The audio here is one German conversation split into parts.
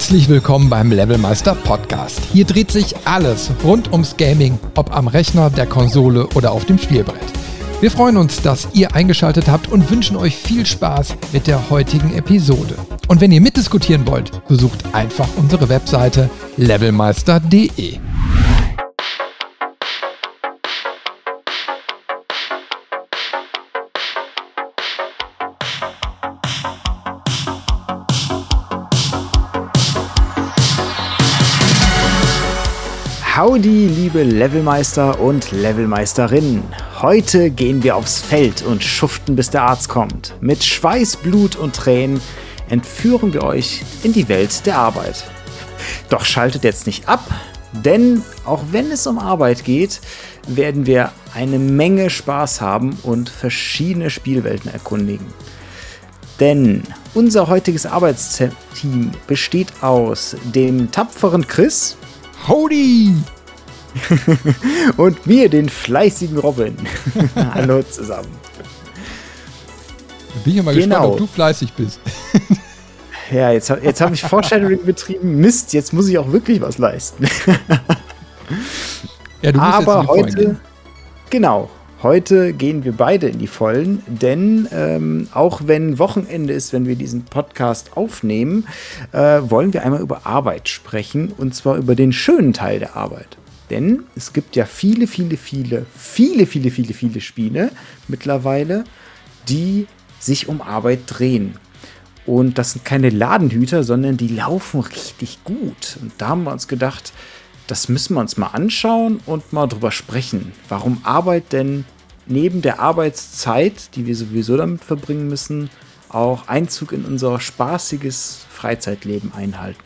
Herzlich willkommen beim Levelmeister Podcast. Hier dreht sich alles rund ums Gaming, ob am Rechner, der Konsole oder auf dem Spielbrett. Wir freuen uns, dass ihr eingeschaltet habt und wünschen euch viel Spaß mit der heutigen Episode. Und wenn ihr mitdiskutieren wollt, besucht einfach unsere Webseite levelmeister.de. Howdy, liebe Levelmeister und Levelmeisterinnen. Heute gehen wir aufs Feld und schuften, bis der Arzt kommt. Mit Schweiß, Blut und Tränen entführen wir euch in die Welt der Arbeit. Doch schaltet jetzt nicht ab, denn auch wenn es um Arbeit geht, werden wir eine Menge Spaß haben und verschiedene Spielwelten erkundigen. Denn unser heutiges Arbeitsteam besteht aus dem tapferen Chris. Howdy! Und mir, den fleißigen Robin. Hallo zusammen. Bin ich ja mal gespannt, ob du fleißig bist. Ja, jetzt habe ich Foreshadowing betrieben. Mist, jetzt muss ich auch wirklich was leisten. Ja, du musst aber jetzt in die Vollen gehen. Genau, heute gehen wir beide in die Vollen, denn auch wenn Wochenende ist, wenn wir diesen Podcast aufnehmen, wollen wir einmal über Arbeit sprechen, und zwar über den schönen Teil der Arbeit. Denn es gibt ja viele Spiele mittlerweile, die sich um Arbeit drehen. Und das sind keine Ladenhüter, sondern die laufen richtig gut. Und da haben wir uns gedacht, das müssen wir uns mal anschauen und mal drüber sprechen. Warum Arbeit denn neben der Arbeitszeit, die wir sowieso damit verbringen müssen, auch Einzug in unser spaßiges Freizeitleben einhalten.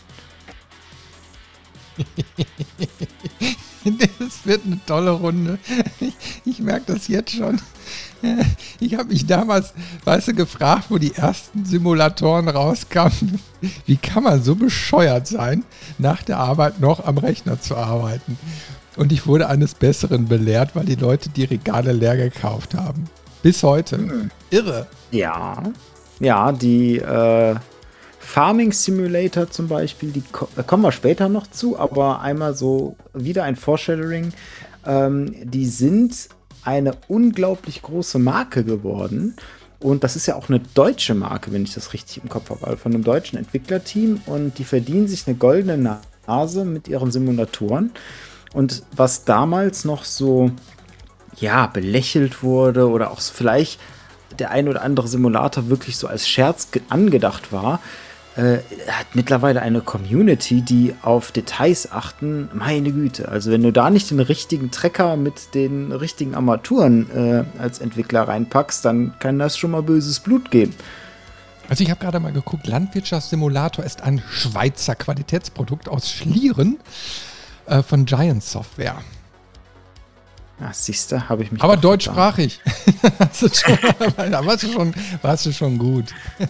Das wird eine tolle Runde. Ich merke das jetzt schon. Ich habe mich damals, gefragt, wo die ersten Simulatoren rauskamen, wie kann man so bescheuert sein, nach der Arbeit noch am Rechner zu arbeiten? Und ich wurde eines Besseren belehrt, weil die Leute die Regale leer gekauft haben. Bis heute. Irre. Ja, die Farming Simulator zum Beispiel, da kommen wir später noch zu, aber einmal so wieder ein Foreshadowing. Die sind eine unglaublich große Marke geworden. Und das ist ja auch eine deutsche Marke, wenn ich das richtig im Kopf habe, also von einem deutschen Entwicklerteam. Und die verdienen sich eine goldene Nase mit ihren Simulatoren. Und was damals noch so, ja, belächelt wurde oder auch vielleicht der ein oder andere Simulator wirklich so als Scherz angedacht war, hat mittlerweile eine Community, die auf Details achten. Meine Güte, also wenn du da nicht den richtigen Trecker mit den richtigen Armaturen als Entwickler reinpackst, dann kann das schon mal böses Blut geben. Also ich habe gerade mal geguckt, Landwirtschaftssimulator ist ein Schweizer Qualitätsprodukt aus Schlieren von Giant Software. Ja, siehst du, habe ich mich. Aber deutschsprachig. Da warst du schon gut.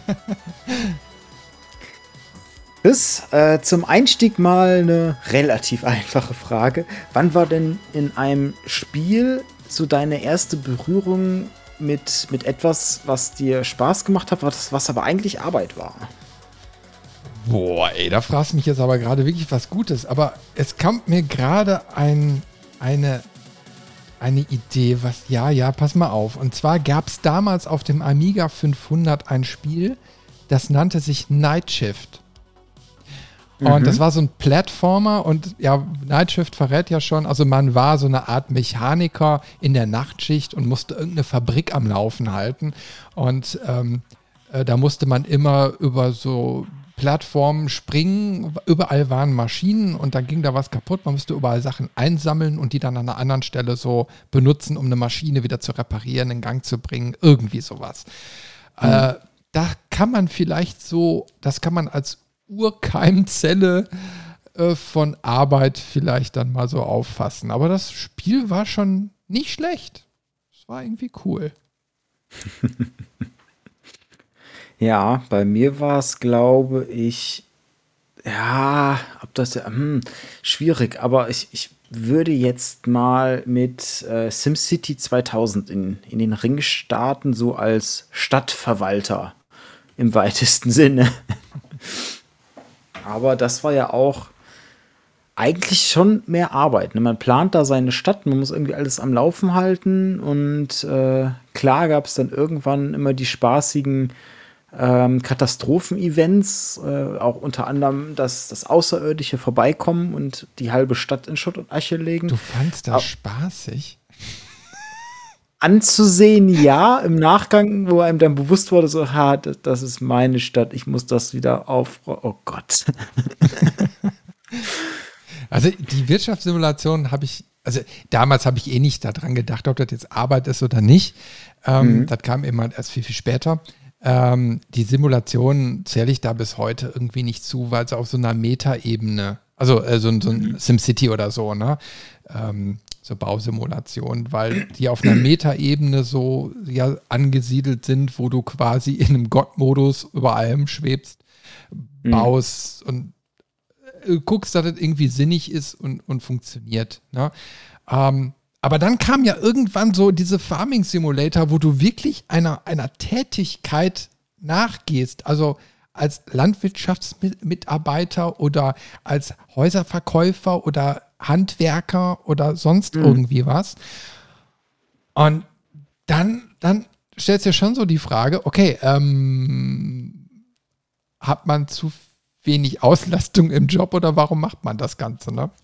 Das zum Einstieg mal eine relativ einfache Frage. Wann war denn in einem Spiel so deine erste Berührung mit etwas, was dir Spaß gemacht hat, was aber eigentlich Arbeit war? Boah, ey, da fragst du mich jetzt aber gerade wirklich was Gutes. Aber es kommt mir gerade eine Idee, pass mal auf. Und zwar gab es damals auf dem Amiga 500 ein Spiel, das nannte sich Night Shift. Und das war so ein Plattformer und ja, Night Shift verrät ja schon, also man war so eine Art Mechaniker in der Nachtschicht und musste irgendeine Fabrik am Laufen halten. Und da musste man immer über so Plattformen springen, überall waren Maschinen und dann ging da was kaputt. Man musste überall Sachen einsammeln und die dann an einer anderen Stelle so benutzen, um eine Maschine wieder zu reparieren, in Gang zu bringen, irgendwie sowas. Da kann man vielleicht so, das kann man als Urkeimzelle von Arbeit vielleicht dann mal so auffassen. Aber das Spiel war schon nicht schlecht. Es war irgendwie cool. Ja, bei mir war es, glaube ich, ja, ob das schwierig, aber ich würde jetzt mal mit SimCity 2000 in den Ring starten, so als Stadtverwalter im weitesten Sinne. Aber das war ja auch eigentlich schon mehr Arbeit. Ne? Man plant da seine Stadt, man muss irgendwie alles am Laufen halten und klar gab es dann irgendwann immer die spaßigen Katastrophen-Events, auch unter anderem das Außerirdische vorbeikommen und die halbe Stadt in Schutt und Asche legen. Du fandst das spaßig? Anzusehen, ja, im Nachgang, wo einem dann bewusst wurde, so, das ist meine Stadt, ich muss das wieder aufräumen. Oh Gott. Also die Wirtschaftssimulation damals habe ich eh nicht daran gedacht, ob das jetzt Arbeit ist oder nicht. Das kam eben halt erst viel, viel später. Die Simulation zähle ich da bis heute irgendwie nicht zu, weil es auf so einer Meta-Ebene, also so ein SimCity oder so, ne? So Bausimulation, weil die auf einer Meta-Ebene so ja angesiedelt sind, wo du quasi in einem Gott-Modus über allem schwebst, baust und guckst, dass das irgendwie sinnig ist und funktioniert. Ne? Aber dann kam ja irgendwann so diese Farming Simulator, wo du wirklich einer Tätigkeit nachgehst, also als Landwirtschaftsmitarbeiter oder als Häuserverkäufer oder Handwerker oder sonst irgendwie was. Und dann stellst du dir schon so die Frage, okay, hat man zu wenig Auslastung im Job oder warum macht man das Ganze, ne?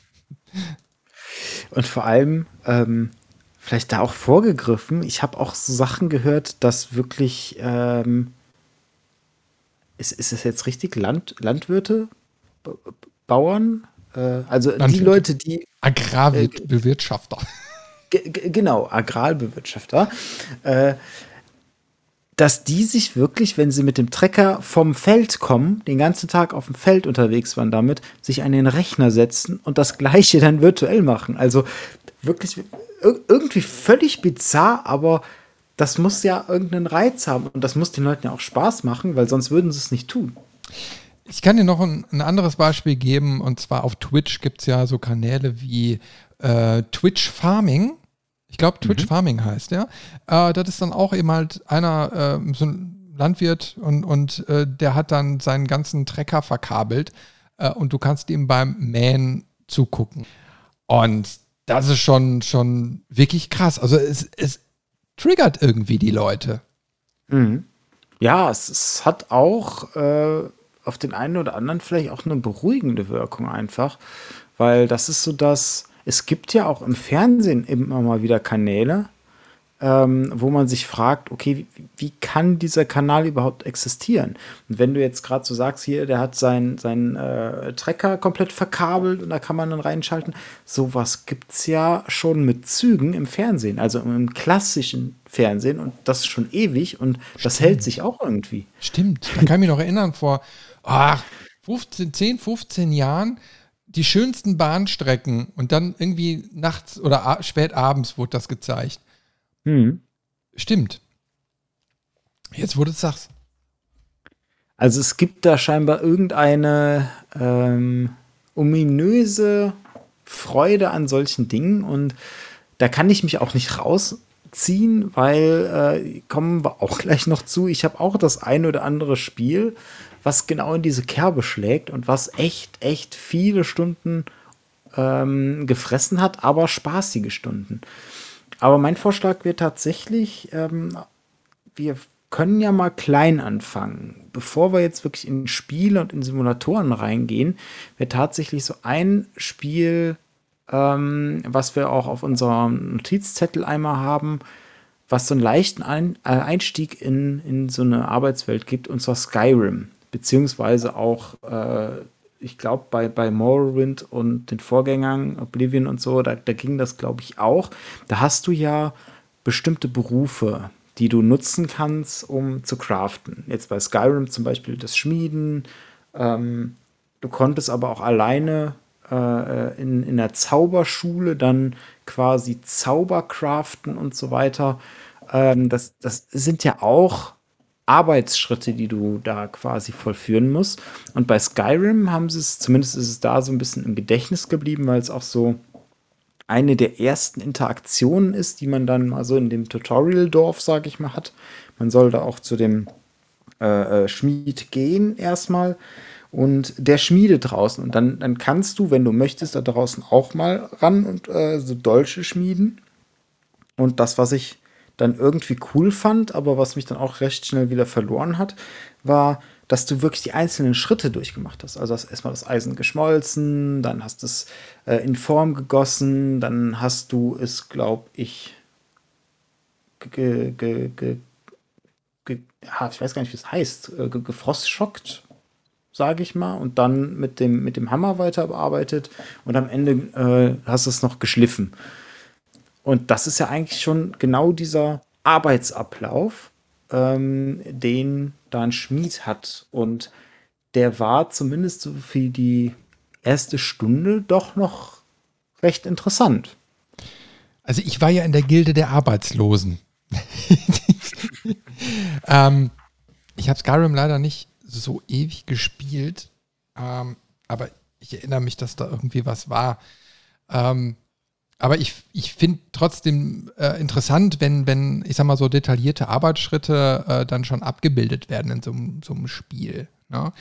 Und vor allem, vielleicht da auch vorgegriffen, ich habe auch so Sachen gehört, dass wirklich, ist es jetzt richtig, Landwirte, Bauern, also die Leute, die Agrarbewirtschafter. Genau, Agrarbewirtschafter, dass die sich wirklich, wenn sie mit dem Trecker vom Feld kommen, den ganzen Tag auf dem Feld unterwegs waren damit, sich an den Rechner setzen und das Gleiche dann virtuell machen. Also wirklich irgendwie völlig bizarr, aber das muss ja irgendeinen Reiz haben und das muss den Leuten ja auch Spaß machen, weil sonst würden sie es nicht tun. Ich kann dir noch ein anderes Beispiel geben, und zwar auf Twitch gibt es ja so Kanäle wie Twitch Farming. Ich glaube, Twitch Farming heißt der. Das ist dann auch eben halt einer, so ein Landwirt und der hat dann seinen ganzen Trecker verkabelt und du kannst ihm beim Mähen zugucken. Und das ist schon wirklich krass. Also es triggert irgendwie die Leute. Mhm. Ja, es hat auch auf den einen oder anderen vielleicht auch eine beruhigende Wirkung einfach, weil das ist so, dass es gibt ja auch im Fernsehen immer mal wieder Kanäle, wo man sich fragt, okay, wie kann dieser Kanal überhaupt existieren? Und wenn du jetzt gerade so sagst, hier, der hat seinen Trecker komplett verkabelt und da kann man dann reinschalten, sowas gibt es ja schon mit Zügen im Fernsehen, also im klassischen Fernsehen und das schon ewig und das hält sich auch irgendwie. Stimmt, da kann ich mich noch erinnern, vor 10, 15 Jahren die schönsten Bahnstrecken und dann irgendwie nachts oder spät abends wurde das gezeigt. Stimmt. Jetzt, wo du es sagst. Also es gibt da scheinbar irgendeine ominöse Freude an solchen Dingen und da kann ich mich auch nicht rausziehen, weil, kommen wir auch gleich noch zu, ich habe auch das ein oder andere Spiel, was genau in diese Kerbe schlägt und was echt viele Stunden gefressen hat, aber spaßige Stunden. Aber mein Vorschlag wäre tatsächlich, wir können ja mal klein anfangen. Bevor wir jetzt wirklich in Spiele und in Simulatoren reingehen, wäre tatsächlich so ein Spiel, was wir auch auf unserem Notizzettel einmal haben, was so einen leichten Einstieg in so eine Arbeitswelt gibt, und zwar Skyrim. Beziehungsweise auch, ich glaube, bei Morrowind und den Vorgängern, Oblivion und so, da ging das, glaube ich, auch. Da hast du ja bestimmte Berufe, die du nutzen kannst, um zu craften. Jetzt bei Skyrim zum Beispiel das Schmieden. Du konntest aber auch alleine in der Zauberschule dann quasi Zauber craften und so weiter. Das sind ja auch Arbeitsschritte, die du da quasi vollführen musst. Und bei Skyrim haben sie es, zumindest ist es da so ein bisschen im Gedächtnis geblieben, weil es auch so eine der ersten Interaktionen ist, die man dann mal so in dem Tutorial-Dorf, sage ich mal, hat. Man soll da auch zu dem Schmied gehen erstmal. und der Schmiede draußen. Und dann kannst du, wenn du möchtest, da draußen auch mal ran und so Dolche schmieden. Und das, was ich dann irgendwie cool fand, aber was mich dann auch recht schnell wieder verloren hat, war, dass du wirklich die einzelnen Schritte durchgemacht hast. Also hast erstmal das Eisen geschmolzen, dann hast du es in Form gegossen, dann hast du es, glaube ich, ja, ich weiß gar nicht, wie es heißt, gefrostschockt, sage ich mal, und dann mit dem Hammer weiter bearbeitet und am Ende hast du es noch geschliffen. Und das ist ja eigentlich schon genau dieser Arbeitsablauf, den da ein Schmied hat. Und der war zumindest so für die erste Stunde doch noch recht interessant. Also ich war ja in der Gilde der Arbeitslosen. ähm, Ich habe Skyrim leider nicht so ewig gespielt, aber ich erinnere mich, dass da irgendwie was war. Aber ich finde trotzdem interessant, wenn, ich sag mal, so detaillierte Arbeitsschritte dann schon abgebildet werden in so einem Spiel. Ne?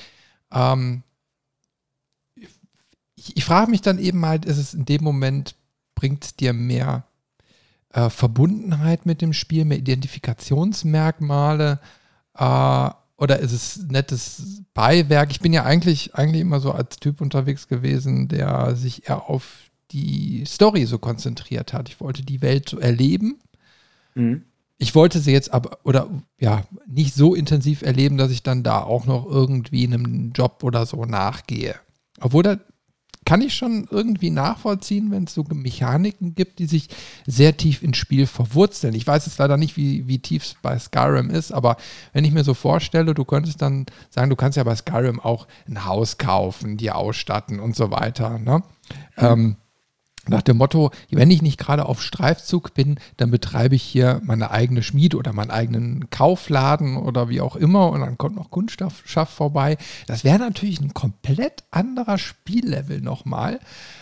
Ich frage mich dann eben halt, ist es in dem Moment, bringt es dir mehr Verbundenheit mit dem Spiel, mehr Identifikationsmerkmale, oder ist es nettes Beiwerk? Ich bin ja eigentlich immer so als Typ unterwegs gewesen, der sich eher auf die Story so konzentriert hat. Ich wollte die Welt so erleben. Mhm. Ich wollte sie jetzt aber, oder ja, nicht so intensiv erleben, dass ich dann da auch noch irgendwie einem Job oder so nachgehe. Obwohl da kann ich schon irgendwie nachvollziehen, wenn es so Mechaniken gibt, die sich sehr tief ins Spiel verwurzeln. Ich weiß jetzt leider nicht, wie tief es bei Skyrim ist, aber wenn ich mir so vorstelle, du könntest dann sagen, du kannst ja bei Skyrim auch ein Haus kaufen, dir ausstatten und so weiter, ne? Nach dem Motto, wenn ich nicht gerade auf Streifzug bin, dann betreibe ich hier meine eigene Schmiede oder meinen eigenen Kaufladen oder wie auch immer und dann kommt noch Kundschaft vorbei. Das wäre natürlich ein komplett anderer Spiellevel nochmal,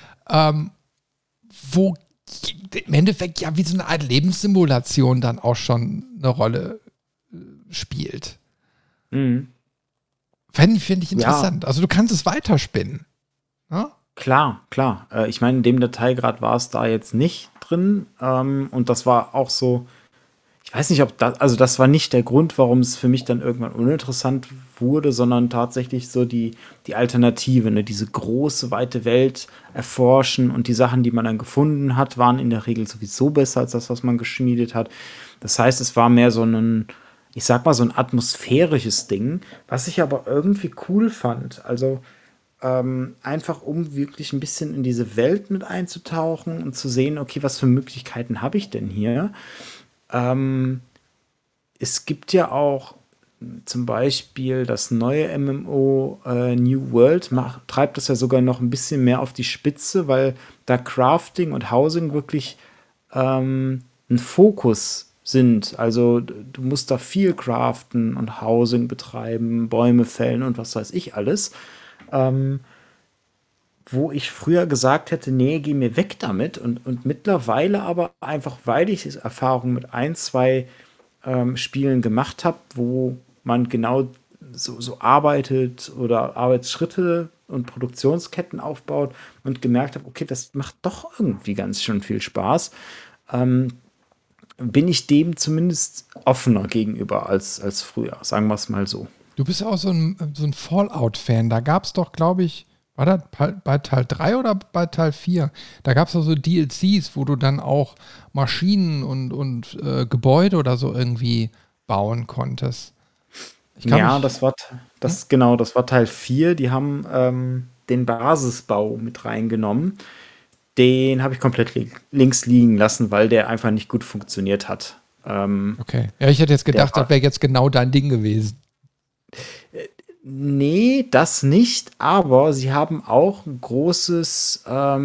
wo im Endeffekt ja wie so eine Art Lebenssimulation dann auch schon eine Rolle spielt. Mhm. Finde ich interessant. Ja, Also du kannst es weiterspinnen. Ne? klar, klar. Ich meine, in dem Detailgrad war es da jetzt nicht drin. Und das war auch so, ich weiß nicht, ob das, also das war nicht der Grund, warum es für mich dann irgendwann uninteressant wurde, sondern tatsächlich so die Alternative, ne? Diese große, weite Welt erforschen und die Sachen, die man dann gefunden hat, waren in der Regel sowieso besser als das, was man geschmiedet hat. Das heißt, es war mehr so ich sag mal, so ein atmosphärisches Ding, was ich aber irgendwie cool fand. Also, einfach um wirklich ein bisschen in diese Welt mit einzutauchen und zu sehen, okay, was für Möglichkeiten habe ich denn hier? Ähm, Es gibt ja auch zum Beispiel das neue MMO New World, treibt das ja sogar noch ein bisschen mehr auf die Spitze, weil da Crafting und Housing wirklich ein Fokus sind. Also du musst da viel craften und Housing betreiben, Bäume fällen und was weiß ich alles. Ähm, Wo ich früher gesagt hätte, nee, geh mir weg damit. Und mittlerweile aber einfach, weil ich Erfahrung mit ein, zwei Spielen gemacht habe, wo man genau so arbeitet oder Arbeitsschritte und Produktionsketten aufbaut und gemerkt habe, okay, das macht doch irgendwie ganz schön viel Spaß, ähm, bin ich dem zumindest offener gegenüber als früher, sagen wir es mal so. Du bist ja auch so ein Fallout-Fan. Da gab es doch, glaube ich, war das bei Teil 3 oder bei Teil 4? Da gab es doch so DLCs, wo du dann auch Maschinen und Gebäude oder so irgendwie bauen konntest. Ja, genau, das war Teil 4. Die haben den Basisbau mit reingenommen. Den habe ich komplett links liegen lassen, weil der einfach nicht gut funktioniert hat. Okay. Ja, ich hätte jetzt gedacht, das wäre jetzt genau dein Ding gewesen. Nee, das nicht, aber sie haben auch ein großes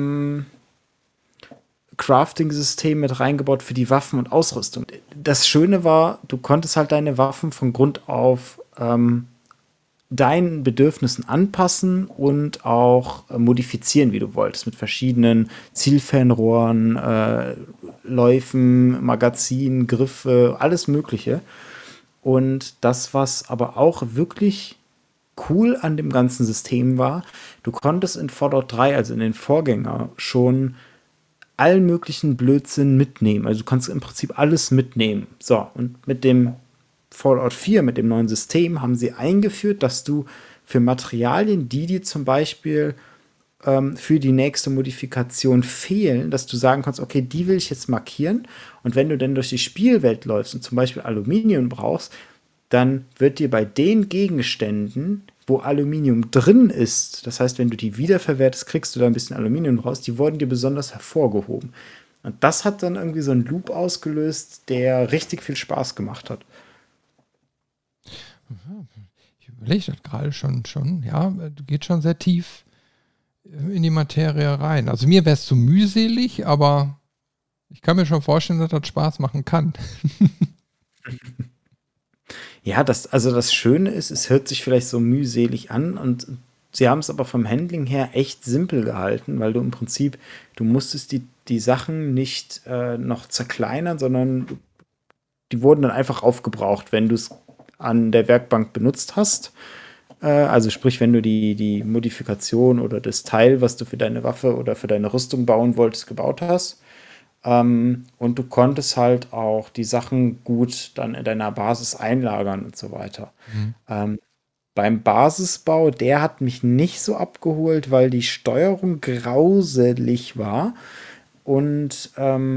Crafting-System mit reingebaut für die Waffen und Ausrüstung. Das Schöne war, du konntest halt deine Waffen von Grund auf deinen Bedürfnissen anpassen und auch modifizieren, wie du wolltest, mit verschiedenen Zielfernrohren, Läufen, Magazinen, Griffe, alles Mögliche. Und das, was aber auch wirklich cool an dem ganzen System war, du konntest in Fallout 3, also in den Vorgänger, schon allen möglichen Blödsinn mitnehmen. Also du kannst im Prinzip alles mitnehmen. So, und mit dem Fallout 4, mit dem neuen System, haben sie eingeführt, dass du für Materialien, die dir zum Beispiel für die nächste Modifikation fehlen, dass du sagen kannst, okay, die will ich jetzt markieren. Und wenn du dann durch die Spielwelt läufst und zum Beispiel Aluminium brauchst, dann wird dir bei den Gegenständen, wo Aluminium drin ist, das heißt, wenn du die wiederverwertest, kriegst du da ein bisschen Aluminium raus, die wurden dir besonders hervorgehoben. Und das hat dann irgendwie so einen Loop ausgelöst, der richtig viel Spaß gemacht hat. Ich überlege das gerade schon, ja, geht schon sehr tief in die Materie rein. Also mir wäre es zu mühselig, aber ich kann mir schon vorstellen, dass das Spaß machen kann. Ja, also das Schöne ist, es hört sich vielleicht so mühselig an und sie haben es aber vom Handling her echt simpel gehalten, weil du im Prinzip, du musstest die Sachen nicht noch zerkleinern, sondern die wurden dann einfach aufgebraucht, wenn du es an der Werkbank benutzt hast. Also sprich, wenn du die Modifikation oder das Teil, was du für deine Waffe oder für deine Rüstung bauen wolltest, gebaut hast. Und du konntest halt auch die Sachen gut dann in deiner Basis einlagern und so weiter. Beim Basisbau, der hat mich nicht so abgeholt, weil die Steuerung grauselig war und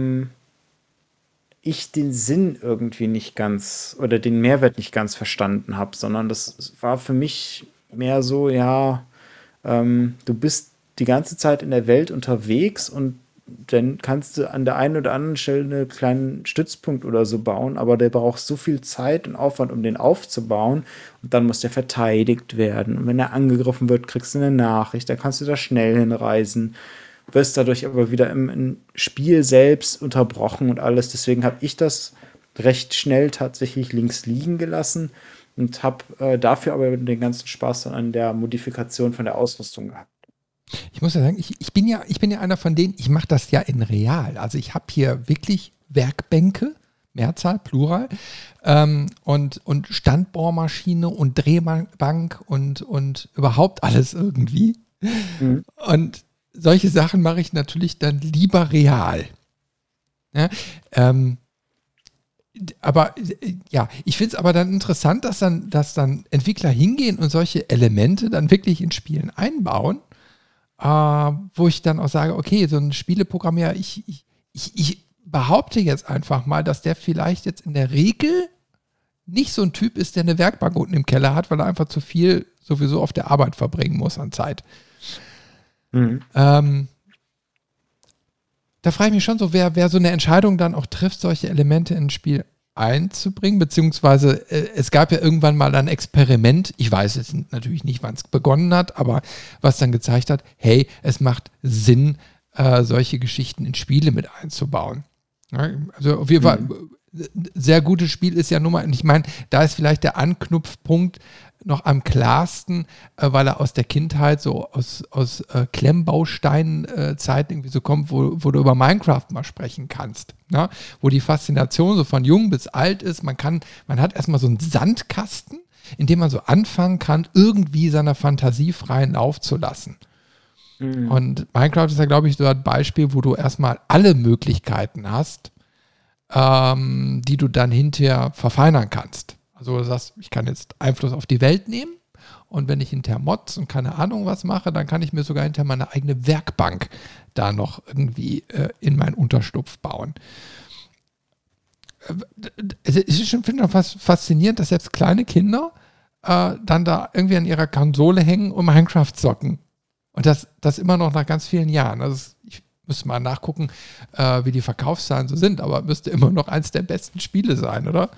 ich den Sinn irgendwie nicht ganz oder den Mehrwert nicht ganz verstanden habe, sondern das war für mich mehr so, ja, du bist die ganze Zeit in der Welt unterwegs und dann kannst du an der einen oder anderen Stelle einen kleinen Stützpunkt oder so bauen, aber der braucht so viel Zeit und Aufwand, um den aufzubauen und dann muss der verteidigt werden. Und wenn er angegriffen wird, kriegst du eine Nachricht, da kannst du da schnell hinreisen, wirst dadurch aber wieder im Spiel selbst unterbrochen und alles. Deswegen habe ich das recht schnell tatsächlich links liegen gelassen und habe dafür aber den ganzen Spaß dann an der Modifikation von der Ausrüstung gehabt. Ich muss ja sagen, ich bin ja einer von denen, ich mache das ja in real. Also ich habe hier wirklich Werkbänke, Mehrzahl, Plural, und Standbohrmaschine und Drehbank und überhaupt alles irgendwie. Und solche Sachen mache ich natürlich dann lieber real. Ja, aber ja, ich finde es aber dann interessant, dass dann Entwickler hingehen und solche Elemente dann wirklich in Spielen einbauen. Wo ich dann auch sage, okay, so ein Spieleprogrammierer, ich behaupte jetzt einfach mal, dass der vielleicht jetzt in der Regel nicht so ein Typ ist, der eine Werkbank unten im Keller hat, weil er einfach zu viel sowieso auf der Arbeit verbringen muss an Zeit. Da frage ich mich schon so, wer so eine Entscheidung dann auch trifft, solche Elemente ins Spiel einzubringen, beziehungsweise es gab ja irgendwann mal ein Experiment, ich weiß jetzt natürlich nicht, wann es begonnen hat, aber was dann gezeigt hat, hey, es macht Sinn, solche Geschichten in Spiele mit einzubauen. Ja, also auf jeden Fall, sehr gutes Spiel ist ja nun mal, und ich meine, da ist vielleicht der Anknüpfpunkt noch am klarsten, weil er aus der Kindheit so aus Klemmbaustein-Zeiten irgendwie so kommt, wo du über Minecraft mal sprechen kannst. Ne? Wo die Faszination so von jung bis alt ist. Man hat erstmal so einen Sandkasten, in dem man so anfangen kann, irgendwie seiner Fantasie freien Lauf zu lassen. Und Minecraft ist ja, glaube ich, so ein Beispiel, wo du erstmal alle Möglichkeiten hast, die du dann hinterher verfeinern kannst. Also du sagst, ich kann jetzt Einfluss auf die Welt nehmen und wenn ich hinterher Mods und keine Ahnung was mache, dann kann ich mir sogar hinterher meine eigene Werkbank da noch irgendwie in meinen Unterschlupf bauen. Es ist schon, finde ich, fast faszinierend, dass selbst kleine Kinder dann da irgendwie an ihrer Konsole hängen und Minecraft zocken. Und das immer noch nach ganz vielen Jahren. Also ich müsste mal nachgucken, wie die Verkaufszahlen so sind, aber müsste immer noch eins der besten Spiele sein, oder?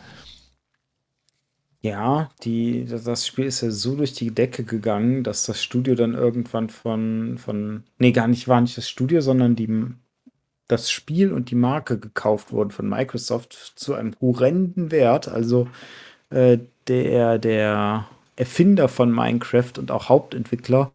Ja, das Spiel ist ja so durch die Decke gegangen, dass das Studio dann irgendwann war nicht das Studio, sondern das Spiel und die Marke gekauft wurden von Microsoft zu einem horrenden Wert. Also der Erfinder von Minecraft und auch Hauptentwickler,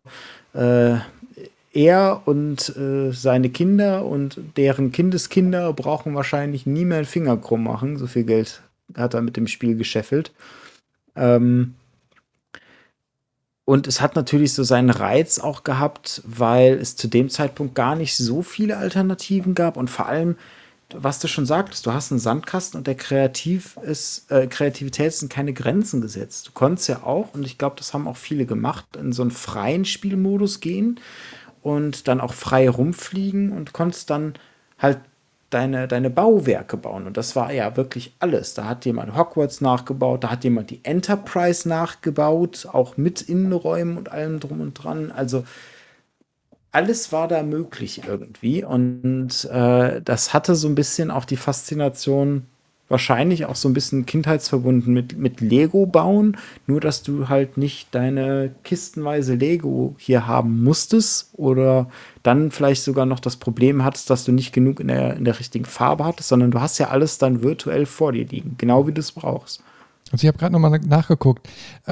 er und seine Kinder und deren Kindeskinder brauchen wahrscheinlich nie mehr einen Finger krumm machen. So viel Geld hat er mit dem Spiel gescheffelt. Und es hat natürlich so seinen Reiz auch gehabt, weil es zu dem Zeitpunkt gar nicht so viele Alternativen gab und vor allem, was du schon sagtest, du hast einen Sandkasten und Kreativität sind keine Grenzen gesetzt. Du konntest ja auch, und ich glaube, das haben auch viele gemacht, in so einen freien Spielmodus gehen und dann auch frei rumfliegen und konntest dann halt deine Bauwerke bauen. Und das war ja wirklich alles. Da hat jemand Hogwarts nachgebaut, da hat jemand die Enterprise nachgebaut, auch mit Innenräumen und allem drum und dran. Also alles war da möglich irgendwie. Und das hatte so ein bisschen auch die Faszination, wahrscheinlich auch so ein bisschen kindheitsverbunden mit Lego bauen. Nur, dass du halt nicht deine kistenweise Lego hier haben musstest oder dann vielleicht sogar noch das Problem hattest, dass du nicht genug in der richtigen Farbe hattest, sondern du hast ja alles dann virtuell vor dir liegen, genau wie du es brauchst. Also ich habe gerade nochmal nachgeguckt.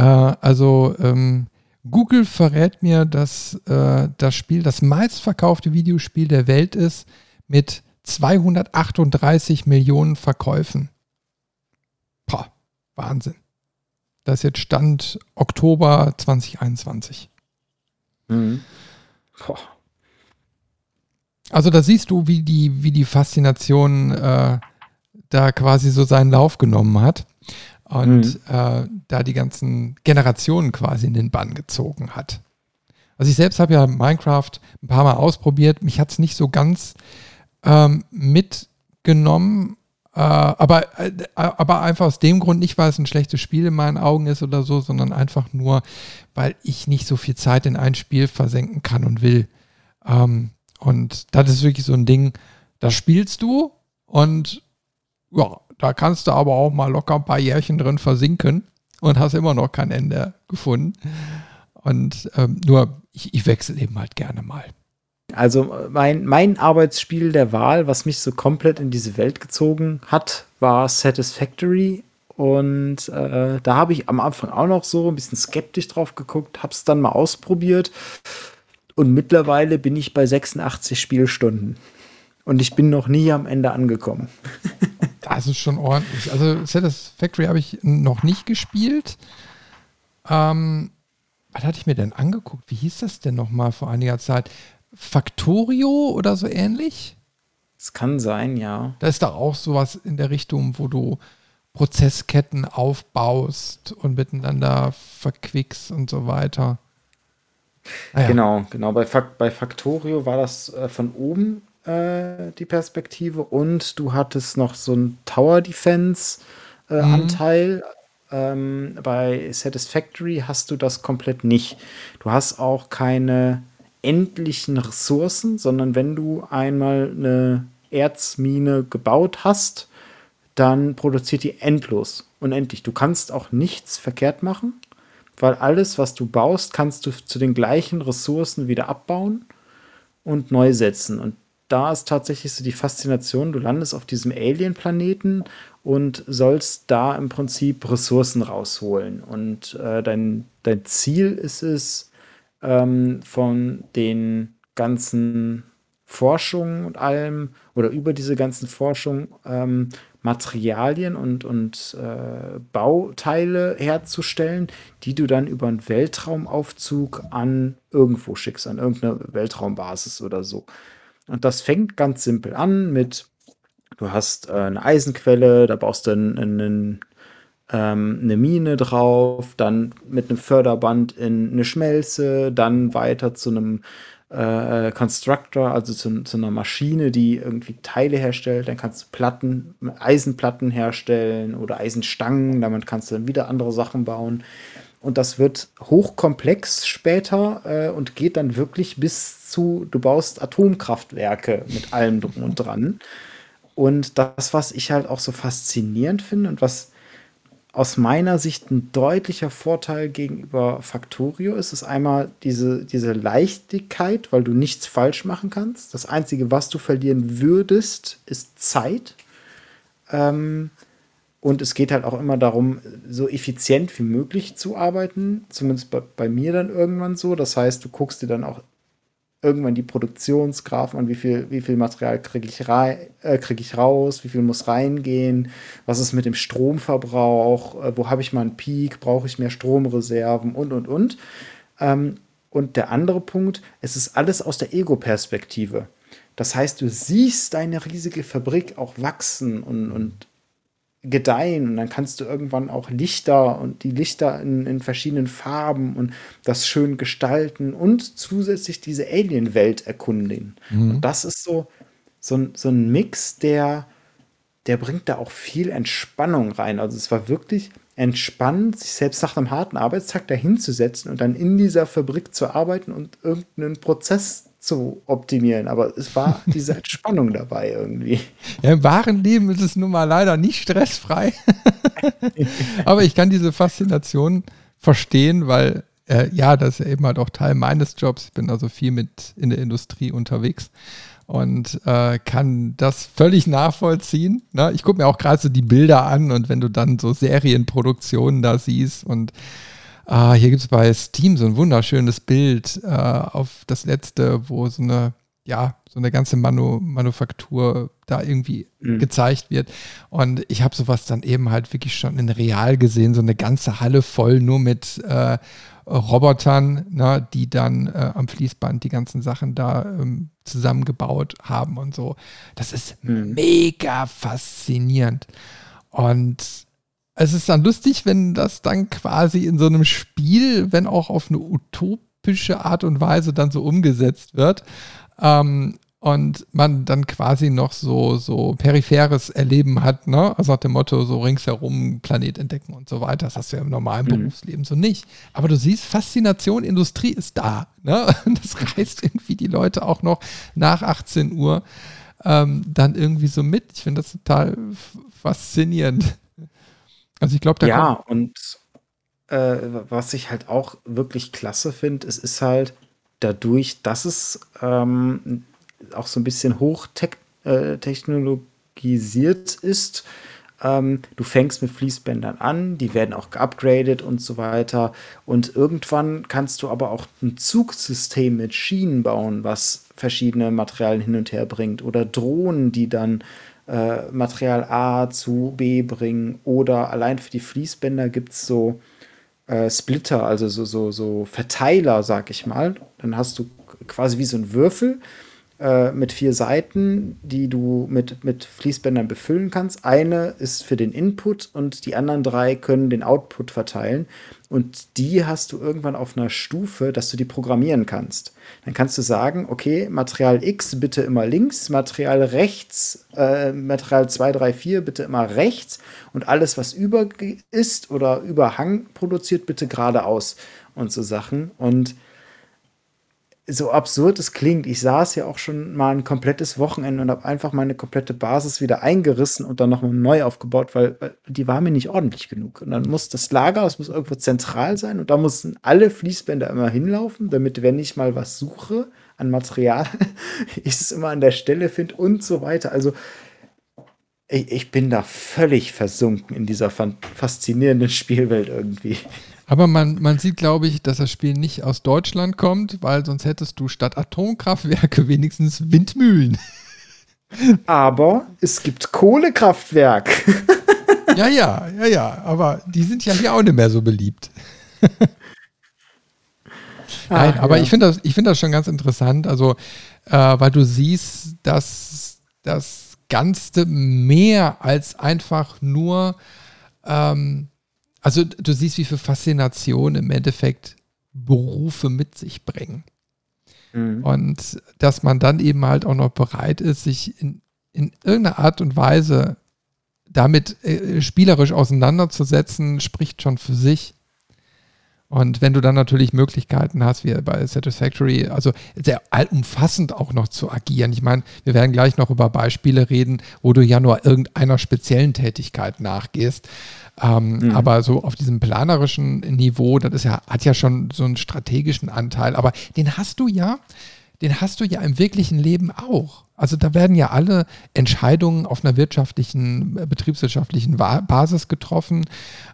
Google verrät mir, dass das Spiel das meistverkaufte Videospiel der Welt ist mit 238 Millionen Verkäufen. Pah, Wahnsinn. Das ist jetzt Stand Oktober 2021. Mhm. Boah. Also da siehst du, wie die Faszination da quasi so seinen Lauf genommen hat und da die ganzen Generationen quasi in den Bann gezogen hat. Also ich selbst habe ja Minecraft ein paar Mal ausprobiert. Mich hat es nicht so ganz mitgenommen, aber einfach aus dem Grund nicht, weil es ein schlechtes Spiel in meinen Augen ist oder so, sondern einfach nur, weil ich nicht so viel Zeit in ein Spiel versenken kann und will. Und das ist wirklich so ein Ding, das spielst du und ja, da kannst du aber auch mal locker ein paar Jährchen drin versinken und hast immer noch kein Ende gefunden. Und nur ich wechsle eben halt gerne mal. Also mein Arbeitsspiel der Wahl, was mich so komplett in diese Welt gezogen hat, war Satisfactory. Und da habe ich am Anfang auch noch so ein bisschen skeptisch drauf geguckt, habe es dann mal ausprobiert. Und mittlerweile bin ich bei 86 Spielstunden. Und ich bin noch nie am Ende angekommen. Das ist schon ordentlich. Also Satisfactory habe ich noch nicht gespielt. Was hatte ich mir denn angeguckt? Wie hieß das denn nochmal vor einiger Zeit? Factorio oder so ähnlich? Es kann sein, ja. Da ist doch auch sowas in der Richtung, wo du Prozessketten aufbaust und miteinander verquickst und so weiter. Ja. Genau. Bei Factorio war das von oben die Perspektive und du hattest noch so einen Tower Defense Anteil. Bei Satisfactory hast du das komplett nicht. Du hast auch keine endlichen Ressourcen, sondern wenn du einmal eine Erzmine gebaut hast, dann produziert die endlos, unendlich. Du kannst auch nichts verkehrt machen, weil alles, was du baust, kannst du zu den gleichen Ressourcen wieder abbauen und neu setzen. Und da ist tatsächlich so die Faszination, du landest auf diesem Alien-Planeten und sollst da im Prinzip Ressourcen rausholen. Und dein Ziel ist es, von den ganzen Forschungen und allem oder über diese ganzen Forschungen Materialien und Bauteile herzustellen, die du dann über einen Weltraumaufzug an irgendwo schickst, an irgendeine Weltraumbasis oder so. Und das fängt ganz simpel an mit, du hast eine Eisenquelle, da baust du eine Mine drauf, dann mit einem Förderband in eine Schmelze, dann weiter zu einem Constructor, also zu einer Maschine, die irgendwie Teile herstellt. Dann kannst du Eisenplatten herstellen oder Eisenstangen, damit kannst du dann wieder andere Sachen bauen. Und das wird hochkomplex später und geht dann wirklich bis zu, du baust Atomkraftwerke mit allem drum und dran. Und das, was ich halt auch so faszinierend finde und was aus meiner Sicht ein deutlicher Vorteil gegenüber Factorio ist, ist einmal diese Leichtigkeit, weil du nichts falsch machen kannst. Das Einzige, was du verlieren würdest, ist Zeit. Und es geht halt auch immer darum, so effizient wie möglich zu arbeiten. Zumindest bei mir dann irgendwann so. Das heißt, du guckst dir dann auch irgendwann die Produktionsgraphen an, wie viel Material krieg ich raus, wie viel muss reingehen, was ist mit dem Stromverbrauch, wo habe ich mal einen Peak, brauche ich mehr Stromreserven und. Und der andere Punkt, es ist alles aus der Ego-Perspektive. Das heißt, du siehst deine riesige Fabrik auch wachsen und gedeihen und dann kannst du irgendwann auch Lichter und die Lichter in verschiedenen Farben und das schön gestalten und zusätzlich diese Alien-Welt erkundigen. Und das ist so ein Mix, der bringt da auch viel Entspannung rein. Also es war wirklich entspannend, sich selbst nach einem harten Arbeitstag dahin zu setzen und dann in dieser Fabrik zu arbeiten und irgendeinen Prozess zu optimieren. Aber es war diese Entspannung dabei irgendwie. Ja, im wahren Leben ist es nun mal leider nicht stressfrei. Aber ich kann diese Faszination verstehen, weil das ist ja eben halt auch Teil meines Jobs. Ich bin also viel mit in der Industrie unterwegs und kann das völlig nachvollziehen. Ne? Ich gucke mir auch gerade so die Bilder an und wenn du dann so Serienproduktionen da siehst und hier gibt es bei Steam so ein wunderschönes Bild auf das letzte, wo so eine ganze Manufaktur da irgendwie gezeigt wird. Und ich habe sowas dann eben halt wirklich schon in real gesehen, so eine ganze Halle voll nur mit Robotern, ne, die dann am Fließband die ganzen Sachen da zusammengebaut haben und so. Das ist mega faszinierend. Und es ist dann lustig, wenn das dann quasi in so einem Spiel, wenn auch auf eine utopische Art und Weise dann so umgesetzt wird und man dann quasi noch so peripheres Erleben hat, ne? Also nach dem Motto, so ringsherum Planet entdecken und so weiter. Das hast du ja im normalen Berufsleben so nicht. Aber du siehst, Faszination, Industrie ist da. Ne? Und das reißt irgendwie die Leute auch noch nach 18 Uhr dann irgendwie so mit. Ich finde das total faszinierend. Also ich glaube, was ich halt auch wirklich klasse finde, es ist halt dadurch, dass es auch so ein bisschen hochtechnologisiert ist. Du fängst mit Fließbändern an, die werden auch geupgradet und so weiter. Und irgendwann kannst du aber auch ein Zugsystem mit Schienen bauen, was verschiedene Materialien hin und her bringt. Oder Drohnen, die dann Material A zu B bringen. Oder allein für die Fließbänder gibt es so Splitter, also so Verteiler, sag ich mal. Dann hast du quasi wie so ein Würfel mit 4 Seiten, die du mit Fließbändern befüllen kannst. Eine ist für den Input und die anderen 3 können den Output verteilen. Und die hast du irgendwann auf einer Stufe, dass du die programmieren kannst. Dann kannst du sagen, okay, Material X bitte immer links, Material rechts, Material 2, 3, 4 bitte immer rechts und alles, was über ist oder Überhang produziert, bitte geradeaus und so Sachen. Und so absurd es klingt, ich saß ja auch schon mal ein komplettes Wochenende und habe einfach meine komplette Basis wieder eingerissen und dann nochmal neu aufgebaut, weil die war mir nicht ordentlich genug. Und dann muss das Lager, das muss irgendwo zentral sein und da müssen alle Fließbänder immer hinlaufen, damit, wenn ich mal was suche an Material, ich es immer an der Stelle finde und so weiter. Also ich bin da völlig versunken in dieser faszinierenden Spielwelt irgendwie. Aber man sieht, glaube ich, dass das Spiel nicht aus Deutschland kommt, weil sonst hättest du statt Atomkraftwerke wenigstens Windmühlen. Aber es gibt Kohlekraftwerk. Ja, aber die sind ja hier auch nicht mehr so beliebt. Nein, aber ja. Ich finde das schon ganz interessant, also weil du siehst, dass das Ganze mehr als einfach nur also du siehst, wie viel Faszination im Endeffekt Berufe mit sich bringen. Und dass man dann eben halt auch noch bereit ist, sich in irgendeiner Art und Weise damit spielerisch auseinanderzusetzen, spricht schon für sich. Und wenn du dann natürlich Möglichkeiten hast, wie bei Satisfactory, also sehr allumfassend auch noch zu agieren. Ich meine, wir werden gleich noch über Beispiele reden, wo du ja nur irgendeiner speziellen Tätigkeit nachgehst. Aber so auf diesem planerischen Niveau, das ist hat ja schon so einen strategischen Anteil, aber den hast du ja im wirklichen Leben auch. Also da werden ja alle Entscheidungen auf einer betriebswirtschaftlichen Basis getroffen.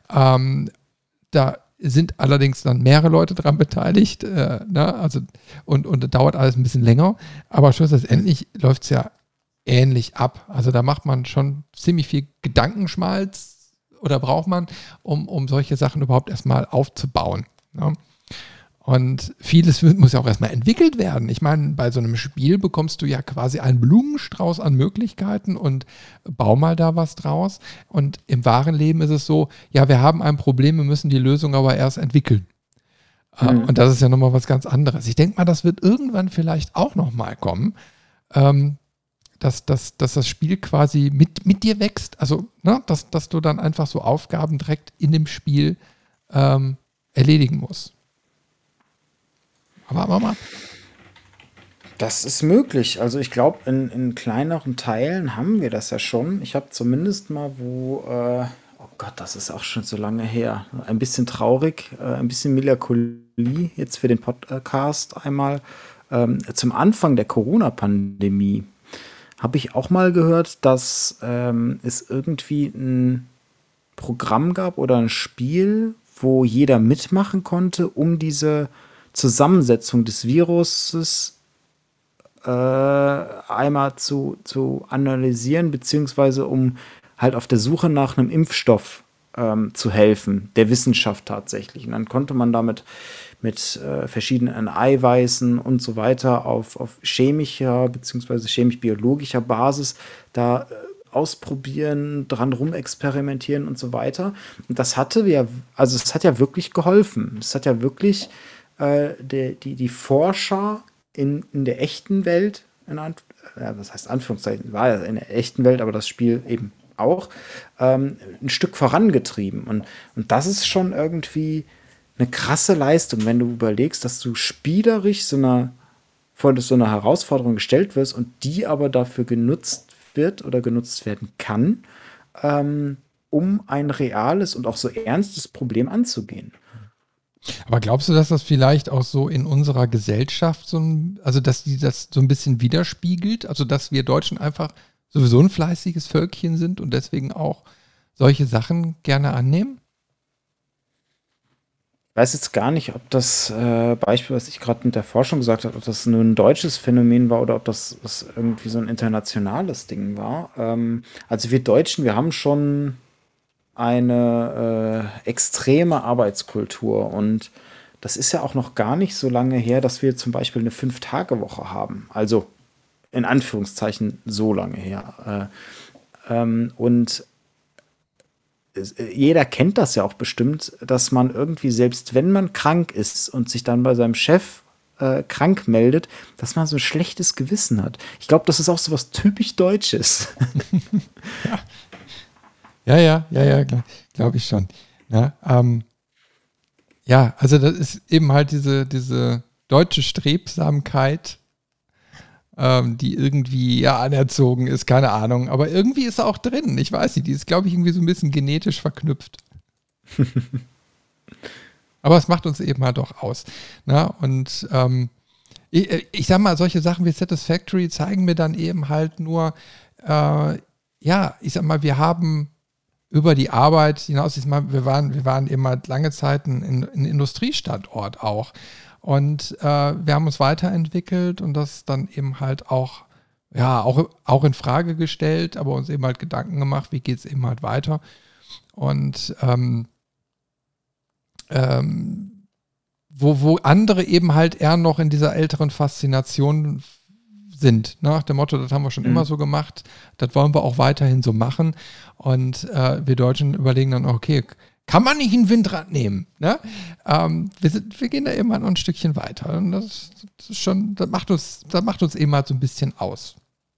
Da sind allerdings dann mehrere Leute dran beteiligt, also und dauert alles ein bisschen länger, aber schlussendlich läuft es ja ähnlich ab. Also da macht man schon ziemlich viel Gedankenschmalz oder braucht man, um solche Sachen überhaupt erstmal aufzubauen. Ne? Und vieles muss ja auch erstmal entwickelt werden. Ich meine, bei so einem Spiel bekommst du ja quasi einen Blumenstrauß an Möglichkeiten und bau mal da was draus. Und im wahren Leben ist es so, ja, wir haben ein Problem, wir müssen die Lösung aber erst entwickeln. Und das ist ja nochmal was ganz anderes. Ich denke mal, das wird irgendwann vielleicht auch nochmal kommen, dass das Spiel quasi mit dir wächst. Also, ne, dass du dann einfach so Aufgaben direkt in dem Spiel erledigen musst. Aber mal. Das ist möglich. Also ich glaube, in kleineren Teilen haben wir das ja schon. Ich habe zumindest mal oh Gott, das ist auch schon so lange her. Ein bisschen traurig, ein bisschen Melancholie jetzt für den Podcast einmal. Zum Anfang der Corona-Pandemie habe ich auch mal gehört, dass es irgendwie ein Programm gab oder ein Spiel, wo jeder mitmachen konnte, um diese Zusammensetzung des Viruses einmal zu analysieren, beziehungsweise um halt auf der Suche nach einem Impfstoff zu helfen, der Wissenschaft tatsächlich. Und dann konnte man damit mit verschiedenen Eiweißen und so weiter auf chemischer beziehungsweise chemisch-biologischer Basis da ausprobieren, dran rumexperimentieren und so weiter. Und das hat ja wirklich geholfen. Es hat ja wirklich die Forscher in der echten Welt, das heißt Anführungszeichen, war ja in der echten Welt, aber das Spiel eben auch, ein Stück vorangetrieben. Und das ist schon irgendwie eine krasse Leistung, wenn du überlegst, dass du spielerisch vor so einer Herausforderung gestellt wirst und die aber dafür genutzt wird oder genutzt werden kann, um ein reales und auch so ernstes Problem anzugehen. Aber glaubst du, dass das vielleicht auch so in unserer Gesellschaft also dass die das so ein bisschen widerspiegelt? Also dass wir Deutschen einfach sowieso ein fleißiges Völkchen sind und deswegen auch solche Sachen gerne annehmen? Ich weiß jetzt gar nicht, ob das Beispiel, was ich gerade mit der Forschung gesagt habe, ob das nur ein deutsches Phänomen war oder ob das irgendwie so ein internationales Ding war. Also wir Deutschen, wir haben schon eine extreme Arbeitskultur und das ist ja auch noch gar nicht so lange her, dass wir zum Beispiel eine 5-Tage-Woche haben. Also in Anführungszeichen so lange her. Und jeder kennt das ja auch bestimmt, dass man irgendwie, selbst wenn man krank ist und sich dann bei seinem Chef krank meldet, dass man so ein schlechtes Gewissen hat. Ich glaube, das ist auch so was typisch Deutsches. Ja, glaube ich schon. Ja, also das ist eben halt diese deutsche Strebsamkeit, die irgendwie anerzogen ist, keine Ahnung. Aber irgendwie ist er auch drin. Ich weiß nicht, die ist, glaube ich, irgendwie so ein bisschen genetisch verknüpft. Aber es macht uns eben halt auch aus. Und ich sag mal, solche Sachen wie Satisfactory zeigen mir dann eben halt nur, ich sag mal, wir haben über die Arbeit hinaus, wir waren eben halt lange Zeit ein Industriestandort auch. Und wir haben uns weiterentwickelt und das dann eben halt auch in Frage gestellt, aber uns eben halt Gedanken gemacht, wie geht es eben halt weiter. Und wo andere eben halt eher noch in dieser älteren Faszination sind. Nach dem Motto, das haben wir schon immer so gemacht, das wollen wir auch weiterhin so machen. Und wir Deutschen überlegen dann, okay, kann man nicht ein Windrad nehmen? Ne? Wir gehen da immer noch ein Stückchen weiter. Und das macht uns eben halt so ein bisschen aus.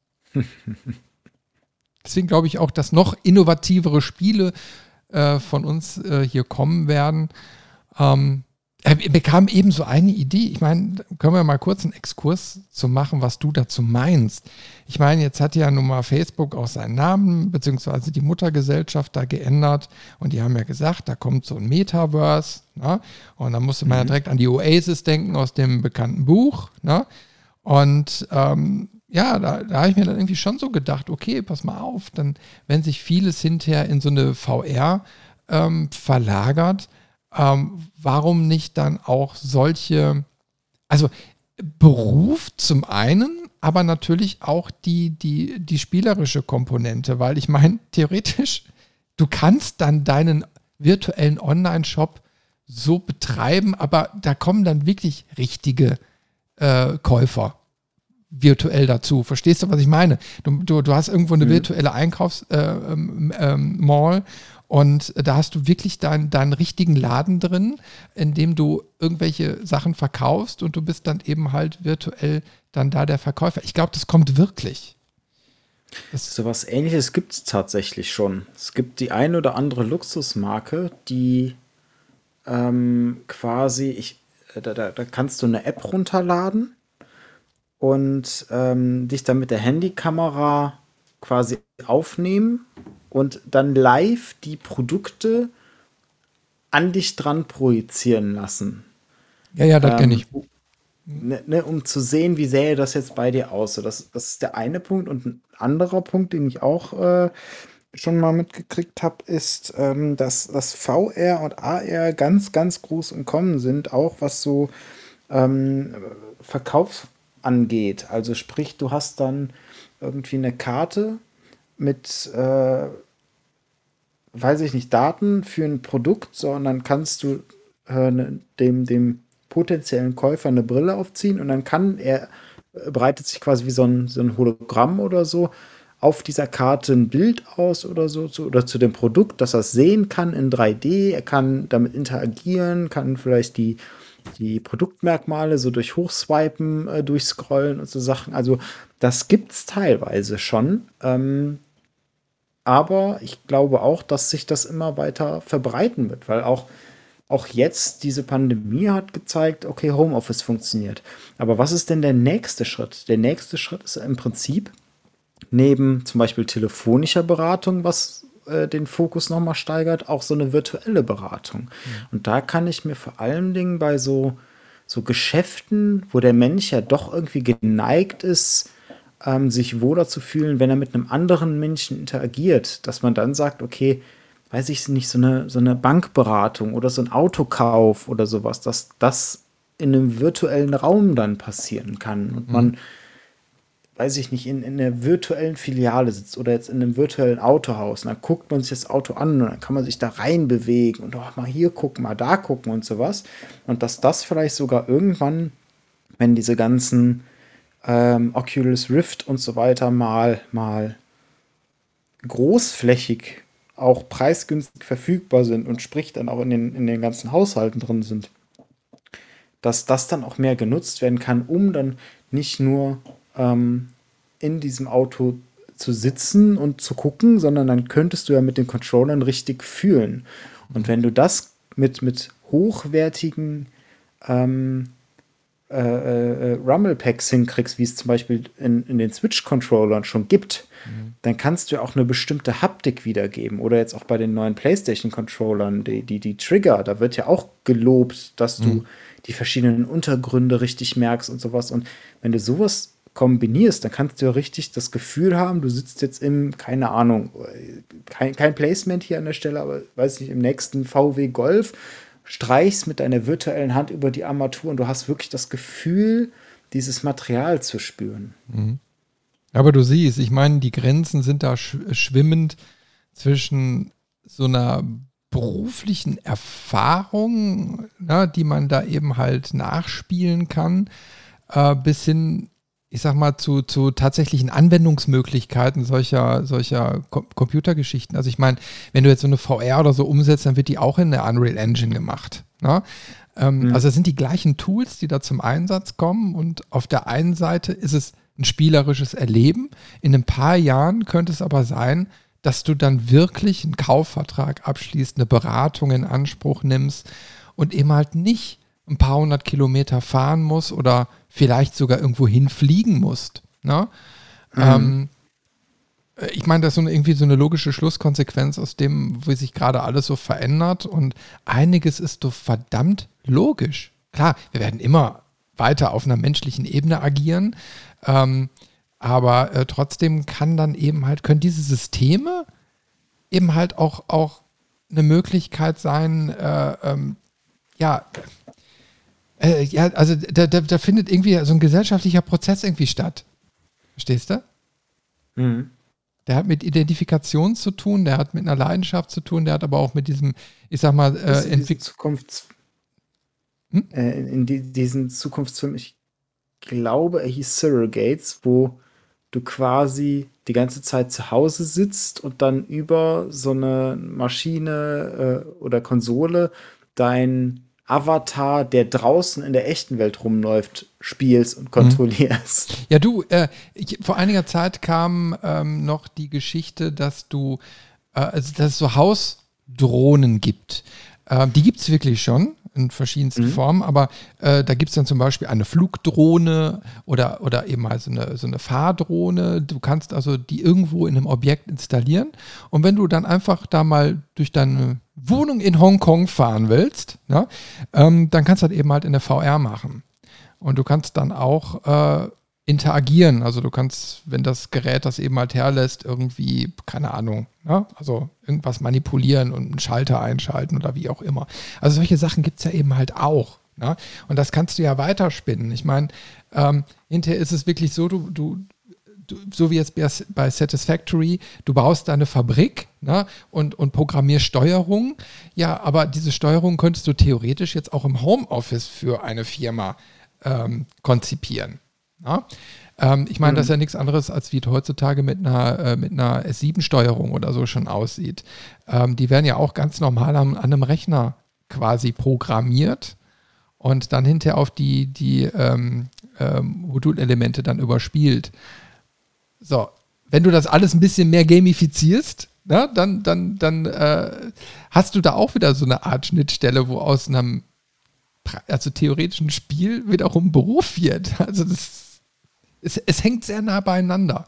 Deswegen glaube ich auch, dass noch innovativere Spiele von uns hier kommen werden. Mir kam eben so eine Idee. Ich meine, können wir mal kurz einen Exkurs zu machen, was du dazu meinst. Ich meine, jetzt hat ja nun mal Facebook auch seinen Namen, beziehungsweise die Muttergesellschaft da geändert. Und die haben ja gesagt, da kommt so ein Metaverse. Ne? Und da musste man ja direkt an die Oasis denken aus dem bekannten Buch. Ne? Und da habe ich mir dann irgendwie schon so gedacht, okay, pass mal auf, dann, wenn sich vieles hinterher in so eine VR verlagert, warum nicht dann auch solche, also Beruf zum einen, aber natürlich auch die spielerische Komponente, weil ich meine, theoretisch, du kannst dann deinen virtuellen Online-Shop so betreiben, aber da kommen dann wirklich richtige Käufer virtuell dazu. Verstehst du, was ich meine? Du hast irgendwo eine virtuelle Einkaufsmall und da hast du wirklich deinen richtigen Laden drin, in dem du irgendwelche Sachen verkaufst und du bist dann eben halt virtuell dann da der Verkäufer. Ich glaube, das kommt wirklich. So was Ähnliches gibt es tatsächlich schon. Es gibt die ein oder andere Luxusmarke, die quasi, da kannst du eine App runterladen und dich dann mit der Handykamera quasi aufnehmen und dann live die Produkte an dich dran projizieren lassen. Ja, das kenne ich. Um zu sehen, wie sähe das jetzt bei dir aus. So, das ist der eine Punkt. Und ein anderer Punkt, den ich auch schon mal mitgekriegt habe, ist, dass VR und AR ganz, ganz groß im Kommen sind, auch was so Verkauf angeht. Also sprich, du hast dann irgendwie eine Karte mit, weiß ich nicht, Daten für ein Produkt, sondern kannst du dem potenziellen Käufer eine Brille aufziehen und dann breitet sich quasi wie so ein Hologramm oder so auf dieser Karte ein Bild aus oder so oder zu dem Produkt, dass er es sehen kann in 3D. Er kann damit interagieren, kann vielleicht die Produktmerkmale so durch Hochswipen durchscrollen und so Sachen. Also das gibt es teilweise schon. Aber ich glaube auch, dass sich das immer weiter verbreiten wird, weil auch jetzt diese Pandemie hat gezeigt, okay, Homeoffice funktioniert. Aber was ist denn der nächste Schritt? Der nächste Schritt ist im Prinzip neben zum Beispiel telefonischer Beratung, was den Fokus nochmal steigert, auch so eine virtuelle Beratung. Und da kann ich mir vor allen Dingen bei so Geschäften, wo der Mensch ja doch irgendwie geneigt ist, sich wohler zu fühlen, wenn er mit einem anderen Menschen interagiert, dass man dann sagt, okay, weiß ich nicht, so eine Bankberatung oder so ein Autokauf oder sowas, dass das in einem virtuellen Raum dann passieren kann und man, weiß ich nicht, in einer virtuellen Filiale sitzt oder jetzt in einem virtuellen Autohaus und dann guckt man sich das Auto an und dann kann man sich da reinbewegen und mal hier gucken, mal da gucken und sowas und dass das vielleicht sogar irgendwann, wenn diese ganzen Oculus Rift und so weiter mal großflächig auch preisgünstig verfügbar sind und sprich dann auch in den ganzen Haushalten drin sind, dass das dann auch mehr genutzt werden kann, um dann nicht nur in diesem Auto zu sitzen und zu gucken, sondern dann könntest du ja mit den Controllern richtig fühlen. Und wenn du das mit hochwertigen Rumble-Packs hinkriegst, wie es zum Beispiel in den Switch-Controllern schon gibt, dann kannst du ja auch eine bestimmte Haptik wiedergeben. Oder jetzt auch bei den neuen PlayStation-Controllern, die Trigger, da wird ja auch gelobt, dass du die verschiedenen Untergründe richtig merkst und sowas. Und wenn du sowas kombinierst, dann kannst du ja richtig das Gefühl haben, du sitzt jetzt keine Ahnung, kein Placement hier an der Stelle, aber weiß nicht, im nächsten VW Golf, streichst mit deiner virtuellen Hand über die Armatur und du hast wirklich das Gefühl, dieses Material zu spüren. Aber du siehst, ich meine, die Grenzen sind da schwimmend zwischen so einer beruflichen Erfahrung, die man da eben halt nachspielen kann, bis hin, ich sag mal, zu tatsächlichen Anwendungsmöglichkeiten solcher Computergeschichten. Also ich meine, wenn du jetzt so eine VR oder so umsetzt, dann wird die auch in der Unreal Engine gemacht. Ne? Also es sind die gleichen Tools, die da zum Einsatz kommen und auf der einen Seite ist es ein spielerisches Erleben. In ein paar Jahren könnte es aber sein, dass du dann wirklich einen Kaufvertrag abschließt, eine Beratung in Anspruch nimmst und eben halt nicht ein paar 100 Kilometer fahren musst oder vielleicht sogar irgendwo hinfliegen musst. Ne? Ich meine, das ist irgendwie so eine logische Schlusskonsequenz aus dem, wo sich gerade alles so verändert und einiges ist so verdammt logisch. Klar, wir werden immer weiter auf einer menschlichen Ebene agieren, aber trotzdem können diese Systeme eben halt auch eine Möglichkeit sein, also da findet irgendwie so ein gesellschaftlicher Prozess irgendwie statt. Verstehst du? Der hat mit Identifikation zu tun, der hat mit einer Leidenschaft zu tun, der hat aber auch mit diesem, ich sag mal, Diesen Zukunftsfilm, ich glaube, er hieß Surrogates, wo du quasi die ganze Zeit zu Hause sitzt und dann über so eine Maschine oder Konsole dein Avatar, der draußen in der echten Welt rumläuft, spielst und kontrollierst. Ja, du, vor einiger Zeit kam noch die Geschichte, dass dass es so Hausdrohnen gibt. Die gibt es wirklich schon in verschiedensten Formen, aber da gibt es dann zum Beispiel eine Flugdrohne oder eben halt so eine Fahrdrohne. Du kannst also die irgendwo in einem Objekt installieren und wenn du dann einfach da mal durch deine Wohnung in Hongkong fahren willst, ne, dann kannst du das eben halt in der VR machen. Und du kannst dann auch interagieren. Also du kannst, wenn das Gerät das eben halt herlässt, irgendwie, keine Ahnung, ne? Also irgendwas manipulieren und einen Schalter einschalten oder wie auch immer. Also solche Sachen gibt es ja eben halt auch. Ne? Und das kannst du ja weiterspinnen. Ich meine, hinterher ist es wirklich so, so wie jetzt bei Satisfactory, du baust deine Fabrik, ne, und programmierst Steuerung. Ja, aber diese Steuerung könntest du theoretisch jetzt auch im Homeoffice für eine Firma konzipieren. Ja? Ich meine, das ist ja nichts anderes, als wie es heutzutage mit einer S7-Steuerung oder so schon aussieht. Die werden ja auch ganz normal an einem Rechner quasi programmiert und dann hinterher auf die Modulelemente dann überspielt. So, wenn du das alles ein bisschen mehr gamifizierst, ne, dann hast du da auch wieder so eine Art Schnittstelle, wo aus einem theoretischen Spiel wiederum Beruf wird. Also es hängt sehr nah beieinander.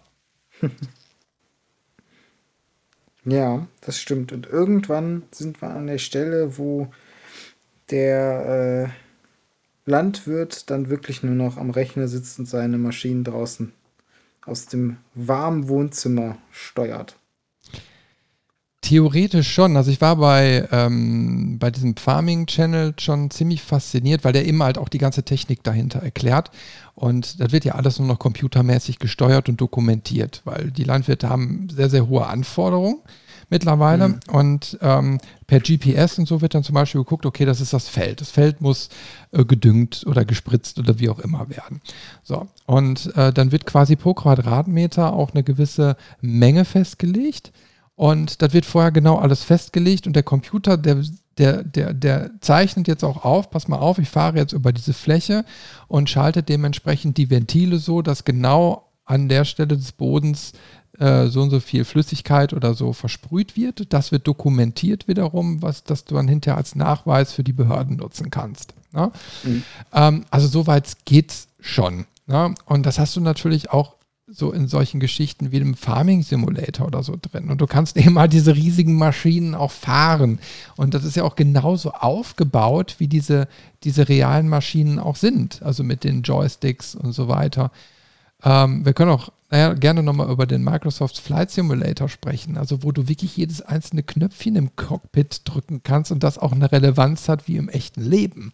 Ja, das stimmt. Und irgendwann sind wir an der Stelle, wo der Landwirt dann wirklich nur noch am Rechner sitzt und seine Maschinen draußen aus dem warmen Wohnzimmer steuert. Theoretisch schon. Also ich war bei diesem Farming-Channel schon ziemlich fasziniert, weil der eben halt auch die ganze Technik dahinter erklärt. Und das wird ja alles nur noch computermäßig gesteuert und dokumentiert, weil die Landwirte haben sehr, sehr hohe Anforderungen mittlerweile. Und per GPS und so wird dann zum Beispiel geguckt, okay, das ist das Feld. Das Feld muss gedüngt oder gespritzt oder wie auch immer werden. So, und dann wird quasi pro Quadratmeter auch eine gewisse Menge festgelegt. Und das wird vorher genau alles festgelegt und der Computer, der zeichnet jetzt auch auf, pass mal auf, ich fahre jetzt über diese Fläche und schaltet dementsprechend die Ventile so, dass genau an der Stelle des Bodens so und so viel Flüssigkeit oder so versprüht wird. Das wird dokumentiert wiederum, das du dann hinterher als Nachweis für die Behörden nutzen kannst. Ne? Also soweit geht's schon. Ne? Und das hast du natürlich auch so in solchen Geschichten wie dem Farming Simulator oder so drin. Und du kannst eben mal diese riesigen Maschinen auch fahren. Und das ist ja auch genauso aufgebaut, wie diese realen Maschinen auch sind. Also mit den Joysticks und so weiter. Wir können auch gerne nochmal über den Microsoft Flight Simulator sprechen. Also wo du wirklich jedes einzelne Knöpfchen im Cockpit drücken kannst und das auch eine Relevanz hat wie im echten Leben.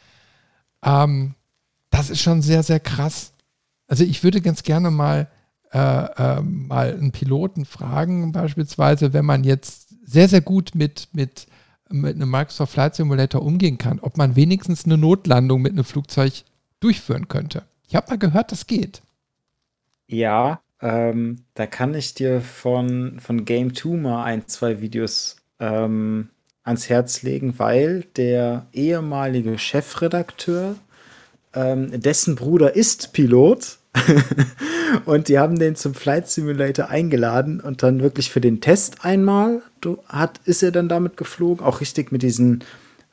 Das ist schon sehr, sehr krass. Also ich würde ganz gerne mal einen Piloten fragen, beispielsweise, wenn man jetzt sehr, sehr gut mit einem Microsoft Flight Simulator umgehen kann, ob man wenigstens eine Notlandung mit einem Flugzeug durchführen könnte. Ich habe mal gehört, das geht. Ja, da kann ich dir von Game 2 mal 1, 2 Videos ans Herz legen, weil der ehemalige Chefredakteur, dessen Bruder ist Pilot und die haben den zum Flight Simulator eingeladen und dann wirklich für den Test einmal ist er dann damit geflogen, auch richtig mit diesen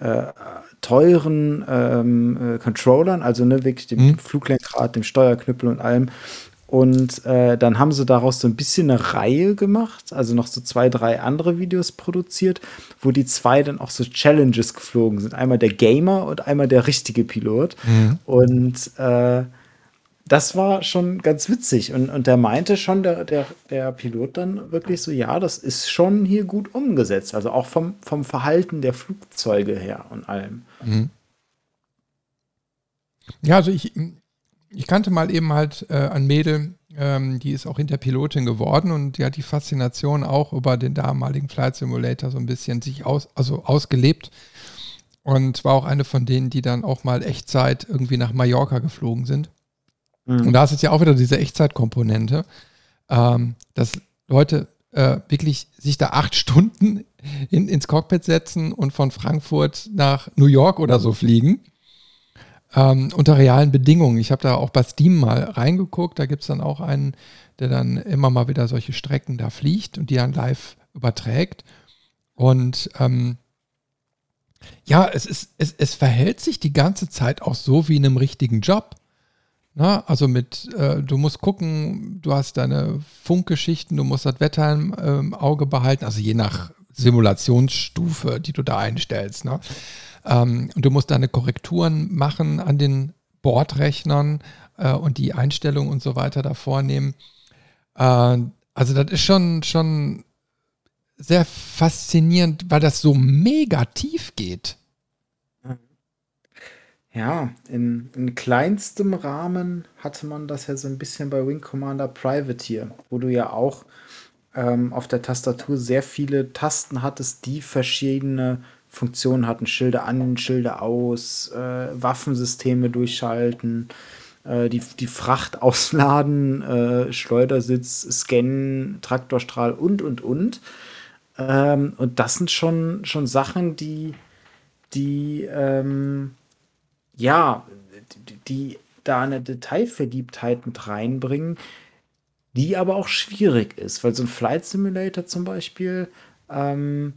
teuren Controllern, also ne, wirklich dem Fluglenkrad, dem Steuerknüppel und allem. Und dann haben sie daraus so ein bisschen eine Reihe gemacht, also noch so 2, 3 andere Videos produziert, wo die zwei dann auch so Challenges geflogen sind. Einmal der Gamer und einmal der richtige Pilot. Und das war schon ganz witzig. Und der meinte schon, der Pilot dann wirklich so, ja, das ist schon hier gut umgesetzt. Also auch vom Verhalten der Flugzeuge her und allem. Ja, also ich kannte mal eben halt ein Mädel, die ist auch hinter Pilotin geworden und die hat die Faszination auch über den damaligen Flight Simulator so ein bisschen sich ausgelebt. und war auch eine von denen, die dann auch mal Echtzeit irgendwie nach Mallorca geflogen sind. Und Mhm. da ist es ja auch wieder diese Echtzeitkomponente, dass Leute wirklich sich da 8 Stunden ins Cockpit setzen und von Frankfurt nach New York oder so fliegen. Unter realen Bedingungen. Ich habe da auch bei Steam mal reingeguckt. Da gibt es dann auch einen, der dann immer mal wieder solche Strecken da fliegt und die dann live überträgt. Und ja, es verhält sich die ganze Zeit auch so wie in einem richtigen Job. Na, also du musst gucken, du hast deine Funkgeschichten, du musst das Wetter im Auge behalten, also je nach Simulationsstufe, die du da einstellst. Ne? Und du musst deine Korrekturen machen an den Bordrechnern und die Einstellungen und so weiter da vornehmen. Also das ist schon sehr faszinierend, weil das so mega tief geht. Ja, in kleinstem Rahmen hatte man das ja so ein bisschen bei Wing Commander Privateer, wo du ja auch auf der Tastatur sehr viele Tasten hattest, die verschiedene Funktionen hatten. Schilde an, Schilde aus, Waffensysteme durchschalten, die Fracht ausladen, Schleudersitz, scannen, Traktorstrahl und. Und das sind schon Sachen, die ja, die da eine Detailverliebtheit mit reinbringen, die aber auch schwierig ist, weil so ein Flight Simulator zum Beispiel, ähm,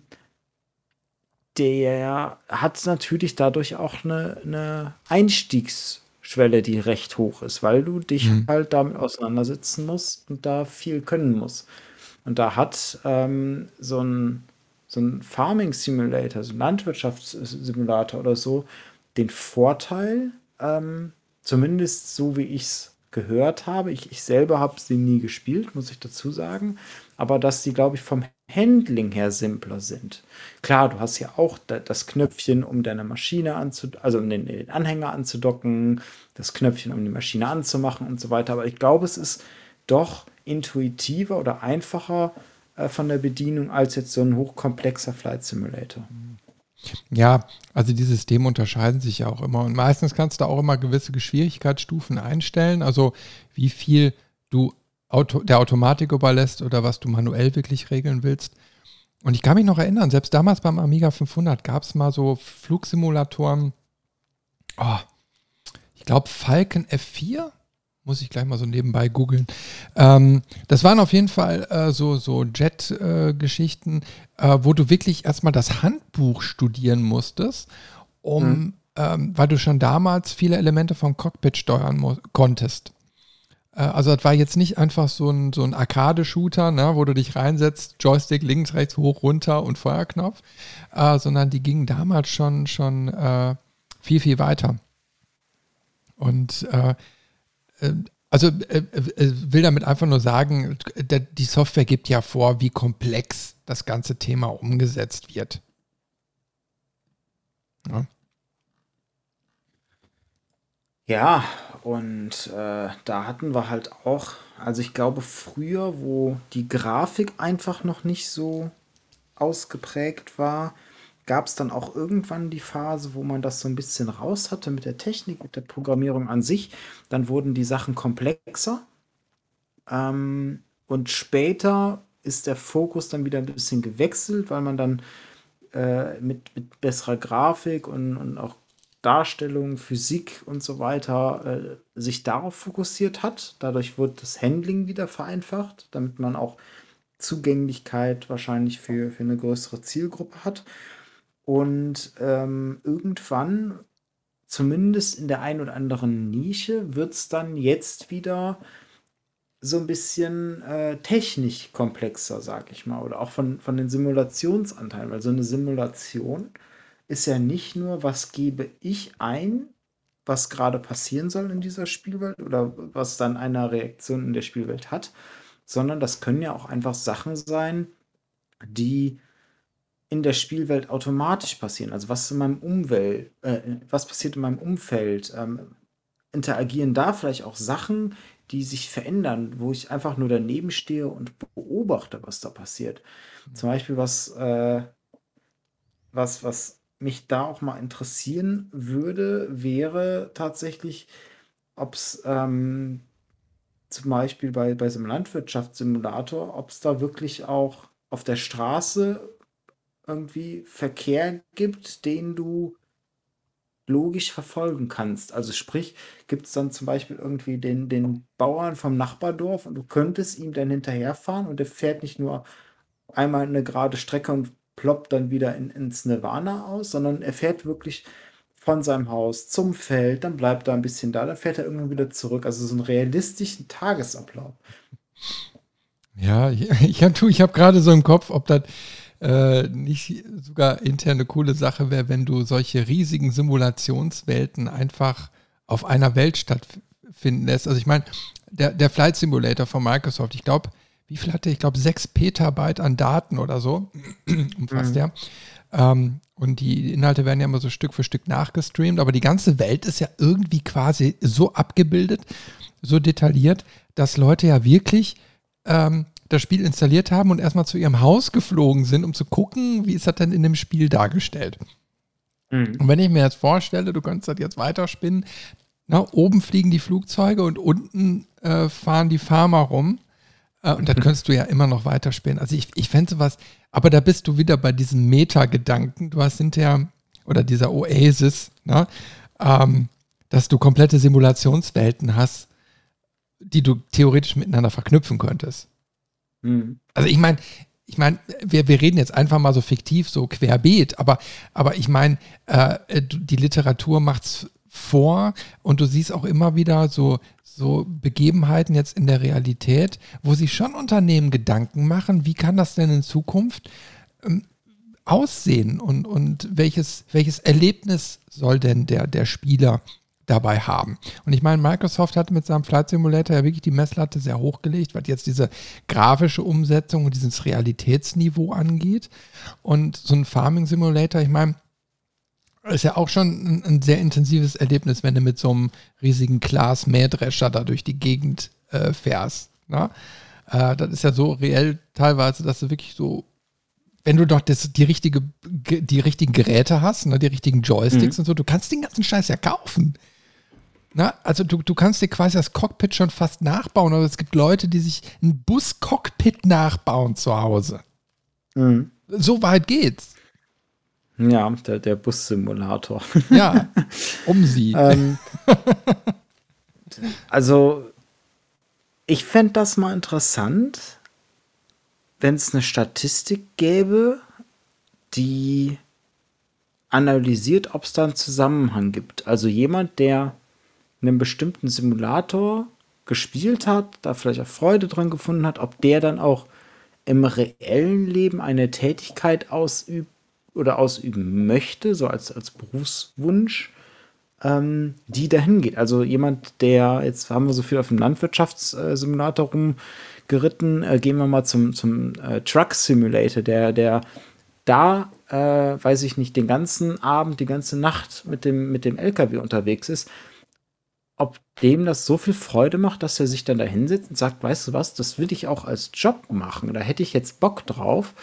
der hat natürlich dadurch auch eine Einstiegsschwelle, die recht hoch ist, weil du dich Hm. halt damit auseinandersetzen musst und da viel können musst. Und da hat so ein Farming Simulator, so ein Landwirtschaftssimulator oder so, den Vorteil, zumindest so wie ich es gehört habe, ich selber habe sie nie gespielt, muss ich dazu sagen, aber dass sie, glaube ich, vom Handling her simpler sind. Klar, du hast ja auch das Knöpfchen, um deine Maschine also um den Anhänger anzudocken, das Knöpfchen, um die Maschine anzumachen und so weiter, aber ich glaube, es ist doch intuitiver oder einfacher von der Bedienung als jetzt so ein hochkomplexer Flight Simulator. Ja, also die Systeme unterscheiden sich ja auch immer. Und meistens kannst du auch immer gewisse Schwierigkeitsstufen einstellen, also wie viel du der Automatik überlässt oder was du manuell wirklich regeln willst. Und ich kann mich noch erinnern, selbst damals beim Amiga 500 gab es mal so Flugsimulatoren. Oh, ich glaube Falcon F4, muss ich gleich mal so nebenbei googeln. Das waren auf jeden Fall so Jet-Geschichten, wo du wirklich erstmal das Handbuch studieren musstest, Mhm. weil du schon damals viele Elemente vom Cockpit steuern konntest. Also das war jetzt nicht einfach so ein Arcade-Shooter, ne, wo du dich reinsetzt, Joystick links, rechts, hoch, runter und Feuerknopf, sondern die gingen damals schon viel, viel weiter. Und also will damit einfach nur sagen, die Software gibt ja vor, wie komplex das ganze Thema umgesetzt wird. Ja. Ja, und da hatten wir halt auch, also ich glaube früher, wo die Grafik einfach noch nicht so ausgeprägt war, gab es dann auch irgendwann die Phase, wo man das so ein bisschen raus hatte mit der Technik, mit der Programmierung an sich. Dann wurden die Sachen komplexer. Und später ist der Fokus dann wieder ein bisschen gewechselt, weil man dann mit besserer Grafik und auch Darstellung, Physik und so weiter sich darauf fokussiert hat. Dadurch wird das Handling wieder vereinfacht, damit man auch Zugänglichkeit wahrscheinlich für eine größere Zielgruppe hat. Und irgendwann, zumindest in der einen oder anderen Nische, wird es dann jetzt wieder so ein bisschen technisch komplexer, sag ich mal, oder auch von den Simulationsanteilen, weil so eine Simulation ist ja nicht nur, was gebe ich ein, was gerade passieren soll in dieser Spielwelt oder was dann eine Reaktion in der Spielwelt hat, sondern das können ja auch einfach Sachen sein, die in der Spielwelt automatisch passieren. Also was passiert in meinem Umfeld? Interagieren da vielleicht auch Sachen, die sich verändern, wo ich einfach nur daneben stehe und beobachte, was da passiert. Zum Beispiel was mich da auch mal interessieren würde, wäre tatsächlich, ob es zum Beispiel bei so einem Landwirtschaftssimulator, ob es da wirklich auch auf der Straße irgendwie Verkehr gibt, den du logisch verfolgen kannst. Also sprich, gibt es dann zum Beispiel irgendwie den Bauern vom Nachbardorf und du könntest ihm dann hinterherfahren und der fährt nicht nur einmal eine gerade Strecke und ploppt dann wieder ins Nirvana aus, sondern er fährt wirklich von seinem Haus zum Feld, dann bleibt er ein bisschen da, dann fährt er irgendwann wieder zurück. Also so einen realistischen Tagesablauf. Ja, ich hab gerade so im Kopf, ob das nicht sogar interne coole Sache wäre, wenn du solche riesigen Simulationswelten einfach auf einer Welt stattfinden lässt. Also ich meine, der Flight Simulator von Microsoft, ich glaube, wie viel hat der? Ich glaube, 6 Petabyte an Daten oder so umfasst der. Und die Inhalte werden ja immer so Stück für Stück nachgestreamt, aber die ganze Welt ist ja irgendwie quasi so abgebildet, so detailliert, dass Leute ja wirklich das Spiel installiert haben und erstmal zu ihrem Haus geflogen sind, um zu gucken, wie ist das denn in dem Spiel dargestellt. Und wenn ich mir jetzt vorstelle, du könntest das jetzt weiterspinnen, oben fliegen die Flugzeuge und unten fahren die Farmer rum. Und das könntest du ja immer noch weiterspielen. Also ich fände sowas, aber da bist du wieder bei diesem Meta-Gedanken. Du hast hinterher, oder dieser Oasis, dass du komplette Simulationswelten hast, die du theoretisch miteinander verknüpfen könntest. Also ich meine, wir reden jetzt einfach mal so fiktiv, so querbeet, aber ich meine, die Literatur macht's vor und du siehst auch immer wieder so Begebenheiten jetzt in der Realität, wo sich schon Unternehmen Gedanken machen, wie kann das denn in Zukunft aussehen und welches Erlebnis soll denn der Spieler dabei haben. Und ich meine, Microsoft hat mit seinem Flight Simulator ja wirklich die Messlatte sehr hochgelegt, was jetzt diese grafische Umsetzung und dieses Realitätsniveau angeht. Und so ein Farming Simulator, ich meine, ist ja auch schon ein sehr intensives Erlebnis, wenn du mit so einem riesigen Glas-Mähdrescher da durch die Gegend fährst. Ne? Das ist ja so reell teilweise, dass du wirklich so, wenn du doch die richtigen Geräte hast, ne, die richtigen Joysticks und so, du kannst den ganzen Scheiß ja kaufen. Na, also du kannst dir quasi das Cockpit schon fast nachbauen, aber es gibt Leute, die sich ein Bus-Cockpit nachbauen zu Hause. So weit geht's. Ja, der Bus-Simulator. Ja, sie. Also, ich fände das mal interessant, wenn es eine Statistik gäbe, die analysiert, ob es da einen Zusammenhang gibt. Also jemand, der einen bestimmten Simulator gespielt hat, da vielleicht auch Freude dran gefunden hat, ob der dann auch im reellen Leben eine Tätigkeit ausübt oder ausüben möchte, so als Berufswunsch, die dahin geht. Also jemand, der, jetzt haben wir so viel auf dem Landwirtschaftssimulator rumgeritten, gehen wir mal zum Truck Simulator, der da, weiß ich nicht, den ganzen Abend, die ganze Nacht mit dem LKW unterwegs ist, ob dem das so viel Freude macht, dass er sich dann da hinsetzt und sagt, weißt du was, das will ich auch als Job machen, da hätte ich jetzt Bock drauf.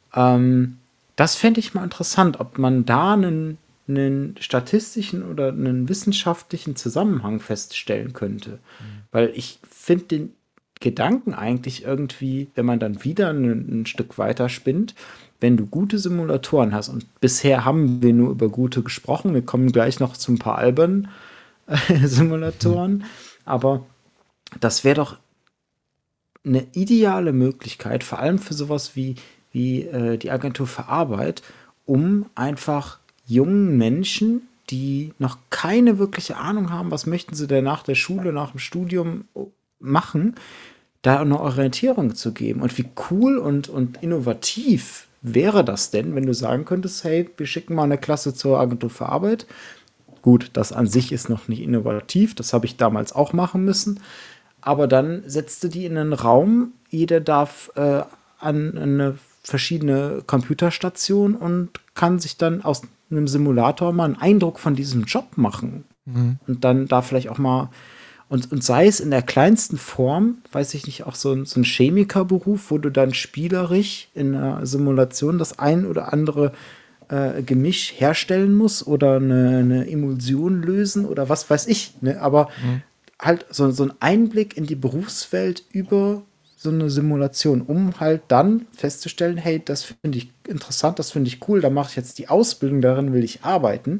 Das fände ich mal interessant, ob man da einen statistischen oder einen wissenschaftlichen Zusammenhang feststellen könnte. Weil ich finde den Gedanken eigentlich irgendwie, wenn man dann wieder ein Stück weiter spinnt, wenn du gute Simulatoren hast, und bisher haben wir nur über gute gesprochen, wir kommen gleich noch zu ein paar albernen Simulatoren, aber das wäre doch eine ideale Möglichkeit, vor allem für sowas wie die Agentur für Arbeit, um einfach jungen Menschen, die noch keine wirkliche Ahnung haben, was möchten sie denn nach der Schule, nach dem Studium machen, da eine Orientierung zu geben. Und wie cool und innovativ wäre das denn, wenn du sagen könntest, hey, wir schicken mal eine Klasse zur Agentur für Arbeit. Gut, das an sich ist noch nicht innovativ, das habe ich damals auch machen müssen. Aber dann setzt du die in einen Raum, jeder darf an eine verschiedene Computerstation und kann sich dann aus einem Simulator mal einen Eindruck von diesem Job machen. Und dann da vielleicht auch mal, und sei es in der kleinsten Form, weiß ich nicht, auch so ein Chemikerberuf, wo du dann spielerisch in einer Simulation das ein oder andere Gemisch herstellen muss oder eine Emulsion lösen oder was weiß ich. Ne? Aber halt so ein Einblick in die Berufswelt über so eine Simulation, um halt dann festzustellen, hey, das finde ich interessant, das finde ich cool, da mache ich jetzt die Ausbildung, darin will ich arbeiten.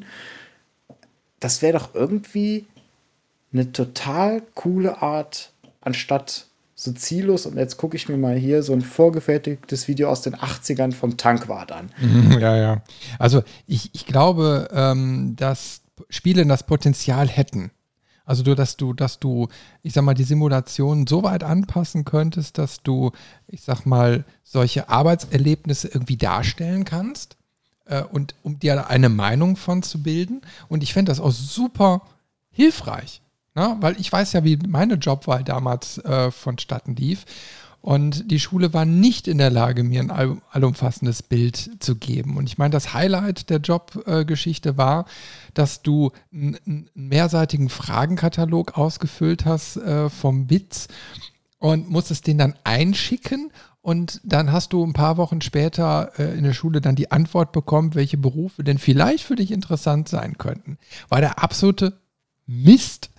Das wäre doch irgendwie eine total coole Art, anstatt so ziellos, und jetzt gucke ich mir mal hier so ein vorgefertigtes Video aus den 80ern vom Tankwart an. Ja. Also ich glaube, dass Spiele das Potenzial hätten. Also dass du, ich sag mal, die Simulation so weit anpassen könntest, dass du, ich sag mal, solche Arbeitserlebnisse irgendwie darstellen kannst und um dir eine Meinung von zu bilden. Und ich fände das auch super hilfreich. Ne? Weil ich weiß ja, wie meine Jobwahl damals vonstatten lief. Und die Schule war nicht in der Lage, mir ein allumfassendes Bild zu geben. Und ich meine, das Highlight der Jobgeschichte war, dass du einen mehrseitigen Fragenkatalog ausgefüllt hast vom BITS und musstest den dann einschicken. Und dann hast du ein paar Wochen später in der Schule dann die Antwort bekommen, welche Berufe denn vielleicht für dich interessant sein könnten. War der absolute Mist.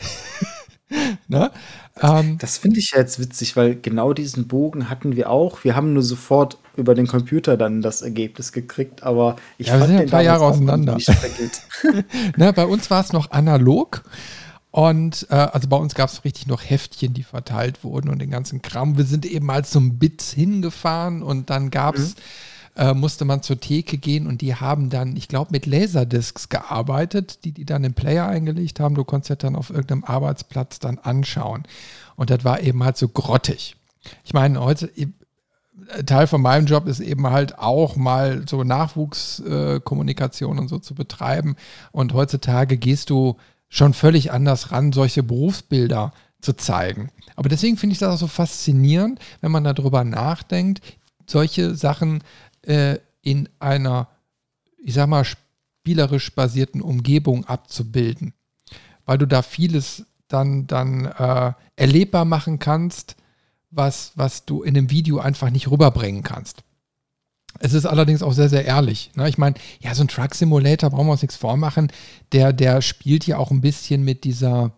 Ne? Das finde ich ja jetzt witzig, weil genau diesen Bogen hatten wir auch. Wir haben nur sofort über den Computer dann das Ergebnis gekriegt, aber ich wir fand sind ja den ein paar Jahre damals auch auseinander. irgendwie spreckelnd. Ne, bei uns war es noch analog und also bei uns gab es richtig noch Heftchen, die verteilt wurden und den ganzen Kram. Wir sind eben mal zum BITS hingefahren und dann musste man zur Theke gehen und die haben dann, ich glaube, mit Laserdiscs gearbeitet, die dann im Player eingelegt haben. Du konntest das dann auf irgendeinem Arbeitsplatz dann anschauen. Und das war eben halt so grottig. Ich meine, heute, Teil von meinem Job ist eben halt auch mal so Nachwuchskommunikation und so zu betreiben. Und heutzutage gehst du schon völlig anders ran, solche Berufsbilder zu zeigen. Aber deswegen finde ich das auch so faszinierend, wenn man darüber nachdenkt, solche Sachen in einer, ich sag mal, spielerisch basierten Umgebung abzubilden. Weil du da vieles dann erlebbar machen kannst, was du in einem Video einfach nicht rüberbringen kannst. Es ist allerdings auch sehr, sehr ehrlich. Ne? Ich meine, ja, so ein Truck Simulator, brauchen wir uns nichts vormachen, der spielt ja auch ein bisschen mit dieser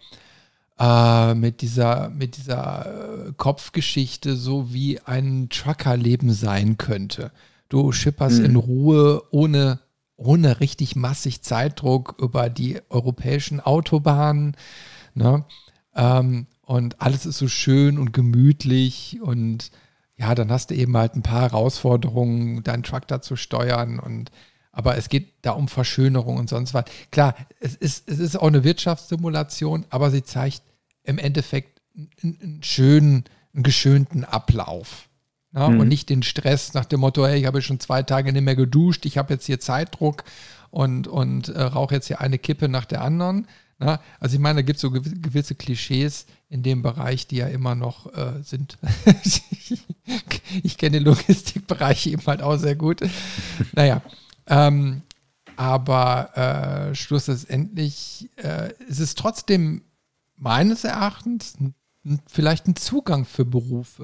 Kopfgeschichte, so wie ein Truckerleben sein könnte. Du schipperst in Ruhe, ohne richtig massig Zeitdruck über die europäischen Autobahnen. Ne? Und alles ist so schön und gemütlich und ja, dann hast du eben halt ein paar Herausforderungen, deinen Truck da zu steuern. Aber es geht da um Verschönerung und sonst was. Klar, es ist auch eine Wirtschaftssimulation, aber sie zeigt im Endeffekt einen geschönten Ablauf. Ja, und nicht den Stress nach dem Motto, hey, ich habe schon 2 Tage nicht mehr geduscht, ich habe jetzt hier Zeitdruck und rauche jetzt hier eine Kippe nach der anderen. Na, also ich meine, da gibt es so gewisse Klischees in dem Bereich, die ja immer noch sind. Ich kenne den Logistikbereich eben halt auch sehr gut. Naja, aber schlussendlich ist es trotzdem meines Erachtens vielleicht ein Zugang für Berufe.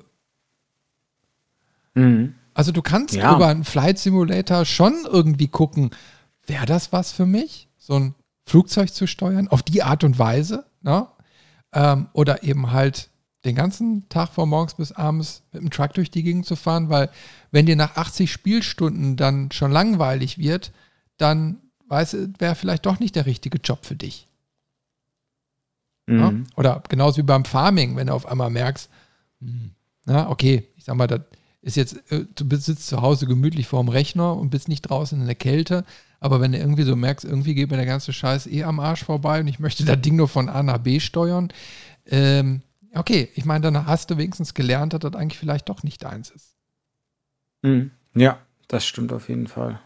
Also du kannst über einen Flight Simulator schon irgendwie gucken, wäre das was für mich, so ein Flugzeug zu steuern, auf die Art und Weise, ne? Oder eben halt den ganzen Tag von morgens bis abends mit dem Truck durch die Gegend zu fahren, weil wenn dir nach 80 Spielstunden dann schon langweilig wird, dann wäre vielleicht doch nicht der richtige Job für dich. Ja? Oder genauso wie beim Farming, wenn du auf einmal merkst, na, okay, ich sag mal, das ist jetzt, du sitzt zu Hause gemütlich vorm Rechner und bist nicht draußen in der Kälte, aber wenn du irgendwie so merkst, irgendwie geht mir der ganze Scheiß am Arsch vorbei und ich möchte das Ding nur von A nach B steuern, okay, ich meine, dann hast du wenigstens gelernt, dass das eigentlich vielleicht doch nicht deins ist. Ja, das stimmt auf jeden Fall.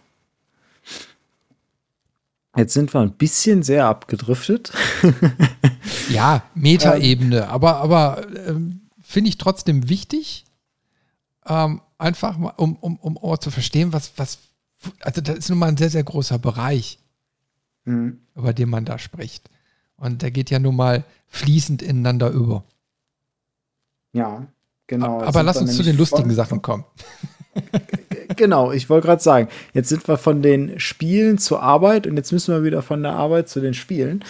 Jetzt sind wir ein bisschen sehr abgedriftet. Ja, Metaebene, aber finde ich trotzdem wichtig, einfach mal, um auch zu verstehen, also das ist nun mal ein sehr, sehr großer Bereich, über den man da spricht. Und der geht ja nun mal fließend ineinander über. Ja, genau. Aber lass uns zu den lustigen Sachen kommen. Genau, ich wollte gerade sagen, jetzt sind wir von den Spielen zur Arbeit und jetzt müssen wir wieder von der Arbeit zu den Spielen.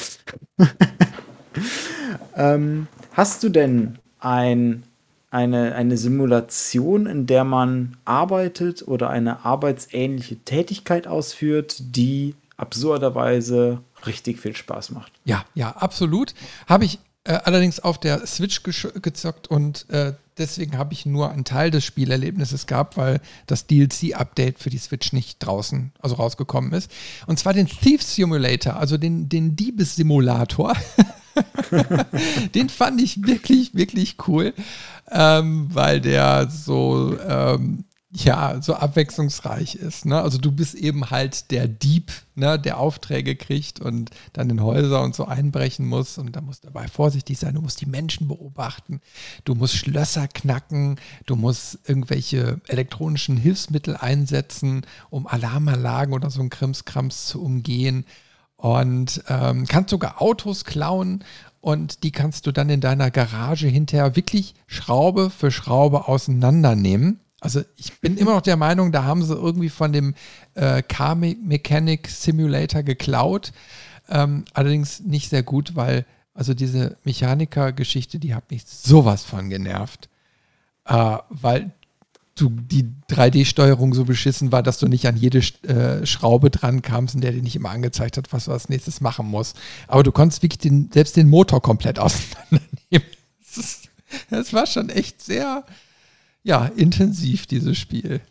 Hast du denn eine Simulation, in der man arbeitet oder eine arbeitsähnliche Tätigkeit ausführt, die absurderweise richtig viel Spaß macht? Ja, absolut. Habe ich allerdings auf der Switch gezockt und deswegen habe ich nur einen Teil des Spielerlebnisses gehabt, weil das DLC-Update für die Switch nicht draußen, also rausgekommen ist. Und zwar den Thief Simulator, also den Diebessimulator. Den fand ich wirklich, wirklich cool, weil der so abwechslungsreich ist. Ne? Also du bist eben halt der Dieb, ne, der Aufträge kriegt und dann in Häuser und so einbrechen muss. Und da musst du dabei vorsichtig sein. Du musst die Menschen beobachten. Du musst Schlösser knacken. Du musst irgendwelche elektronischen Hilfsmittel einsetzen, um Alarmanlagen oder so ein Krimskrams zu umgehen. Und kannst sogar Autos klauen. Und die kannst du dann in deiner Garage hinterher wirklich Schraube für Schraube auseinandernehmen. Also ich bin immer noch der Meinung, da haben sie irgendwie von dem Car Mechanic Simulator geklaut. Allerdings nicht sehr gut, weil also diese Mechaniker-Geschichte, die hat mich sowas von genervt. Weil die 3D-Steuerung so beschissen war, dass du nicht an jede Schraube dran kamst, in der dir nicht immer angezeigt hat, was du als nächstes machen musst. Aber du konntest wirklich selbst den Motor komplett auseinandernehmen. Das war schon echt sehr intensiv, dieses Spiel.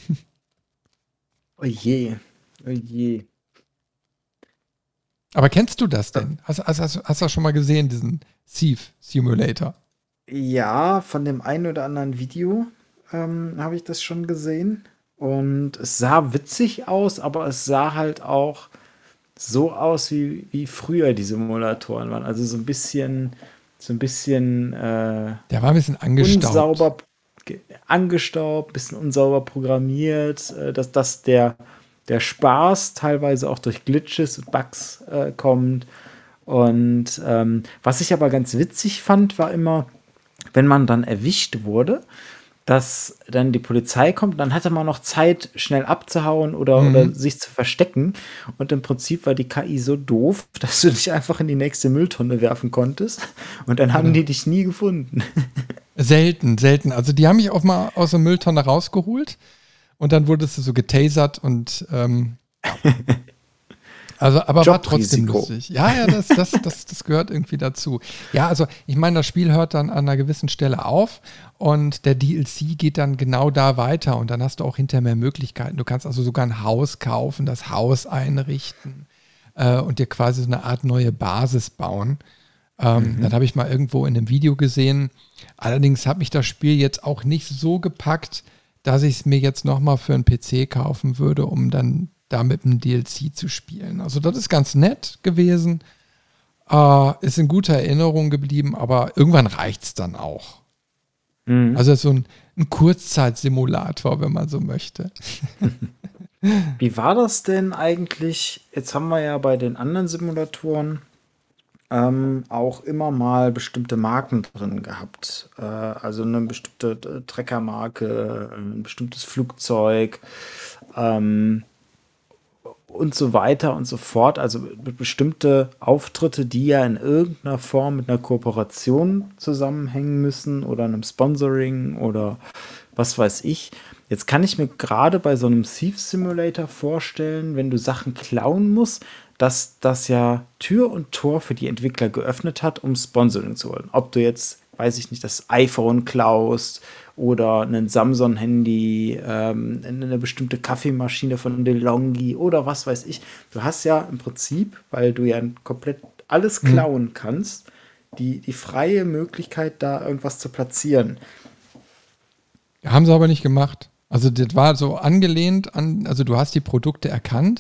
Oje. Aber kennst du das denn? Hast du schon mal gesehen, diesen Thief Simulator? Ja, von dem einen oder anderen Video habe ich das schon gesehen. Und es sah witzig aus, aber es sah halt auch so aus, wie früher die Simulatoren waren. Also so ein bisschen der war ein bisschen angestaubt. Angestaubt, bisschen unsauber programmiert, dass der Spaß teilweise auch durch Glitches und Bugs kommt. Und was ich aber ganz witzig fand, war immer, wenn man dann erwischt wurde, dass dann die Polizei kommt, dann hatte man noch Zeit, schnell abzuhauen oder sich zu verstecken. Und im Prinzip war die KI so doof, dass du dich einfach in die nächste Mülltonne werfen konntest. Und dann haben die dich nie gefunden. Selten. Also die haben mich auch mal aus der Mülltonne rausgeholt und dann wurdest du so getasert und aber war trotzdem lustig. Ja, das gehört irgendwie dazu. Ja, also ich meine, das Spiel hört dann an einer gewissen Stelle auf und der DLC geht dann genau da weiter und dann hast du auch hinterher mehr Möglichkeiten. Du kannst also sogar ein Haus kaufen, das Haus einrichten und dir quasi so eine Art neue Basis bauen. Dann habe ich mal irgendwo in einem Video gesehen. Allerdings hat mich das Spiel jetzt auch nicht so gepackt, dass ich es mir jetzt nochmal für einen PC kaufen würde, um dann da mit einem DLC zu spielen. Also das ist ganz nett gewesen, ist in guter Erinnerung geblieben, aber irgendwann reicht es dann auch. Also so ein Kurzzeitsimulator, wenn man so möchte. Wie war das denn eigentlich? Jetzt haben wir ja bei den anderen Simulatoren auch immer mal bestimmte Marken drin gehabt. Also eine bestimmte Treckermarke, ein bestimmtes Flugzeug, und so weiter und so fort. Also bestimmte Auftritte, die ja in irgendeiner Form mit einer Kooperation zusammenhängen müssen oder einem Sponsoring oder was weiß ich. Jetzt kann ich mir gerade bei so einem Thief Simulator vorstellen, wenn du Sachen klauen musst, dass das ja Tür und Tor für die Entwickler geöffnet hat, um Sponsoring zu holen. Ob du jetzt, weiß ich nicht, das iPhone klaust oder ein Samsung-Handy, eine bestimmte Kaffeemaschine von DeLonghi oder was weiß ich. Du hast ja im Prinzip, weil du ja komplett alles klauen kannst, die freie Möglichkeit, da irgendwas zu platzieren. Haben sie aber nicht gemacht. Also das war so angelehnt an, also du hast die Produkte erkannt,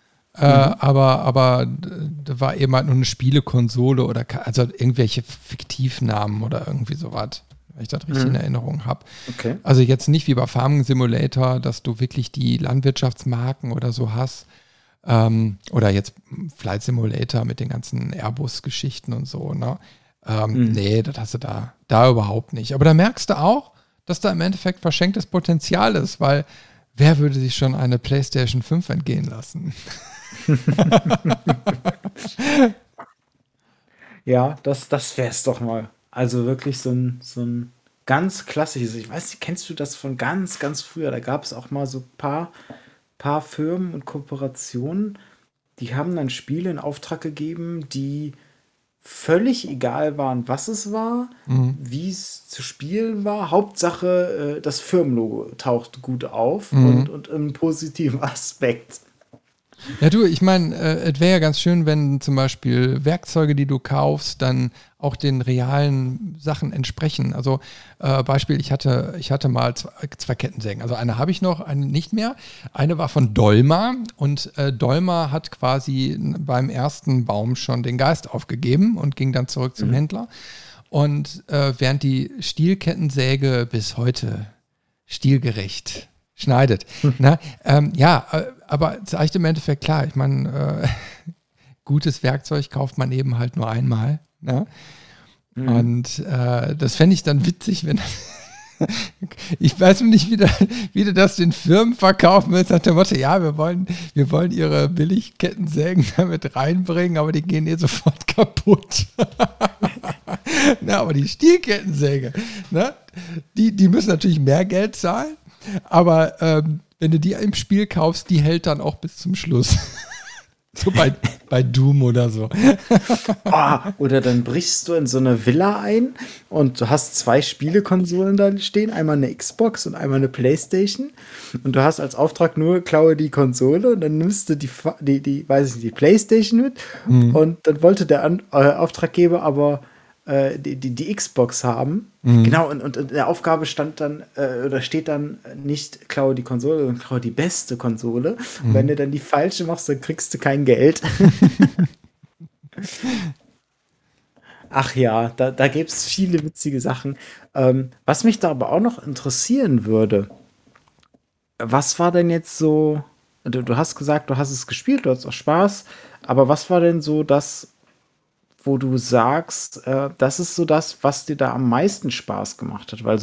aber da war eben halt nur eine Spielekonsole oder also irgendwelche Fiktivnamen oder irgendwie sowas, wenn ich das richtig in Erinnerung habe. Okay. Also jetzt nicht wie bei Farming Simulator, dass du wirklich die Landwirtschaftsmarken oder so hast. Oder jetzt Flight Simulator mit den ganzen Airbus-Geschichten und so. Ne? Nee, das hast du da überhaupt nicht. Aber da merkst du auch, dass da im Endeffekt verschenktes Potenzial ist, weil Wer würde sich schon eine PlayStation 5 entgehen lassen? Ja, das wäre es doch mal. Also wirklich so ein ganz klassisches. Ich weiß nicht, kennst du das von ganz, ganz früher? Da gab es auch mal so ein paar Firmen und Kooperationen, die haben dann Spiele in Auftrag gegeben, die völlig egal waren, was es war, Mhm. wie es zu spielen war. Hauptsache, das Firmenlogo taucht gut auf Mhm. und im positiven Aspekt. Ja, du, ich meine, es wäre ja ganz schön, wenn zum Beispiel Werkzeuge, die du kaufst, dann auch den realen Sachen entsprechen. Also Beispiel, ich hatte mal zwei Kettensägen. Also eine habe ich noch, eine nicht mehr. Eine war von Dolma und Dolma hat quasi beim ersten Baum schon den Geist aufgegeben und ging dann zurück zum Händler. Und während die Stielkettensäge bis heute stilgerecht schneidet. Ne? Aber es ist eigentlich im Endeffekt klar. Ich meine, gutes Werkzeug kauft man eben halt nur einmal. Ne? Und das fände ich dann witzig, wenn ich weiß noch nicht, wie du das den Firmen verkaufen willst, nach dem Motto, ja, wir wollen ihre Billigkettensägen damit reinbringen, aber die gehen sofort kaputt. Na, aber die Stielkettensäge, ne? Die müssen natürlich mehr Geld zahlen, aber wenn du die im Spiel kaufst, die hält dann auch bis zum Schluss. So bei Doom oder so. Oder dann brichst du in so eine Villa ein und du hast 2 Spielekonsolen da stehen, einmal eine Xbox und einmal eine PlayStation. Und du hast als Auftrag nur, klaue die Konsole und dann nimmst du weiß ich nicht, die PlayStation mit. Und dann wollte der Auftraggeber aber die Xbox haben. Genau, und in der Aufgabe stand dann, oder steht dann nicht, klaue die Konsole, sondern klaue die beste Konsole. Und wenn du dann die falsche machst, dann kriegst du kein Geld. Ach ja, da gibt es viele witzige Sachen. Was mich da aber auch noch interessieren würde, was war denn jetzt so, du hast gesagt, du hast es gespielt, du hattest auch Spaß, aber was war denn so das, wo du sagst, das ist so das, was dir da am meisten Spaß gemacht hat? Weil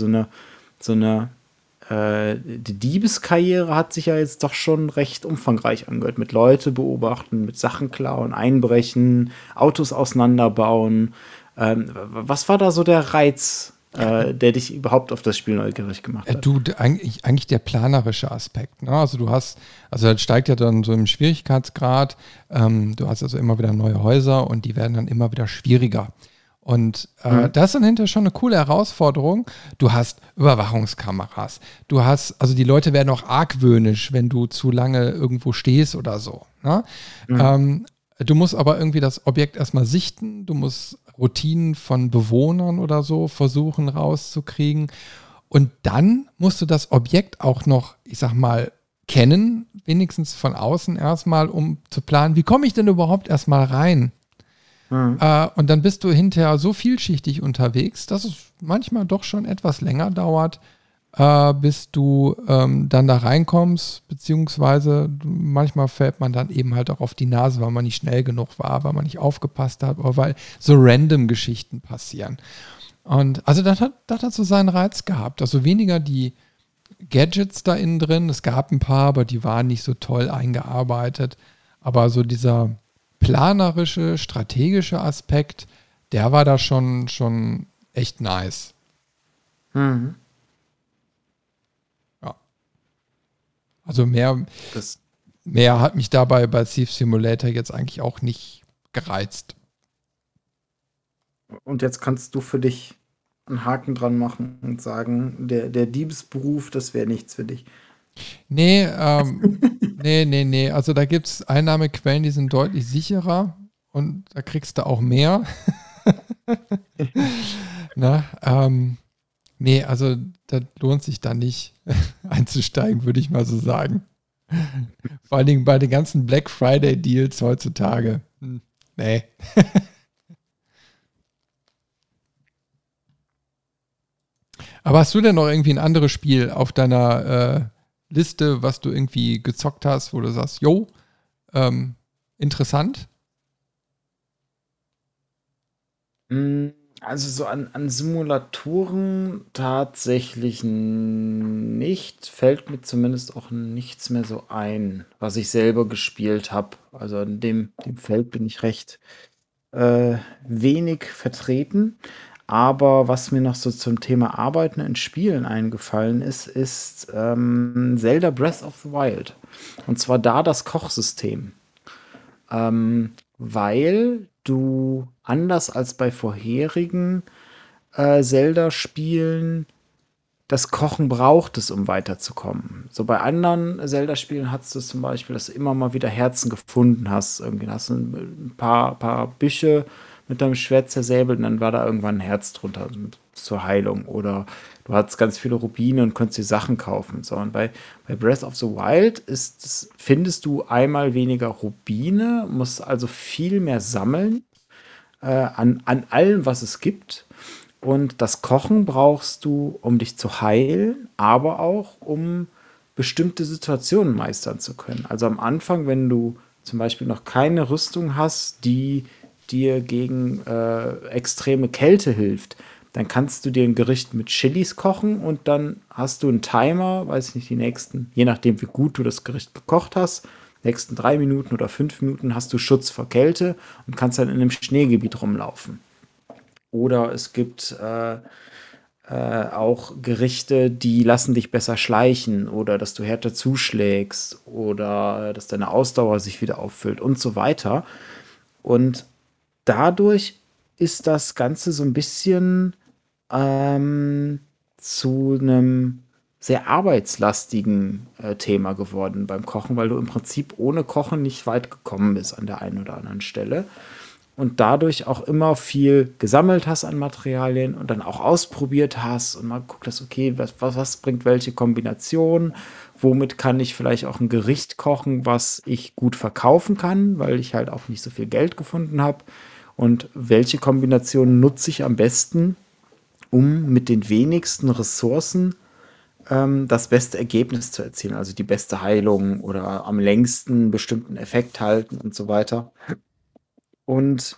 die Diebeskarriere hat sich ja jetzt doch schon recht umfangreich angehört. Mit Leute beobachten, mit Sachen klauen, einbrechen, Autos auseinanderbauen. Was war da so der Reiz, der dich überhaupt auf das Spiel neugierig gemacht hat? Eigentlich der planerische Aspekt. Ne? Also das steigt ja dann so im Schwierigkeitsgrad. Du hast also immer wieder neue Häuser und die werden dann immer wieder schwieriger. Und das ist dann hinterher schon eine coole Herausforderung. Du hast Überwachungskameras. Also die Leute werden auch argwöhnisch, wenn du zu lange irgendwo stehst oder so. Ne? Du musst aber irgendwie das Objekt erstmal sichten. Du musst Routinen von Bewohnern oder so versuchen rauszukriegen. Und dann musst du das Objekt auch noch, ich sag mal, kennen, wenigstens von außen erstmal, um zu planen, wie komme ich denn überhaupt erstmal rein? Und dann bist du hinterher so vielschichtig unterwegs, dass es manchmal doch schon etwas länger dauert, bis du dann da reinkommst, beziehungsweise manchmal fällt man dann eben halt auch auf die Nase, weil man nicht schnell genug war, weil man nicht aufgepasst hat, oder weil so random Geschichten passieren. Und also das hat so seinen Reiz gehabt. Also weniger die Gadgets da innen drin, es gab ein paar, aber die waren nicht so toll eingearbeitet. Aber so dieser planerische, strategische Aspekt, der war da schon echt nice. Ja. Also mehr hat mich dabei bei Thief Simulator jetzt eigentlich auch nicht gereizt. Und jetzt kannst du für dich einen Haken dran machen und sagen, der Diebesberuf, das wäre nichts für dich. Nee, nee. Also da gibt es Einnahmequellen, die sind deutlich sicherer und da kriegst du auch mehr. Nee, also das lohnt sich da nicht einzusteigen, würde ich mal so sagen. Vor allen Dingen bei den ganzen Black Friday Deals heutzutage. Nee. Aber hast du denn noch irgendwie ein anderes Spiel auf deiner Liste, was du irgendwie gezockt hast, wo du sagst, jo, interessant? Also so an Simulatoren tatsächlich nicht. Fällt mir zumindest auch nichts mehr so ein, was ich selber gespielt habe. Also in dem Feld bin ich recht wenig vertreten. Aber was mir noch so zum Thema Arbeiten in Spielen eingefallen ist Zelda Breath of the Wild. Und zwar da das Kochsystem. Weil du anders als bei vorherigen Zelda-Spielen das Kochen braucht es, um weiterzukommen. So bei anderen Zelda-Spielen hattest du zum Beispiel, dass du immer mal wieder Herzen gefunden hast. Irgendwie hast du ein paar Büsche mit deinem Schwert zersäbelt und dann war da irgendwann ein Herz drunter zur Heilung. Oder du hattest ganz viele Rubine und konntest dir Sachen kaufen. So, und bei Breath of the Wild findest du einmal weniger Rubine, musst also viel mehr sammeln an allem, was es gibt. Und das Kochen brauchst du, um dich zu heilen, aber auch, um bestimmte Situationen meistern zu können. Also am Anfang, wenn du zum Beispiel noch keine Rüstung hast, die dir gegen extreme Kälte hilft, dann kannst du dir ein Gericht mit Chilis kochen und dann hast du einen Timer, weiß ich nicht, die nächsten, je nachdem, wie gut du das Gericht gekocht hast, nächsten 3 Minuten oder 5 Minuten hast du Schutz vor Kälte und kannst dann in einem Schneegebiet rumlaufen. Oder es gibt auch Gerichte, die lassen dich besser schleichen oder dass du härter zuschlägst oder dass deine Ausdauer sich wieder auffüllt und so weiter. Und dadurch ist das Ganze so ein bisschen zu einem sehr arbeitslastigen Thema geworden beim Kochen, weil du im Prinzip ohne Kochen nicht weit gekommen bist an der einen oder anderen Stelle und dadurch auch immer viel gesammelt hast an Materialien und dann auch ausprobiert hast und mal guckt hast, okay, was bringt welche Kombination, womit kann ich vielleicht auch ein Gericht kochen, was ich gut verkaufen kann, weil ich halt auch nicht so viel Geld gefunden habe und welche Kombination nutze ich am besten, um mit den wenigsten Ressourcen das beste Ergebnis zu erzielen, also die beste Heilung oder am längsten einen bestimmten Effekt halten und so weiter. Und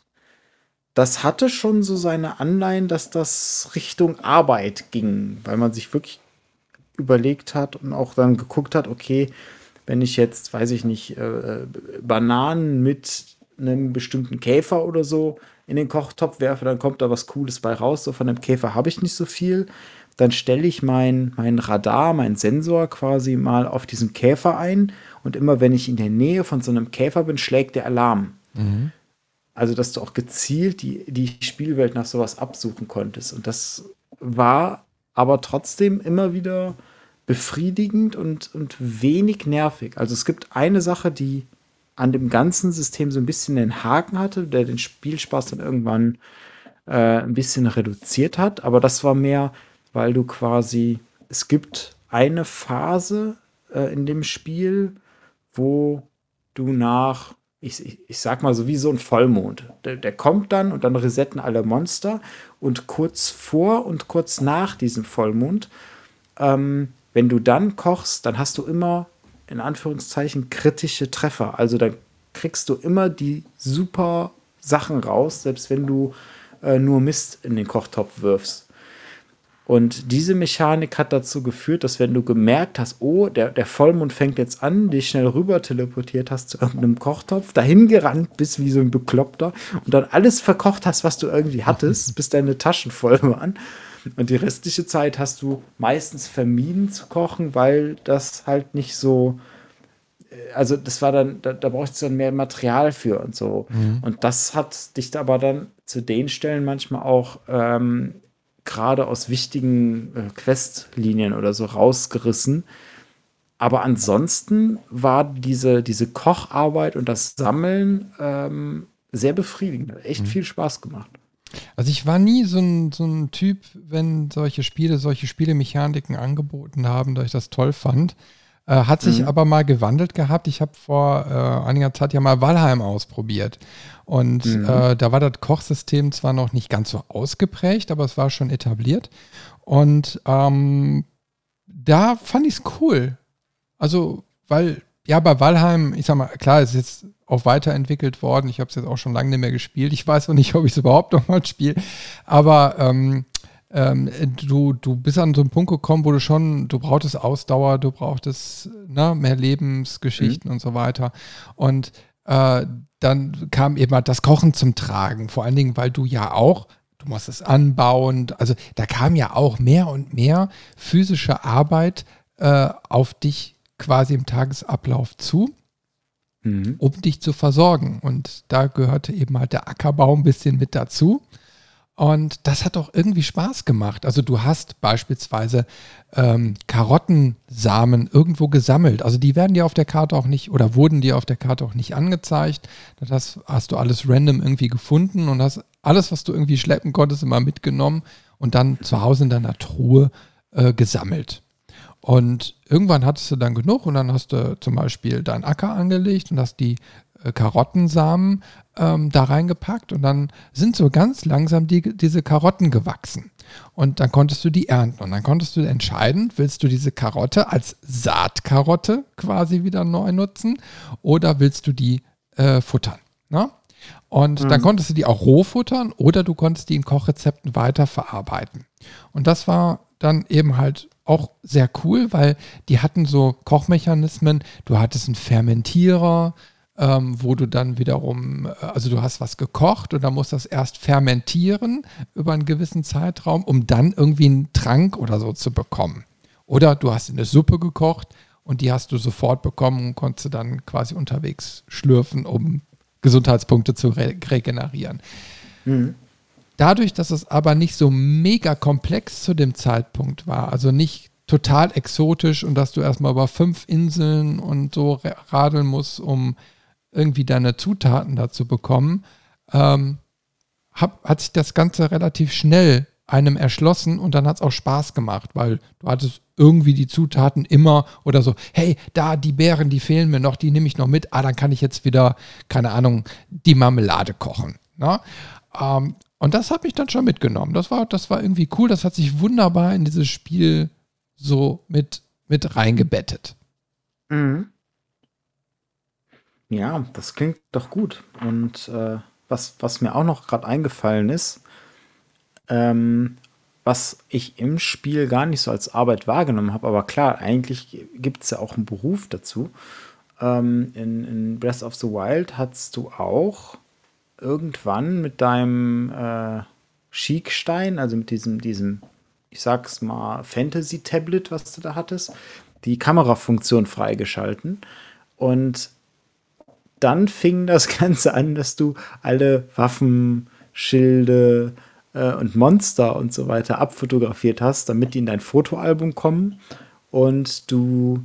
das hatte schon so seine Anleihen, dass das Richtung Arbeit ging, weil man sich wirklich überlegt hat und auch dann geguckt hat, okay, wenn ich jetzt, weiß ich nicht, Bananen mit einem bestimmten Käfer oder so in den Kochtopf werfe, dann kommt da was Cooles bei raus. So von dem Käfer habe ich nicht so viel. Dann stelle ich mein Radar, meinen Sensor quasi mal auf diesen Käfer ein und immer wenn ich in der Nähe von so einem Käfer bin, schlägt der Alarm. Mhm. Also, dass du auch gezielt die Spielwelt nach sowas absuchen konntest. Und das war aber trotzdem immer wieder befriedigend und wenig nervig. Also es gibt eine Sache, die an dem ganzen System so ein bisschen den Haken hatte, der den Spielspaß dann irgendwann ein bisschen reduziert hat. Aber das war mehr, weil du quasi, es gibt eine Phase in dem Spiel, wo du ich sag mal so wie so ein Vollmond. Der kommt dann und dann resetten alle Monster. Und kurz vor und kurz nach diesem Vollmond, wenn du dann kochst, dann hast du immer, in Anführungszeichen, kritische Treffer. Also dann kriegst du immer die super Sachen raus, selbst wenn du nur Mist in den Kochtopf wirfst. Und diese Mechanik hat dazu geführt, dass wenn du gemerkt hast, oh, der Vollmond fängt jetzt an, dich schnell rüber teleportiert hast zu irgendeinem Kochtopf, dahin gerannt bist wie so ein Bekloppter und dann alles verkocht hast, was du irgendwie hattest, bis deine Taschen voll waren. Und die restliche Zeit hast du meistens vermieden zu kochen, weil das halt nicht so, also das war dann, da brauchst du dann mehr Material für und so. Mhm. Und das hat dich aber dann zu den Stellen manchmal auch gerade aus wichtigen Questlinien oder so rausgerissen. Aber ansonsten war diese Kocharbeit und das Sammeln sehr befriedigend. Hat echt viel Spaß gemacht. Also ich war nie so ein Typ, wenn solche Spielemechaniken angeboten haben, da ich das toll fand. Hat sich aber mal gewandelt gehabt. Ich habe vor einiger Zeit ja mal Valheim ausprobiert. Und da war das Kochsystem zwar noch nicht ganz so ausgeprägt, aber es war schon etabliert. Und da fand ich es cool. Also, weil, ja, bei Valheim, ich sag mal, klar, es ist jetzt auch weiterentwickelt worden. Ich habe es jetzt auch schon lange nicht mehr gespielt. Ich weiß noch nicht, ob ich es überhaupt noch mal spiele. Aber du bist an so einen Punkt gekommen, wo du brauchtest Ausdauer, du brauchtest mehr Lebensgeschichten und so weiter. Und dann kam eben halt das Kochen zum Tragen. Vor allen Dingen, weil du musst es anbauen. Also da kam ja auch mehr und mehr physische Arbeit auf dich quasi im Tagesablauf zu, um dich zu versorgen. Und da gehörte eben halt der Ackerbau ein bisschen mit dazu. Und das hat auch irgendwie Spaß gemacht. Also du hast beispielsweise Karottensamen irgendwo gesammelt. Also die werden dir auf der Karte auch nicht oder wurden dir auf der Karte auch nicht angezeigt. Das hast du alles random irgendwie gefunden und hast alles, was du irgendwie schleppen konntest, immer mitgenommen und dann zu Hause in deiner Truhe gesammelt. Und irgendwann hattest du dann genug und dann hast du zum Beispiel deinen Acker angelegt und hast die Karottensamen da reingepackt und dann sind so ganz langsam diese Karotten gewachsen. Und dann konntest du die ernten und dann konntest du entscheiden, willst du diese Karotte als Saatkarotte quasi wieder neu nutzen oder willst du die futtern? Ne? Und dann konntest du die auch roh futtern oder du konntest die in Kochrezepten weiterverarbeiten. Und das war dann eben halt auch sehr cool, weil die hatten so Kochmechanismen. Du hattest einen Fermentierer, wo du dann wiederum, also du hast was gekocht und dann musst du das erst fermentieren über einen gewissen Zeitraum, um dann irgendwie einen Trank oder so zu bekommen. Oder du hast eine Suppe gekocht und die hast du sofort bekommen und konntest du dann quasi unterwegs schlürfen, um Gesundheitspunkte zu regenerieren. Dadurch, dass es aber nicht so mega komplex zu dem Zeitpunkt war, also nicht total exotisch und dass du erstmal über 5 Inseln und so radeln musst, um irgendwie deine Zutaten dazu bekommen, hat sich das Ganze relativ schnell einem erschlossen und dann hat es auch Spaß gemacht, weil du hattest irgendwie die Zutaten immer oder so, hey, da die Beeren, die fehlen mir noch, die nehme ich noch mit, dann kann ich jetzt wieder, keine Ahnung, die Marmelade kochen. Ne? Und das hat mich dann schon mitgenommen. Das war irgendwie cool, das hat sich wunderbar in dieses Spiel so mit reingebettet. Ja, das klingt doch gut. Und was mir auch noch gerade eingefallen ist, was ich im Spiel gar nicht so als Arbeit wahrgenommen habe, aber klar, eigentlich gibt es ja auch einen Beruf dazu. In Breath of the Wild hattest du auch irgendwann mit deinem Cheekstein, also mit diesem, ich sag's mal, Fantasy-Tablet, was du da hattest, die Kamerafunktion freigeschalten. Und dann fing das Ganze an, dass du alle Waffen, Schilde und Monster und so weiter abfotografiert hast, damit die in dein Fotoalbum kommen und du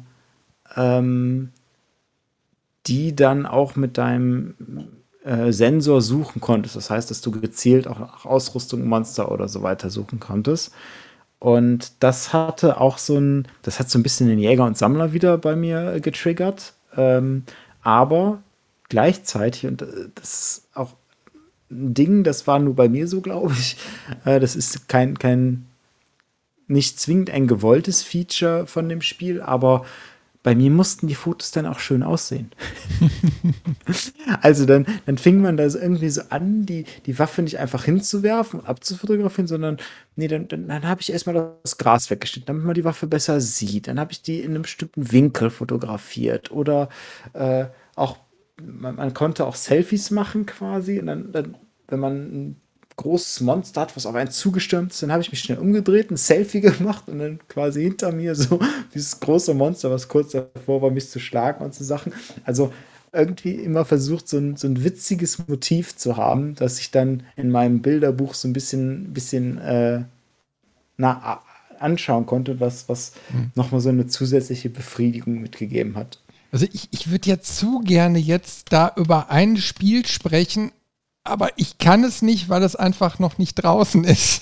die dann auch mit deinem Sensor suchen konntest. Das heißt, dass du gezielt auch nach Ausrüstung, Monster oder so weiter suchen konntest. Und das hatte auch das hat so ein bisschen den Jäger und Sammler wieder bei mir getriggert. Aber gleichzeitig, und das ist auch ein Ding, das war nur bei mir so, glaube ich, das ist nicht zwingend ein gewolltes Feature von dem Spiel, aber bei mir mussten die Fotos dann auch schön aussehen. Also dann fing man da irgendwie so an, die Waffe nicht einfach hinzuwerfen und abzufotografieren, sondern dann habe ich erstmal das Gras weggeschnitten, damit man die Waffe besser sieht. Dann habe ich die in einem bestimmten Winkel fotografiert oder auch man konnte auch Selfies machen quasi. Und dann, wenn man ein großes Monster hat, was auf einen zugestürmt ist, dann habe ich mich schnell umgedreht, ein Selfie gemacht und dann quasi hinter mir so dieses große Monster, was kurz davor war, mich zu schlagen und so Sachen. Also irgendwie immer versucht, so ein witziges Motiv zu haben, dass ich dann in meinem Bilderbuch so ein bisschen anschauen konnte, was nochmal so eine zusätzliche Befriedigung mitgegeben hat. Also ich würde ja zu gerne jetzt da über ein Spiel sprechen, aber ich kann es nicht, weil es einfach noch nicht draußen ist.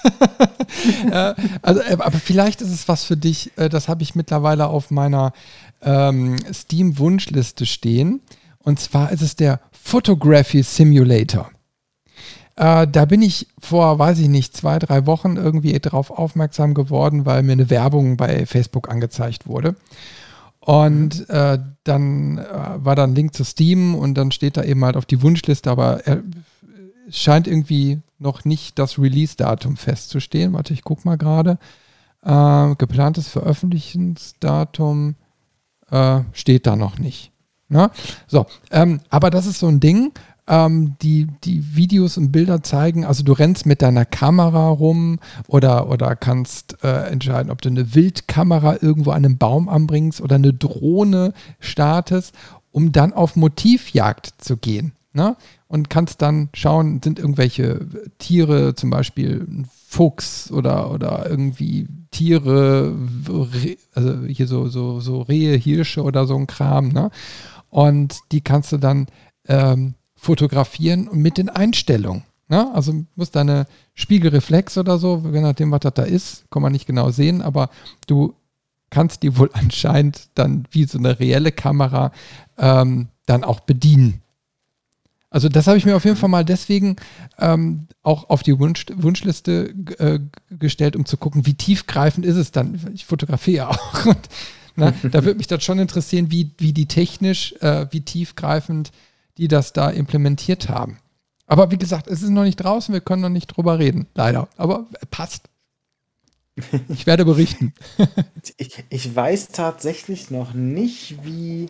Aber vielleicht ist es was für dich. Das habe ich mittlerweile auf meiner Steam-Wunschliste stehen. Und zwar ist es der Photography Simulator. Da bin ich vor, 2-3 Wochen irgendwie drauf aufmerksam geworden, weil mir eine Werbung bei Facebook angezeigt wurde. Und dann war da ein Link zu Steam und dann steht da eben halt auf die Wunschliste, aber es scheint irgendwie noch nicht das Release-Datum festzustehen. Warte, ich guck mal gerade. Geplantes Veröffentlichungsdatum steht da noch nicht. Ne? So, aber das ist so ein Ding. Die Videos und Bilder zeigen, also du rennst mit deiner Kamera rum oder kannst entscheiden, ob du eine Wildkamera irgendwo an einem Baum anbringst oder eine Drohne startest, um dann auf Motivjagd zu gehen. Ne? Und kannst dann schauen, sind irgendwelche Tiere, zum Beispiel ein Fuchs oder irgendwie Tiere, also hier so Rehe, Hirsche oder so ein Kram. Ne? Und die kannst du dann fotografieren und mit den Einstellungen. Ne? Also muss deine Spiegelreflex oder so, je nachdem, was das da ist, kann man nicht genau sehen, aber du kannst die wohl anscheinend dann wie so eine reelle Kamera dann auch bedienen. Also das habe ich mir auf jeden Fall mal deswegen auch auf die Wunschliste gestellt, um zu gucken, wie tiefgreifend ist es dann. Ich fotografiere auch. Und, da würde mich das schon interessieren, wie die technisch, wie tiefgreifend die das da implementiert haben. Aber wie gesagt, es ist noch nicht draußen, wir können noch nicht drüber reden, leider. Aber passt. Ich werde berichten. Ich weiß tatsächlich noch nicht, wie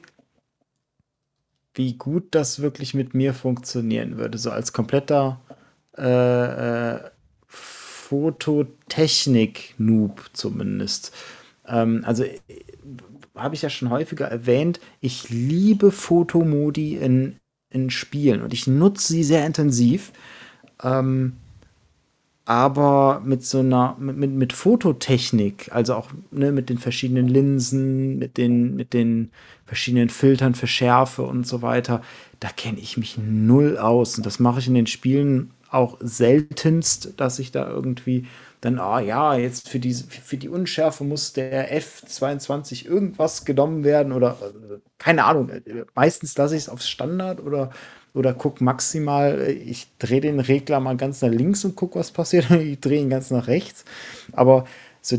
gut das wirklich mit mir funktionieren würde. So als kompletter Fototechnik-Noob zumindest. Also habe ich ja schon häufiger erwähnt, ich liebe Fotomodi in Spielen und ich nutze sie sehr intensiv. Aber mit Fototechnik, also auch mit den verschiedenen Linsen, mit den verschiedenen Filtern für Schärfe und so weiter, da kenne ich mich null aus. Und das mache ich in den Spielen auch seltenst, dass ich da irgendwie dann, jetzt für die Unschärfe muss der F22 irgendwas genommen werden oder keine Ahnung. Meistens lasse ich es aufs Standard oder guck maximal, ich drehe den Regler mal ganz nach links und guck, was passiert. Ich drehe ihn ganz nach rechts. Aber so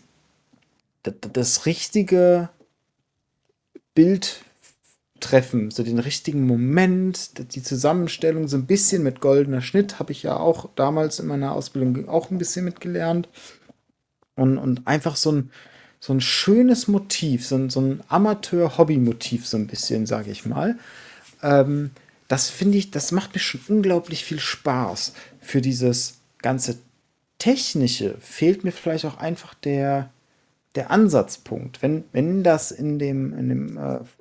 das richtige Bild treffen, so den richtigen Moment, die Zusammenstellung so ein bisschen mit goldener Schnitt, habe ich ja auch damals in meiner Ausbildung auch ein bisschen mitgelernt. Und einfach so ein schönes Motiv, so ein Amateur-Hobby-Motiv, so ein bisschen, sage ich mal. Das finde ich, das macht mir schon unglaublich viel Spaß. Für dieses ganze Technische fehlt mir vielleicht auch einfach der Ansatzpunkt. Wenn das in dem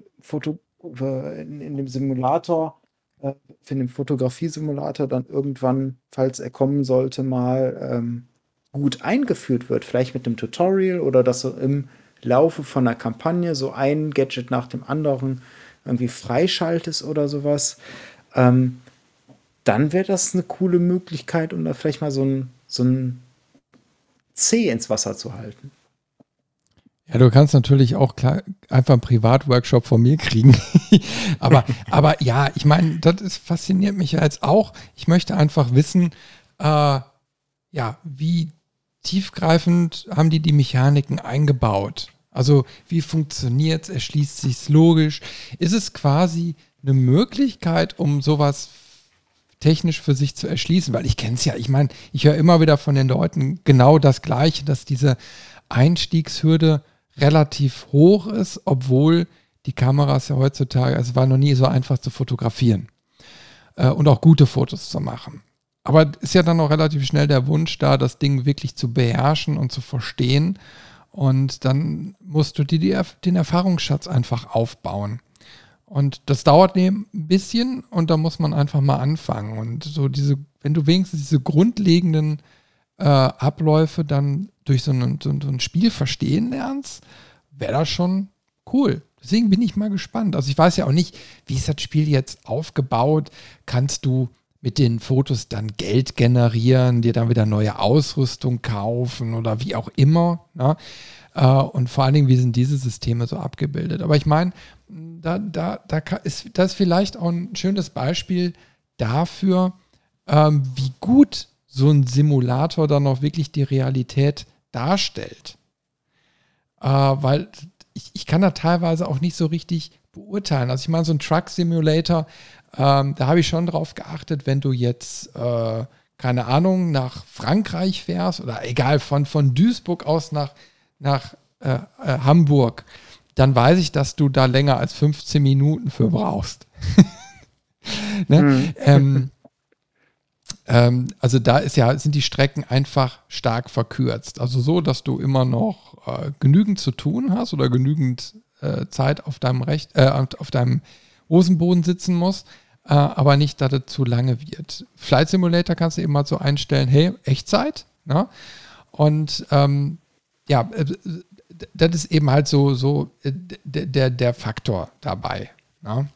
Simulator, in dem Fotografie-Simulator dann irgendwann, falls er kommen sollte, mal gut eingeführt wird, vielleicht mit einem Tutorial oder dass so im Laufe von einer Kampagne so ein Gadget nach dem anderen irgendwie freischaltest oder sowas, dann wäre das eine coole Möglichkeit, um da vielleicht mal so ein C ins Wasser zu halten. Ja, du kannst natürlich auch einfach einen Privatworkshop von mir kriegen. aber ja, ich meine, fasziniert mich ja jetzt auch. Ich möchte einfach wissen, wie tiefgreifend haben die Mechaniken eingebaut? Also wie funktioniert es? Erschließt sich logisch? Ist es quasi eine Möglichkeit, um sowas technisch für sich zu erschließen? Weil ich kenne es ja, ich meine, ich höre immer wieder von den Leuten genau das Gleiche, dass diese Einstiegshürde relativ hoch ist, obwohl die Kameras ja heutzutage, es war noch nie so einfach zu fotografieren und auch gute Fotos zu machen. Aber ist ja dann auch relativ schnell der Wunsch da, das Ding wirklich zu beherrschen und zu verstehen. Und dann musst du dir den Erfahrungsschatz einfach aufbauen. Und das dauert ein bisschen und da muss man einfach mal anfangen. Und so wenn du wenigstens diese grundlegenden Abläufe dann durch so ein Spiel verstehen lernst, wäre das schon cool. Deswegen bin ich mal gespannt. Also ich weiß ja auch nicht, wie ist das Spiel jetzt aufgebaut? Kannst du mit den Fotos dann Geld generieren, dir dann wieder neue Ausrüstung kaufen oder wie auch immer. Ne? Und vor allen Dingen, wie sind diese Systeme so abgebildet? Aber ich meine, da ist vielleicht auch ein schönes Beispiel dafür, wie gut so ein Simulator dann auch wirklich die Realität darstellt. Weil ich kann da teilweise auch nicht so richtig beurteilen. Also ich meine, so ein Truck Simulator, da habe ich schon drauf geachtet, wenn du jetzt, keine Ahnung, nach Frankreich fährst oder egal, von Duisburg aus nach Hamburg, dann weiß ich, dass du da länger als 15 Minuten für brauchst. Ne? Also da sind die Strecken einfach stark verkürzt. Also so, dass du immer noch genügend zu tun hast oder genügend Zeit auf deinem auf deinem Hosenboden sitzen musst, aber nicht, dass es zu lange wird. Flight Simulator kannst du eben mal so einstellen, hey, Echtzeit. Ne? Und das ist eben halt so der Faktor dabei. Ne?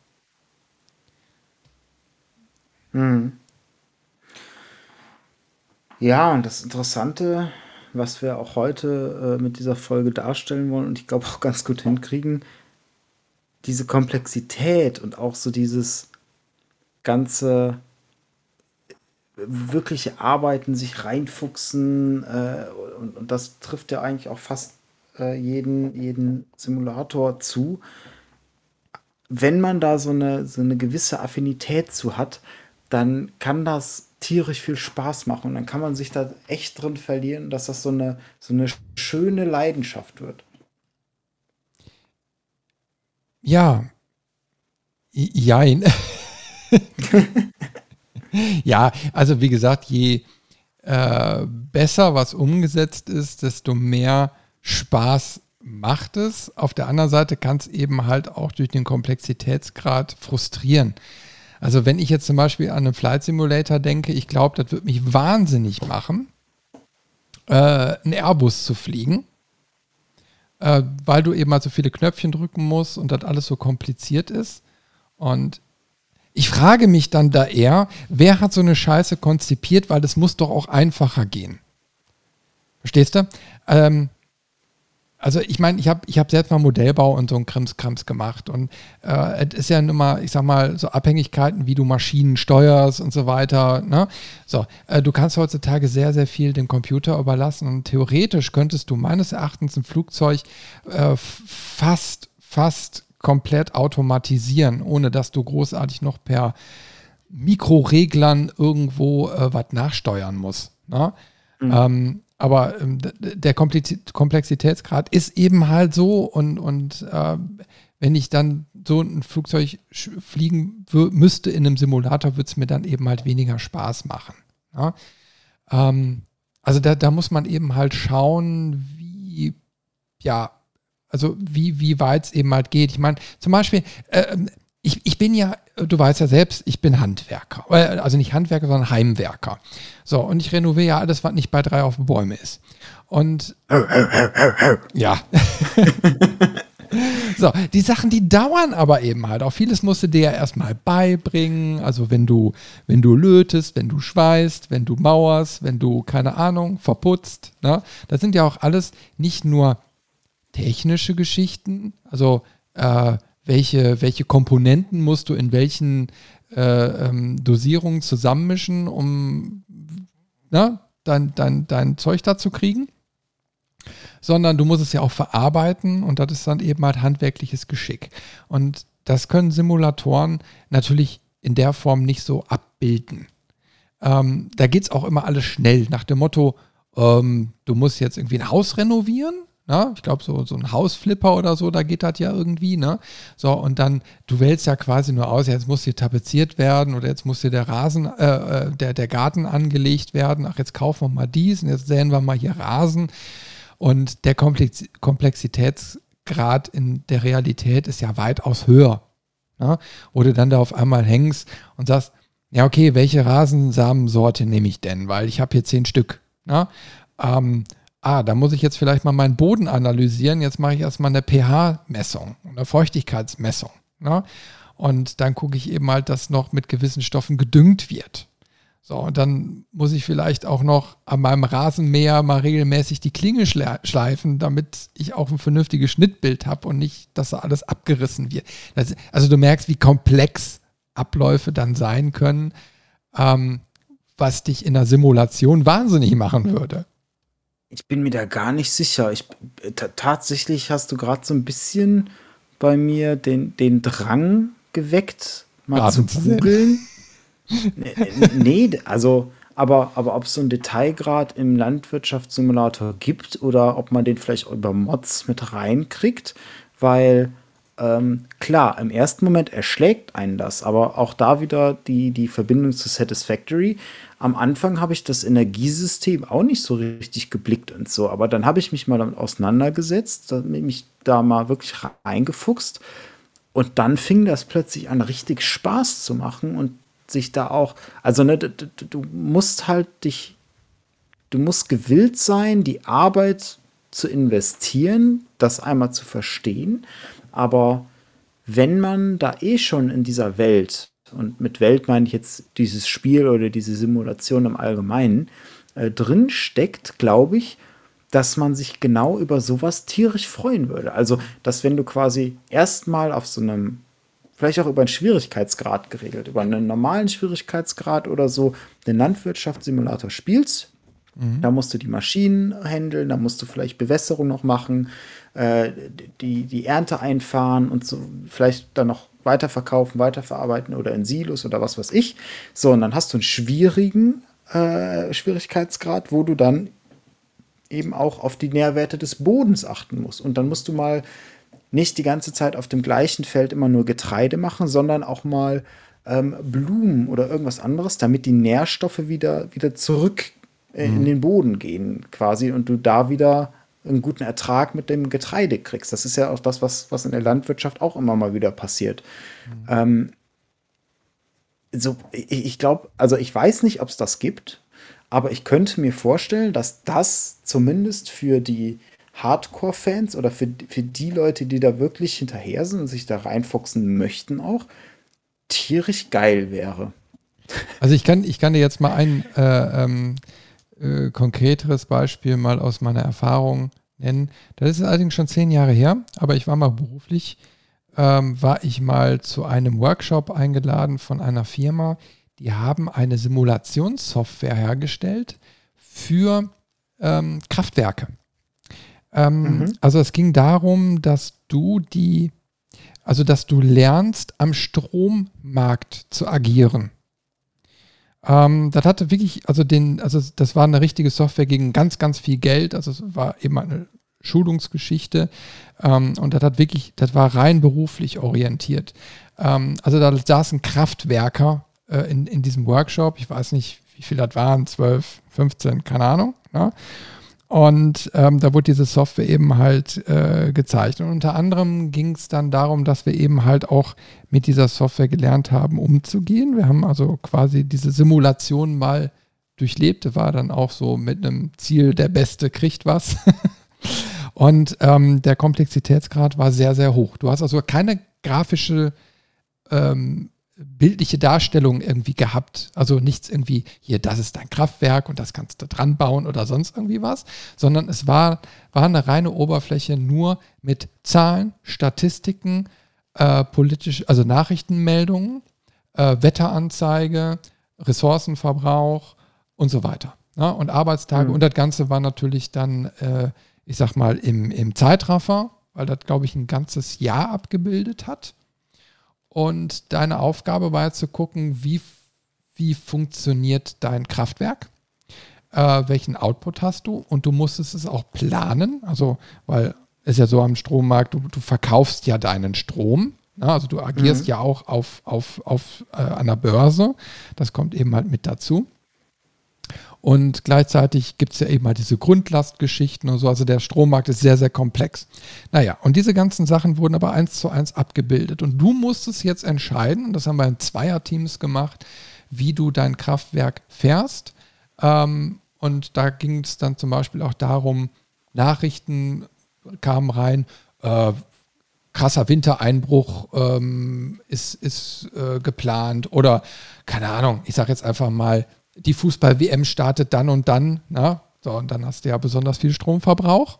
Ja, und das Interessante, was wir auch heute mit dieser Folge darstellen wollen und ich glaube auch ganz gut hinkriegen, diese Komplexität und auch so dieses ganze wirkliche Arbeiten, sich reinfuchsen und das trifft ja eigentlich auch fast jeden Simulator zu. Wenn man da so eine gewisse Affinität zu hat, dann kann das tierisch viel Spaß machen und dann kann man sich da echt drin verlieren, dass das so eine schöne Leidenschaft wird. Ja, jein. Ja, also wie gesagt, je besser was umgesetzt ist, desto mehr Spaß macht es. Auf der anderen Seite kann es eben halt auch durch den Komplexitätsgrad frustrieren. Also wenn ich jetzt zum Beispiel an einen Flight Simulator denke, ich glaube, das würde mich wahnsinnig machen, einen Airbus zu fliegen, weil du eben halt so viele Knöpfchen drücken musst und das alles so kompliziert ist. Und ich frage mich dann da eher, wer hat so eine Scheiße konzipiert, weil das muss doch auch einfacher gehen. Verstehst du? Also ich meine, ich hab selbst mal Modellbau und so einen Krimskrams gemacht und es ist ja immer, ich sag mal, so Abhängigkeiten, wie du Maschinen steuerst und so weiter. Ne? So, du kannst heutzutage sehr, sehr viel dem Computer überlassen und theoretisch könntest du meines Erachtens ein Flugzeug fast komplett automatisieren, ohne dass du großartig noch per Mikroreglern irgendwo was nachsteuern musst. Ne? Aber der Komplexitätsgrad ist eben halt so und wenn ich dann so ein Flugzeug fliegen müsste in einem Simulator, würde es mir dann eben halt weniger Spaß machen. Ja? Also da muss man eben halt schauen, wie weit es eben halt geht. Ich meine, zum Beispiel, ich bin ja, du weißt ja selbst, ich bin Handwerker. Also nicht Handwerker, sondern Heimwerker. So, und ich renoviere ja alles, was nicht bei 3 auf Bäume ist. Und ja. So, die Sachen, die dauern aber eben halt. Auch vieles musst du dir ja erstmal beibringen. Also wenn du lötest, wenn du schweißt, wenn du mauerst, wenn du, keine Ahnung, verputzt. Ne? Das sind ja auch alles nicht nur technische Geschichten. Also welche Komponenten musst du in welchen Dosierungen zusammenmischen, um dein Zeug da zu kriegen, sondern du musst es ja auch verarbeiten und das ist dann eben halt handwerkliches Geschick. Und das können Simulatoren natürlich in der Form nicht so abbilden. Da geht es auch immer alles schnell, nach dem Motto, du musst jetzt irgendwie ein Haus renovieren. Na, ich glaube, so ein Hausflipper oder so, da geht das ja irgendwie, ne? So, und dann, du wählst ja quasi nur aus, jetzt muss hier tapeziert werden oder jetzt muss hier der Rasen, der Garten angelegt werden. Ach, jetzt kaufen wir mal dies und jetzt säen wir mal hier Rasen. Und der Komplexitätsgrad in der Realität ist ja weitaus höher. Ne? Wo du dann da auf einmal hängst und sagst, ja, okay, welche Rasensamensorte nehme ich denn? Weil ich habe hier 10 Stück. Ne? Da muss ich jetzt vielleicht mal meinen Boden analysieren. Jetzt mache ich erstmal eine pH-Messung, eine Feuchtigkeitsmessung. Ne? Und dann gucke ich eben halt, dass noch mit gewissen Stoffen gedüngt wird. So, und dann muss ich vielleicht auch noch an meinem Rasenmäher mal regelmäßig die Klinge schleifen, damit ich auch ein vernünftiges Schnittbild habe und nicht, dass da alles abgerissen wird. Also du merkst, wie komplex Abläufe dann sein können, was dich in der Simulation wahnsinnig machen würde. Ich bin mir da gar nicht sicher. Tatsächlich hast du gerade so ein bisschen bei mir den Drang geweckt, mal zu Rasen zu sehen. googeln. Nee, also, aber ob es so einen Detailgrad im Landwirtschaftssimulator gibt oder ob man den vielleicht über Mods mit reinkriegt, weil klar, im ersten Moment erschlägt einen das, aber auch da wieder die Verbindung zu Satisfactory. Am Anfang habe ich das Energiesystem auch nicht so richtig geblickt und so, aber dann habe ich mich mal damit auseinandergesetzt, mich da mal wirklich reingefuchst und dann fing das plötzlich an, richtig Spaß zu machen und sich da auch, also ne, du musst halt du musst gewillt sein, die Arbeit zu investieren, das einmal zu verstehen. Aber wenn man da schon in dieser Welt, und mit Welt meine ich jetzt dieses Spiel oder diese Simulation im Allgemeinen, drin steckt, glaube ich, dass man sich genau über sowas tierisch freuen würde. Also, dass wenn du quasi erstmal auf so einem, vielleicht auch über einen Schwierigkeitsgrad geregelt, über einen normalen Schwierigkeitsgrad oder so, den Landwirtschaftssimulator spielst, da musst du die Maschinen handeln, da musst du vielleicht Bewässerung noch machen, die Ernte einfahren und so, vielleicht dann noch weiterverkaufen, weiterverarbeiten oder in Silos oder was weiß ich. So, und dann hast du einen schwierigen Schwierigkeitsgrad, wo du dann eben auch auf die Nährwerte des Bodens achten musst. Und dann musst du mal nicht die ganze Zeit auf dem gleichen Feld immer nur Getreide machen, sondern auch mal Blumen oder irgendwas anderes, damit die Nährstoffe wieder zurück in den Boden gehen quasi und du da wieder einen guten Ertrag mit dem Getreide kriegst. Das ist ja auch das, was in der Landwirtschaft auch immer mal wieder passiert. Ich glaube, also ich weiß nicht, ob es das gibt, aber ich könnte mir vorstellen, dass das zumindest für die Hardcore-Fans oder für die Leute, die da wirklich hinterher sind und sich da reinfuchsen möchten, auch tierisch geil wäre. Also ich kann dir jetzt mal ein konkreteres Beispiel mal aus meiner Erfahrung nennen. Das ist allerdings schon 10 Jahre her, aber ich war mal beruflich, war ich mal zu einem Workshop eingeladen von einer Firma, die haben eine Simulationssoftware hergestellt für Kraftwerke. Also es ging darum, dass du lernst, am Strommarkt zu agieren. Das hatte wirklich, das war eine richtige Software gegen ganz, ganz viel Geld. Also es war eben eine Schulungsgeschichte. Und das war rein beruflich orientiert. Also da saßen Kraftwerker in diesem Workshop. Ich weiß nicht, wie viel das waren, 12, 15, keine Ahnung. Ne? Und da wurde diese Software eben halt gezeichnet. Und unter anderem ging es dann darum, dass wir eben halt auch mit dieser Software gelernt haben, umzugehen. Wir haben also quasi diese Simulation mal durchlebt. Das war dann auch so mit einem Ziel, der Beste kriegt was. Und der Komplexitätsgrad war sehr, sehr hoch. Du hast also keine grafische bildliche Darstellung irgendwie gehabt. Also nichts irgendwie, hier, das ist dein Kraftwerk und das kannst du dran bauen oder sonst irgendwie was, sondern es war eine reine Oberfläche nur mit Zahlen, Statistiken, also Nachrichtenmeldungen, Wetteranzeige, Ressourcenverbrauch und so weiter. Ja, und Arbeitstage und das Ganze war natürlich dann, ich sag mal, im Zeitraffer, weil das, glaube ich, ein ganzes Jahr abgebildet hat. Und deine Aufgabe war jetzt zu gucken, wie funktioniert dein Kraftwerk, welchen Output hast du und du musstest es auch planen, also weil es ja so am Strommarkt, du verkaufst ja deinen Strom, ne? Also du agierst ja auch an der Börse, das kommt eben halt mit dazu. Und gleichzeitig gibt es ja eben halt diese Grundlastgeschichten und so. Also der Strommarkt ist sehr, sehr komplex. Naja, und diese ganzen Sachen wurden aber 1:1 abgebildet. Und du musstest jetzt entscheiden, und das haben wir in Zweierteams gemacht, wie du dein Kraftwerk fährst. Und da ging es dann zum Beispiel auch darum, Nachrichten kamen rein, krasser Wintereinbruch ist geplant oder, keine Ahnung, ich sage jetzt einfach mal, die Fußball-WM startet dann und dann, na? So, und dann hast du ja besonders viel Stromverbrauch.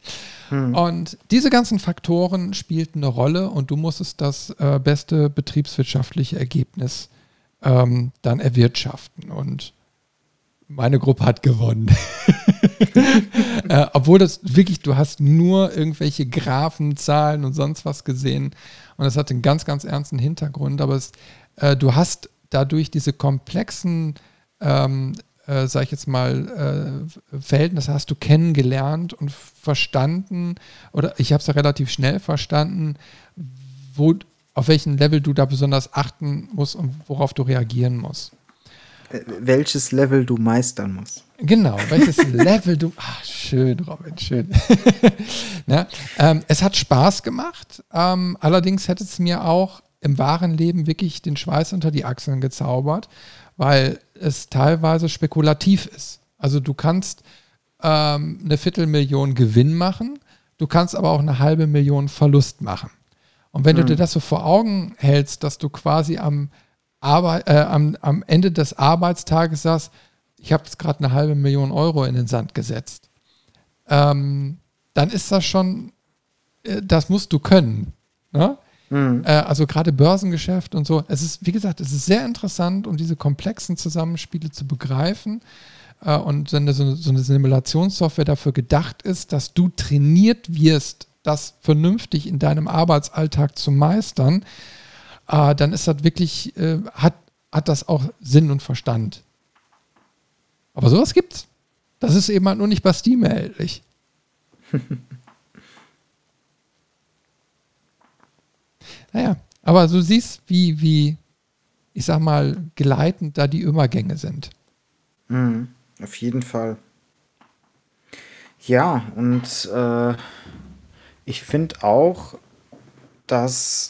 Und diese ganzen Faktoren spielten eine Rolle und du musstest das beste betriebswirtschaftliche Ergebnis dann erwirtschaften. Und meine Gruppe hat gewonnen. Obwohl das wirklich, du hast nur irgendwelche Graphen, Zahlen und sonst was gesehen. Und das hat einen ganz, ganz ernsten Hintergrund. Aber du hast dadurch diese komplexen, sag ich jetzt mal, Verhältnisse hast du kennengelernt und verstanden, oder ich habe es ja relativ schnell verstanden, auf welchen Level du da besonders achten musst und worauf du reagieren musst. Welches Level du meistern musst. Genau, welches Level du. Ach, schön, Robin, schön. Na, es hat Spaß gemacht. Allerdings hätte es mir auch im wahren Leben wirklich den Schweiß unter die Achseln gezaubert, weil es teilweise spekulativ ist. Also du kannst eine Viertelmillion Gewinn machen, du kannst aber auch eine halbe Million Verlust machen. Und wenn du dir das so vor Augen hältst, dass du quasi am Ende des Arbeitstages sagst, ich habe jetzt gerade eine halbe Million Euro in den Sand gesetzt, dann ist das schon, das musst du können. Ne? Also gerade Börsengeschäft und so. Es ist, wie gesagt, es ist sehr interessant, um diese komplexen Zusammenspiele zu begreifen. Und wenn so eine Simulationssoftware dafür gedacht ist, dass du trainiert wirst, das vernünftig in deinem Arbeitsalltag zu meistern, dann ist das wirklich, hat das auch Sinn und Verstand. Aber sowas gibt's. Das ist eben halt nur nicht bei Steam erhältlich. Naja, aber du siehst, wie, ich sag mal, gleitend da die Übergänge sind. Auf jeden Fall. Ja, und ich finde auch, dass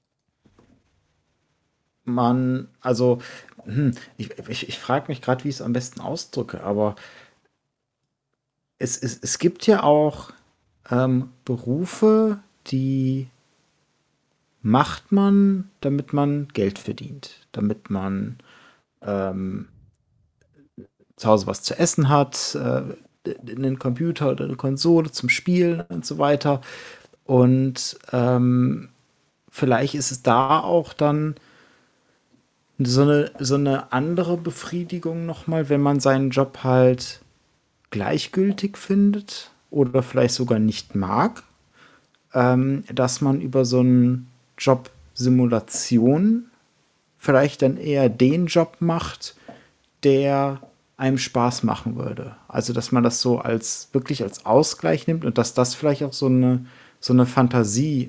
man, also, ich frage mich gerade, wie ich es am besten ausdrücke, aber es gibt ja auch Berufe, die macht man, damit man Geld verdient, damit man zu Hause was zu essen hat, einen Computer oder eine Konsole zum Spielen und so weiter. Und vielleicht ist es da auch dann so eine andere Befriedigung nochmal, wenn man seinen Job halt gleichgültig findet oder vielleicht sogar nicht mag, dass man über so einen Job Simulation vielleicht dann eher den Job macht, der einem Spaß machen würde. Also, dass man das so wirklich als Ausgleich nimmt und dass das vielleicht auch so eine Fantasie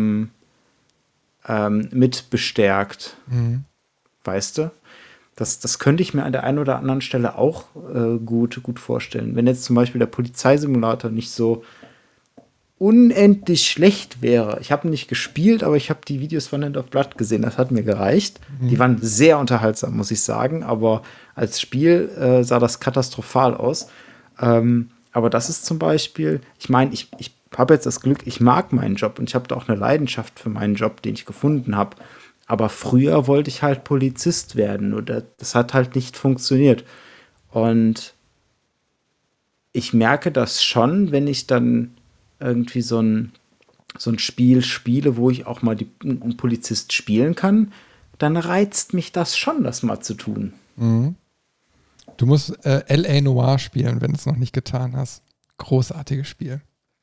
mit bestärkt. Weißt du? Das könnte ich mir an der einen oder anderen Stelle auch gut vorstellen. Wenn jetzt zum Beispiel der Polizeisimulator nicht so unendlich schlecht wäre. Ich habe nicht gespielt, aber ich habe die Videos von Hand of Blood gesehen. Das hat mir gereicht. Die waren sehr unterhaltsam, muss ich sagen. Aber als Spiel sah das katastrophal aus. Aber das ist zum Beispiel, ich meine, ich habe jetzt das Glück, ich mag meinen Job und ich habe da auch eine Leidenschaft für meinen Job, den ich gefunden habe. Aber früher wollte ich halt Polizist werden und das hat halt nicht funktioniert. Und ich merke das schon, wenn ich dann irgendwie so ein Spiel spiele, wo ich auch mal einen Polizist spielen kann, dann reizt mich das schon, das mal zu tun. Du musst L.A. Noire spielen, wenn du es noch nicht getan hast. Großartiges Spiel.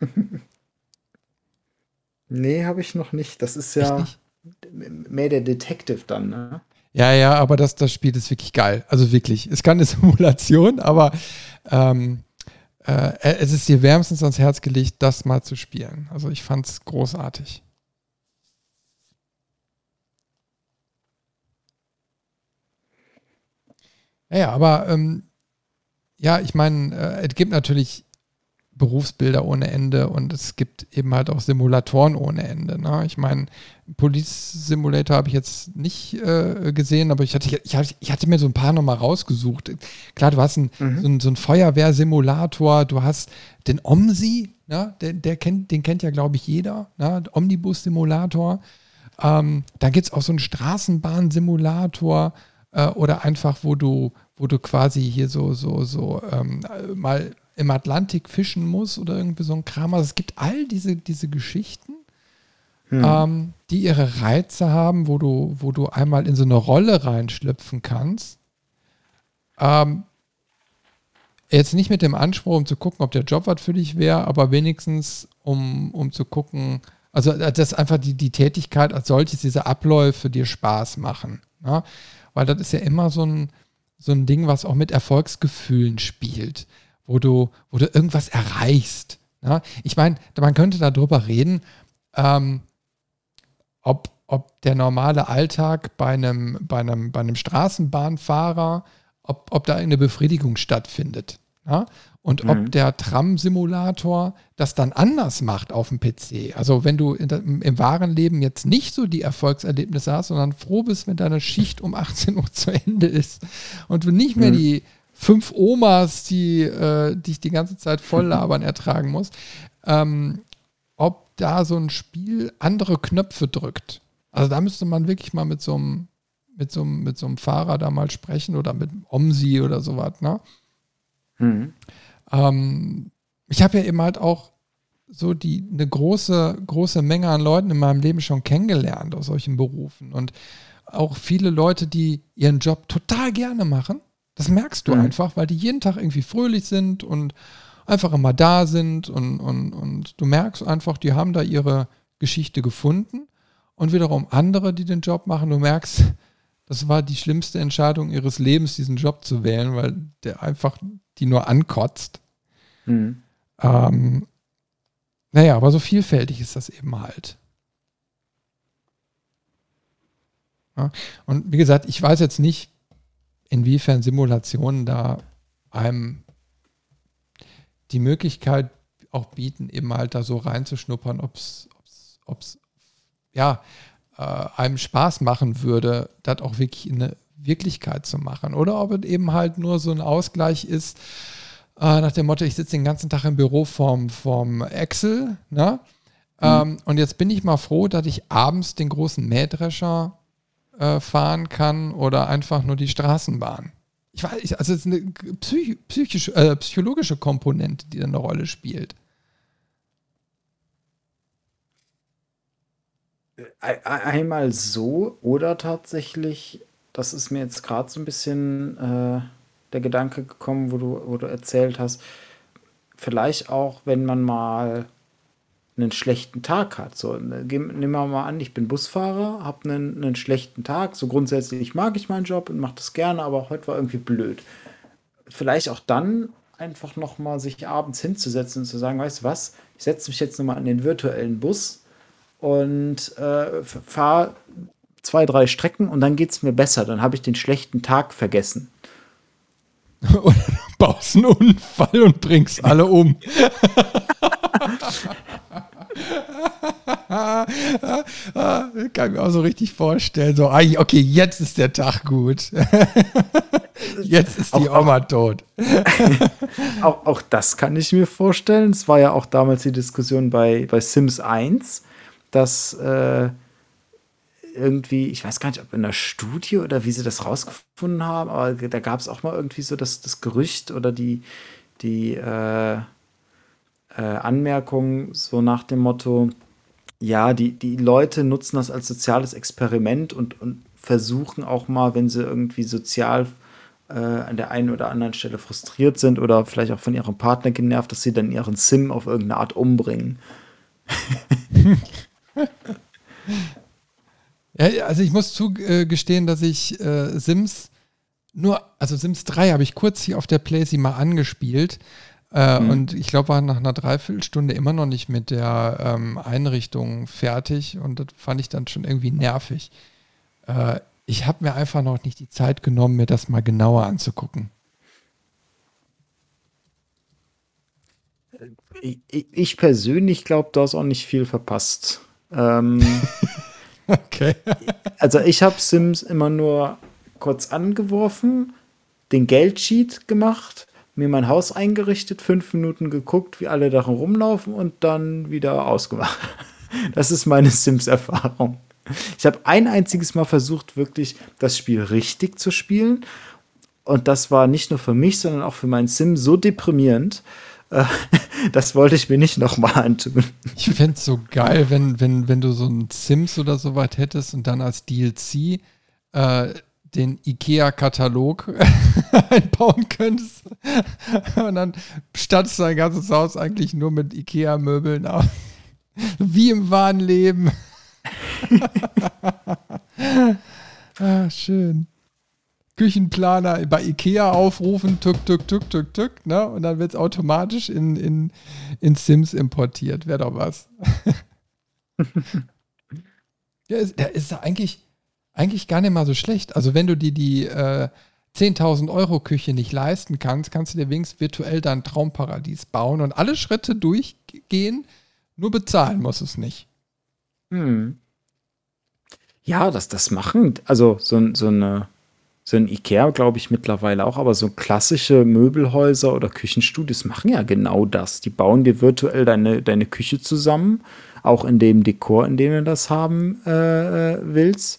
Nee, habe ich noch nicht. Das ist ja mehr der Detective dann, ne? Ja, aber das Spiel ist wirklich geil. Also wirklich. Es kann eine Simulation, aber es ist dir wärmstens ans Herz gelegt, das mal zu spielen. Also ich fand es großartig. Ja, aber ich meine, es gibt natürlich Berufsbilder ohne Ende und es gibt eben halt auch Simulatoren ohne Ende. Ne? Ich meine, Police Simulator habe ich jetzt nicht gesehen, aber ich hatte mir so ein paar nochmal rausgesucht. Klar, du hast so einen Feuerwehrsimulator, du hast den OMSI, ne? Den kennt ja, glaube ich, jeder, ne? Omnibus-Simulator. Dann gibt es auch so einen Straßenbahnsimulator oder einfach, wo du quasi hier mal im Atlantik fischen musst oder irgendwie so ein Kram. Also es gibt all diese Geschichten, die ihre Reize haben, wo du einmal in so eine Rolle reinschlüpfen kannst. Jetzt nicht mit dem Anspruch, um zu gucken, ob der Job was für dich wäre, aber wenigstens um zu gucken, also dass einfach die Tätigkeit als solches, diese Abläufe dir Spaß machen. Ja? Weil das ist ja immer so ein Ding, was auch mit Erfolgsgefühlen spielt, wo du irgendwas erreichst. Ja? Ich meine, man könnte darüber reden, ob der normale Alltag bei einem Straßenbahnfahrer, ob da eine Befriedigung stattfindet. Ja? Und ob der Tram-Simulator das dann anders macht auf dem PC. Also wenn du im wahren Leben jetzt nicht so die Erfolgserlebnisse hast, sondern froh bist, wenn deine Schicht um 18 Uhr zu Ende ist und du nicht mehr die 5 Omas, die dich die ganze Zeit voll labern, ertragen musst, ob da so ein Spiel andere Knöpfe drückt. Also da müsste man wirklich mal mit so einem Fahrer da mal sprechen oder mit OMSI oder sowas, ne? Ich habe ja eben halt auch so eine große Menge an Leuten in meinem Leben schon kennengelernt aus solchen Berufen und auch viele Leute, die ihren Job total gerne machen. Das merkst du einfach, weil die jeden Tag irgendwie fröhlich sind und einfach immer da sind und du merkst einfach, die haben da ihre Geschichte gefunden und wiederum andere, die den Job machen, du merkst, das war die schlimmste Entscheidung ihres Lebens, diesen Job zu wählen, weil der einfach die nur ankotzt. Naja, aber so vielfältig ist das eben halt. Ja, und wie gesagt, ich weiß jetzt nicht, inwiefern Simulationen da einem die Möglichkeit auch bieten, eben halt da so reinzuschnuppern, ob es einem Spaß machen würde, das auch wirklich in eine Wirklichkeit zu machen. Oder ob es eben halt nur so ein Ausgleich ist, nach dem Motto, ich sitze den ganzen Tag im Büro vorm Excel, ne? Und jetzt bin ich mal froh, dass ich abends den großen Mähdrescher fahren kann oder einfach nur die Straßenbahn. Ich weiß, also es ist eine psychologische Komponente, die da eine Rolle spielt. Einmal so oder tatsächlich, das ist mir jetzt gerade so ein bisschen der Gedanke gekommen, wo du erzählt hast, vielleicht auch, wenn man mal einen schlechten Tag hat. So, nehmen wir mal an, ich bin Busfahrer, habe einen schlechten Tag. So grundsätzlich mag ich meinen Job und mache das gerne, aber heute war irgendwie blöd. Vielleicht auch dann einfach nochmal sich abends hinzusetzen und zu sagen, weißt du was, ich setze mich jetzt nochmal in den virtuellen Bus und fahre 2, 3 Strecken und dann geht es mir besser. Dann habe ich den schlechten Tag vergessen. Oder du baust einen Unfall und bringst alle um. Kann ich mir auch so richtig vorstellen. So, okay, jetzt ist der Tag gut. Jetzt ist die Oma tot. Auch das kann ich mir vorstellen. Es war ja auch damals die Diskussion bei Sims 1, dass irgendwie, ich weiß gar nicht, ob in der Studie oder wie sie das rausgefunden haben, aber da gab es auch mal irgendwie so das Gerücht oder die Anmerkung so nach dem Motto, ja, die Leute nutzen das als soziales Experiment und versuchen auch mal, wenn sie irgendwie sozial an der einen oder anderen Stelle frustriert sind oder vielleicht auch von ihrem Partner genervt, dass sie dann ihren Sim auf irgendeine Art umbringen. Ja, also ich muss zugestehen, dass ich Sims 3 habe ich kurz hier auf der PlayStation mal angespielt und ich glaube, war nach einer Dreiviertelstunde immer noch nicht mit der Einrichtung fertig und das fand ich dann schon irgendwie nervig. Ich habe mir einfach noch nicht die Zeit genommen, mir das mal genauer anzugucken. Ich persönlich glaube, du hast auch nicht viel verpasst. Okay. Also ich habe Sims immer nur kurz angeworfen, den Geldsheet gemacht, mir mein Haus eingerichtet, 5 Minuten geguckt, wie alle darin rumlaufen und dann wieder ausgemacht. Das ist meine Sims-Erfahrung. Ich habe ein einziges Mal versucht, wirklich das Spiel richtig zu spielen. Und das war nicht nur für mich, sondern auch für meinen Sim so deprimierend. Das wollte ich mir nicht nochmal antun. Ich fände es so geil, wenn du so ein Sims oder so was hättest und dann als DLC den IKEA-Katalog einbauen könntest. Und dann stattest du dein ganzes Haus eigentlich nur mit IKEA-Möbeln aus. Wie im wahren Leben. Schön. Küchenplaner bei IKEA aufrufen, tuk, tuk, tuk, tuk, tuk, ne? Und dann wird es automatisch in Sims importiert. Wäre doch was. Der ist eigentlich gar nicht mal so schlecht. Also wenn du dir die 10.000 Euro Küche nicht leisten kannst, kannst du dir wenigstens virtuell dein Traumparadies bauen und alle Schritte durchgehen, nur bezahlen muss es nicht. Ja, das machen, also so ein Ikea, glaube ich, mittlerweile auch, aber so klassische Möbelhäuser oder Küchenstudios machen ja genau das. Die bauen dir virtuell deine Küche zusammen, auch in dem Dekor, in dem du das haben willst.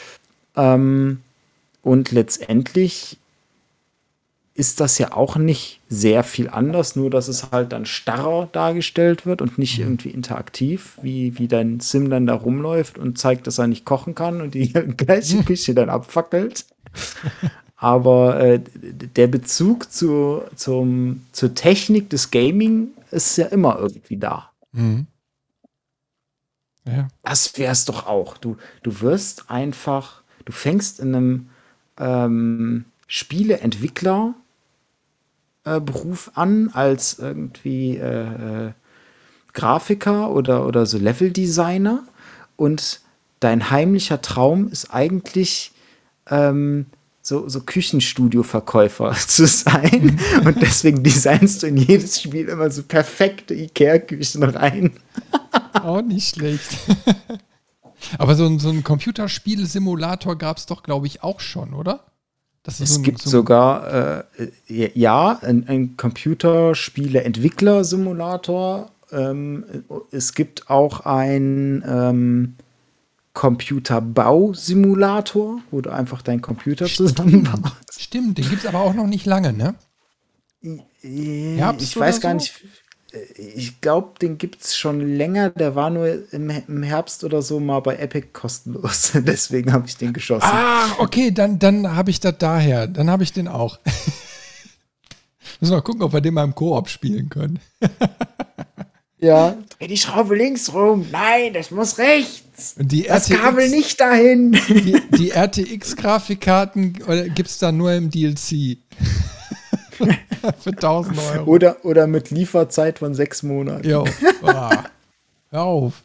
Und letztendlich ist das ja auch nicht sehr viel anders, nur dass es halt dann starrer dargestellt wird und nicht irgendwie interaktiv, wie dein Sim dann da rumläuft und zeigt, dass er nicht kochen kann und die gleiche Küche dann abfackelt. Aber der Bezug zur Technik des Gaming ist ja immer irgendwie da. Mhm. Ja. Das wär's doch auch. Du wirst einfach, du fängst in einem Spieleentwickler Beruf an als irgendwie Grafiker oder so Leveldesigner und dein heimlicher Traum ist eigentlich so Küchenstudio-Verkäufer zu sein und deswegen designst du in jedes Spiel immer so perfekte Ikea-Küchen rein. Auch nicht schlecht. Aber so ein Computerspiel-Simulator gab es doch, glaube ich, auch schon, oder? Es gibt sogar, ein Computerspiele-Entwickler-Simulator. Es gibt auch ein Computerbau-Simulator, wo du einfach deinen Computer zusammenbaust. Stimmt, den gibt es aber auch noch nicht lange, ne? Ich weiß gar nicht. Ich glaube, den gibt es schon länger. Der war nur im Herbst oder so mal bei Epic kostenlos. Deswegen habe ich den geschossen. Ah, okay, dann habe ich das daher. Dann habe ich den auch. Müssen wir mal gucken, ob wir den mal im Koop spielen können. Ja. Dreh die Schraube links rum. Nein, das muss rechts. Und das Kabel nicht dahin. Die RTX-Grafikkarten gibt es dann nur im DLC. Für 1.000 Euro. Oder mit Lieferzeit von 6 Monaten. Jo. Oh. Hör auf.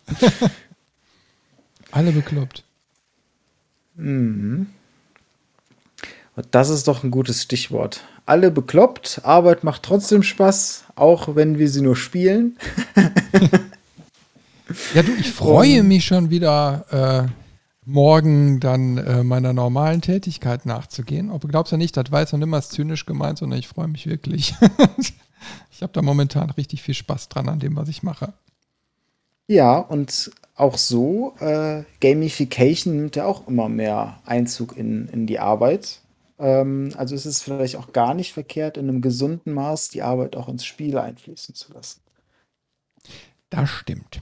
Alle bekloppt. Mhm. Und das ist doch ein gutes Stichwort. Alle bekloppt, Arbeit macht trotzdem Spaß, auch wenn wir sie nur spielen. Ja, du, ich freue mich schon wieder morgen dann meiner normalen Tätigkeit nachzugehen. Aber du glaubst ja nicht, das war jetzt noch nicht mal zynisch gemeint, sondern ich freue mich wirklich. Ich habe da momentan richtig viel Spaß dran an dem, was ich mache. Ja, und auch so, Gamification nimmt ja auch immer mehr Einzug in die Arbeit. Also es ist vielleicht auch gar nicht verkehrt, in einem gesunden Maß die Arbeit auch ins Spiel einfließen zu lassen. Das stimmt.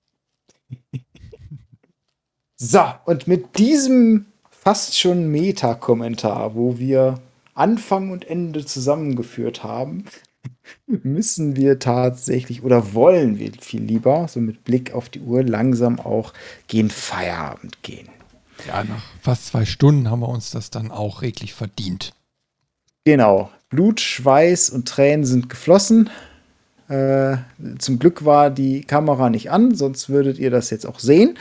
So, und mit diesem fast schon Meta-Kommentar, wo wir Anfang und Ende zusammengeführt haben, müssen wir tatsächlich oder wollen wir viel lieber, so mit Blick auf die Uhr, langsam auch gegen Feierabend gehen. Ja, nach fast 2 Stunden haben wir uns das dann auch reglich verdient. Genau. Blut, Schweiß und Tränen sind geflossen. Zum Glück war die Kamera nicht an, sonst würdet ihr das jetzt auch sehen.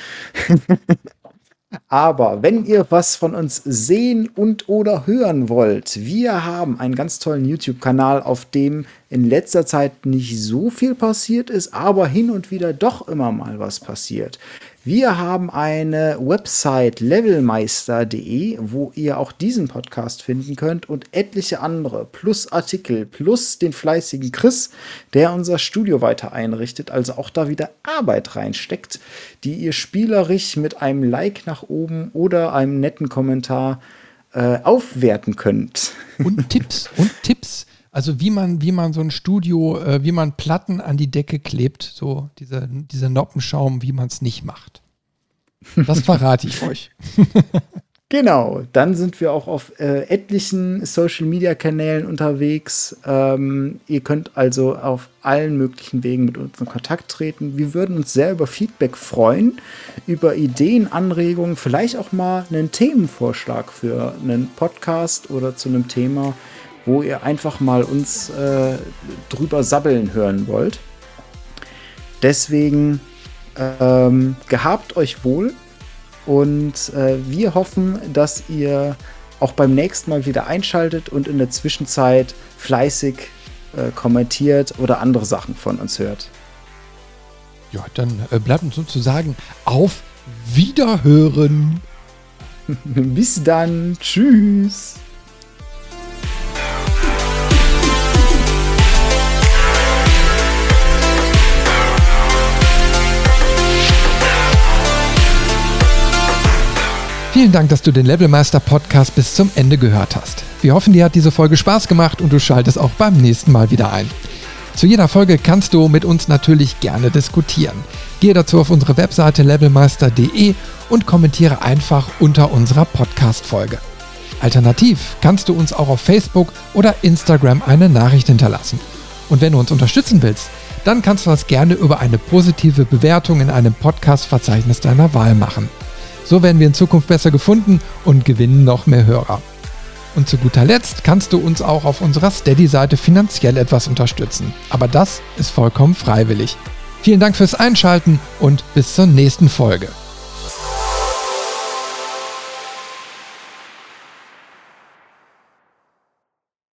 Aber wenn ihr was von uns sehen und oder hören wollt, wir haben einen ganz tollen YouTube-Kanal, auf dem in letzter Zeit nicht so viel passiert ist, aber hin und wieder doch immer mal was passiert. Wir haben eine Website levelmeister.de, wo ihr auch diesen Podcast finden könnt und etliche andere, plus Artikel, plus den fleißigen Chris, der unser Studio weiter einrichtet, also auch da wieder Arbeit reinsteckt, die ihr spielerisch mit einem Like nach oben oder einem netten Kommentar aufwerten könnt. Und Tipps. Also wie man so ein Studio, wie man Platten an die Decke klebt, so dieser Noppenschaum, wie man es nicht macht. Das verrate ich euch. Genau, dann sind wir auch auf etlichen Social-Media-Kanälen unterwegs. Ihr könnt also auf allen möglichen Wegen mit uns in Kontakt treten. Wir würden uns sehr über Feedback freuen, über Ideen, Anregungen, vielleicht auch mal einen Themenvorschlag für einen Podcast oder zu einem Thema, wo ihr einfach mal uns drüber sabbeln hören wollt. Deswegen gehabt euch wohl. Und wir hoffen, dass ihr auch beim nächsten Mal wieder einschaltet und in der Zwischenzeit fleißig kommentiert oder andere Sachen von uns hört. Ja, dann bleibt uns sozusagen auf Wiederhören. Bis dann. Tschüss. Vielen Dank, dass du den Levelmeister Podcast bis zum Ende gehört hast. Wir hoffen, dir hat diese Folge Spaß gemacht und du schaltest auch beim nächsten Mal wieder ein. Zu jeder Folge kannst du mit uns natürlich gerne diskutieren. Gehe dazu auf unsere Webseite levelmeister.de und kommentiere einfach unter unserer Podcast-Folge. Alternativ kannst du uns auch auf Facebook oder Instagram eine Nachricht hinterlassen. Und wenn du uns unterstützen willst, dann kannst du das gerne über eine positive Bewertung in einem Podcast-Verzeichnis deiner Wahl machen. So werden wir in Zukunft besser gefunden und gewinnen noch mehr Hörer. Und zu guter Letzt kannst du uns auch auf unserer Steady-Seite finanziell etwas unterstützen. Aber das ist vollkommen freiwillig. Vielen Dank fürs Einschalten und bis zur nächsten Folge.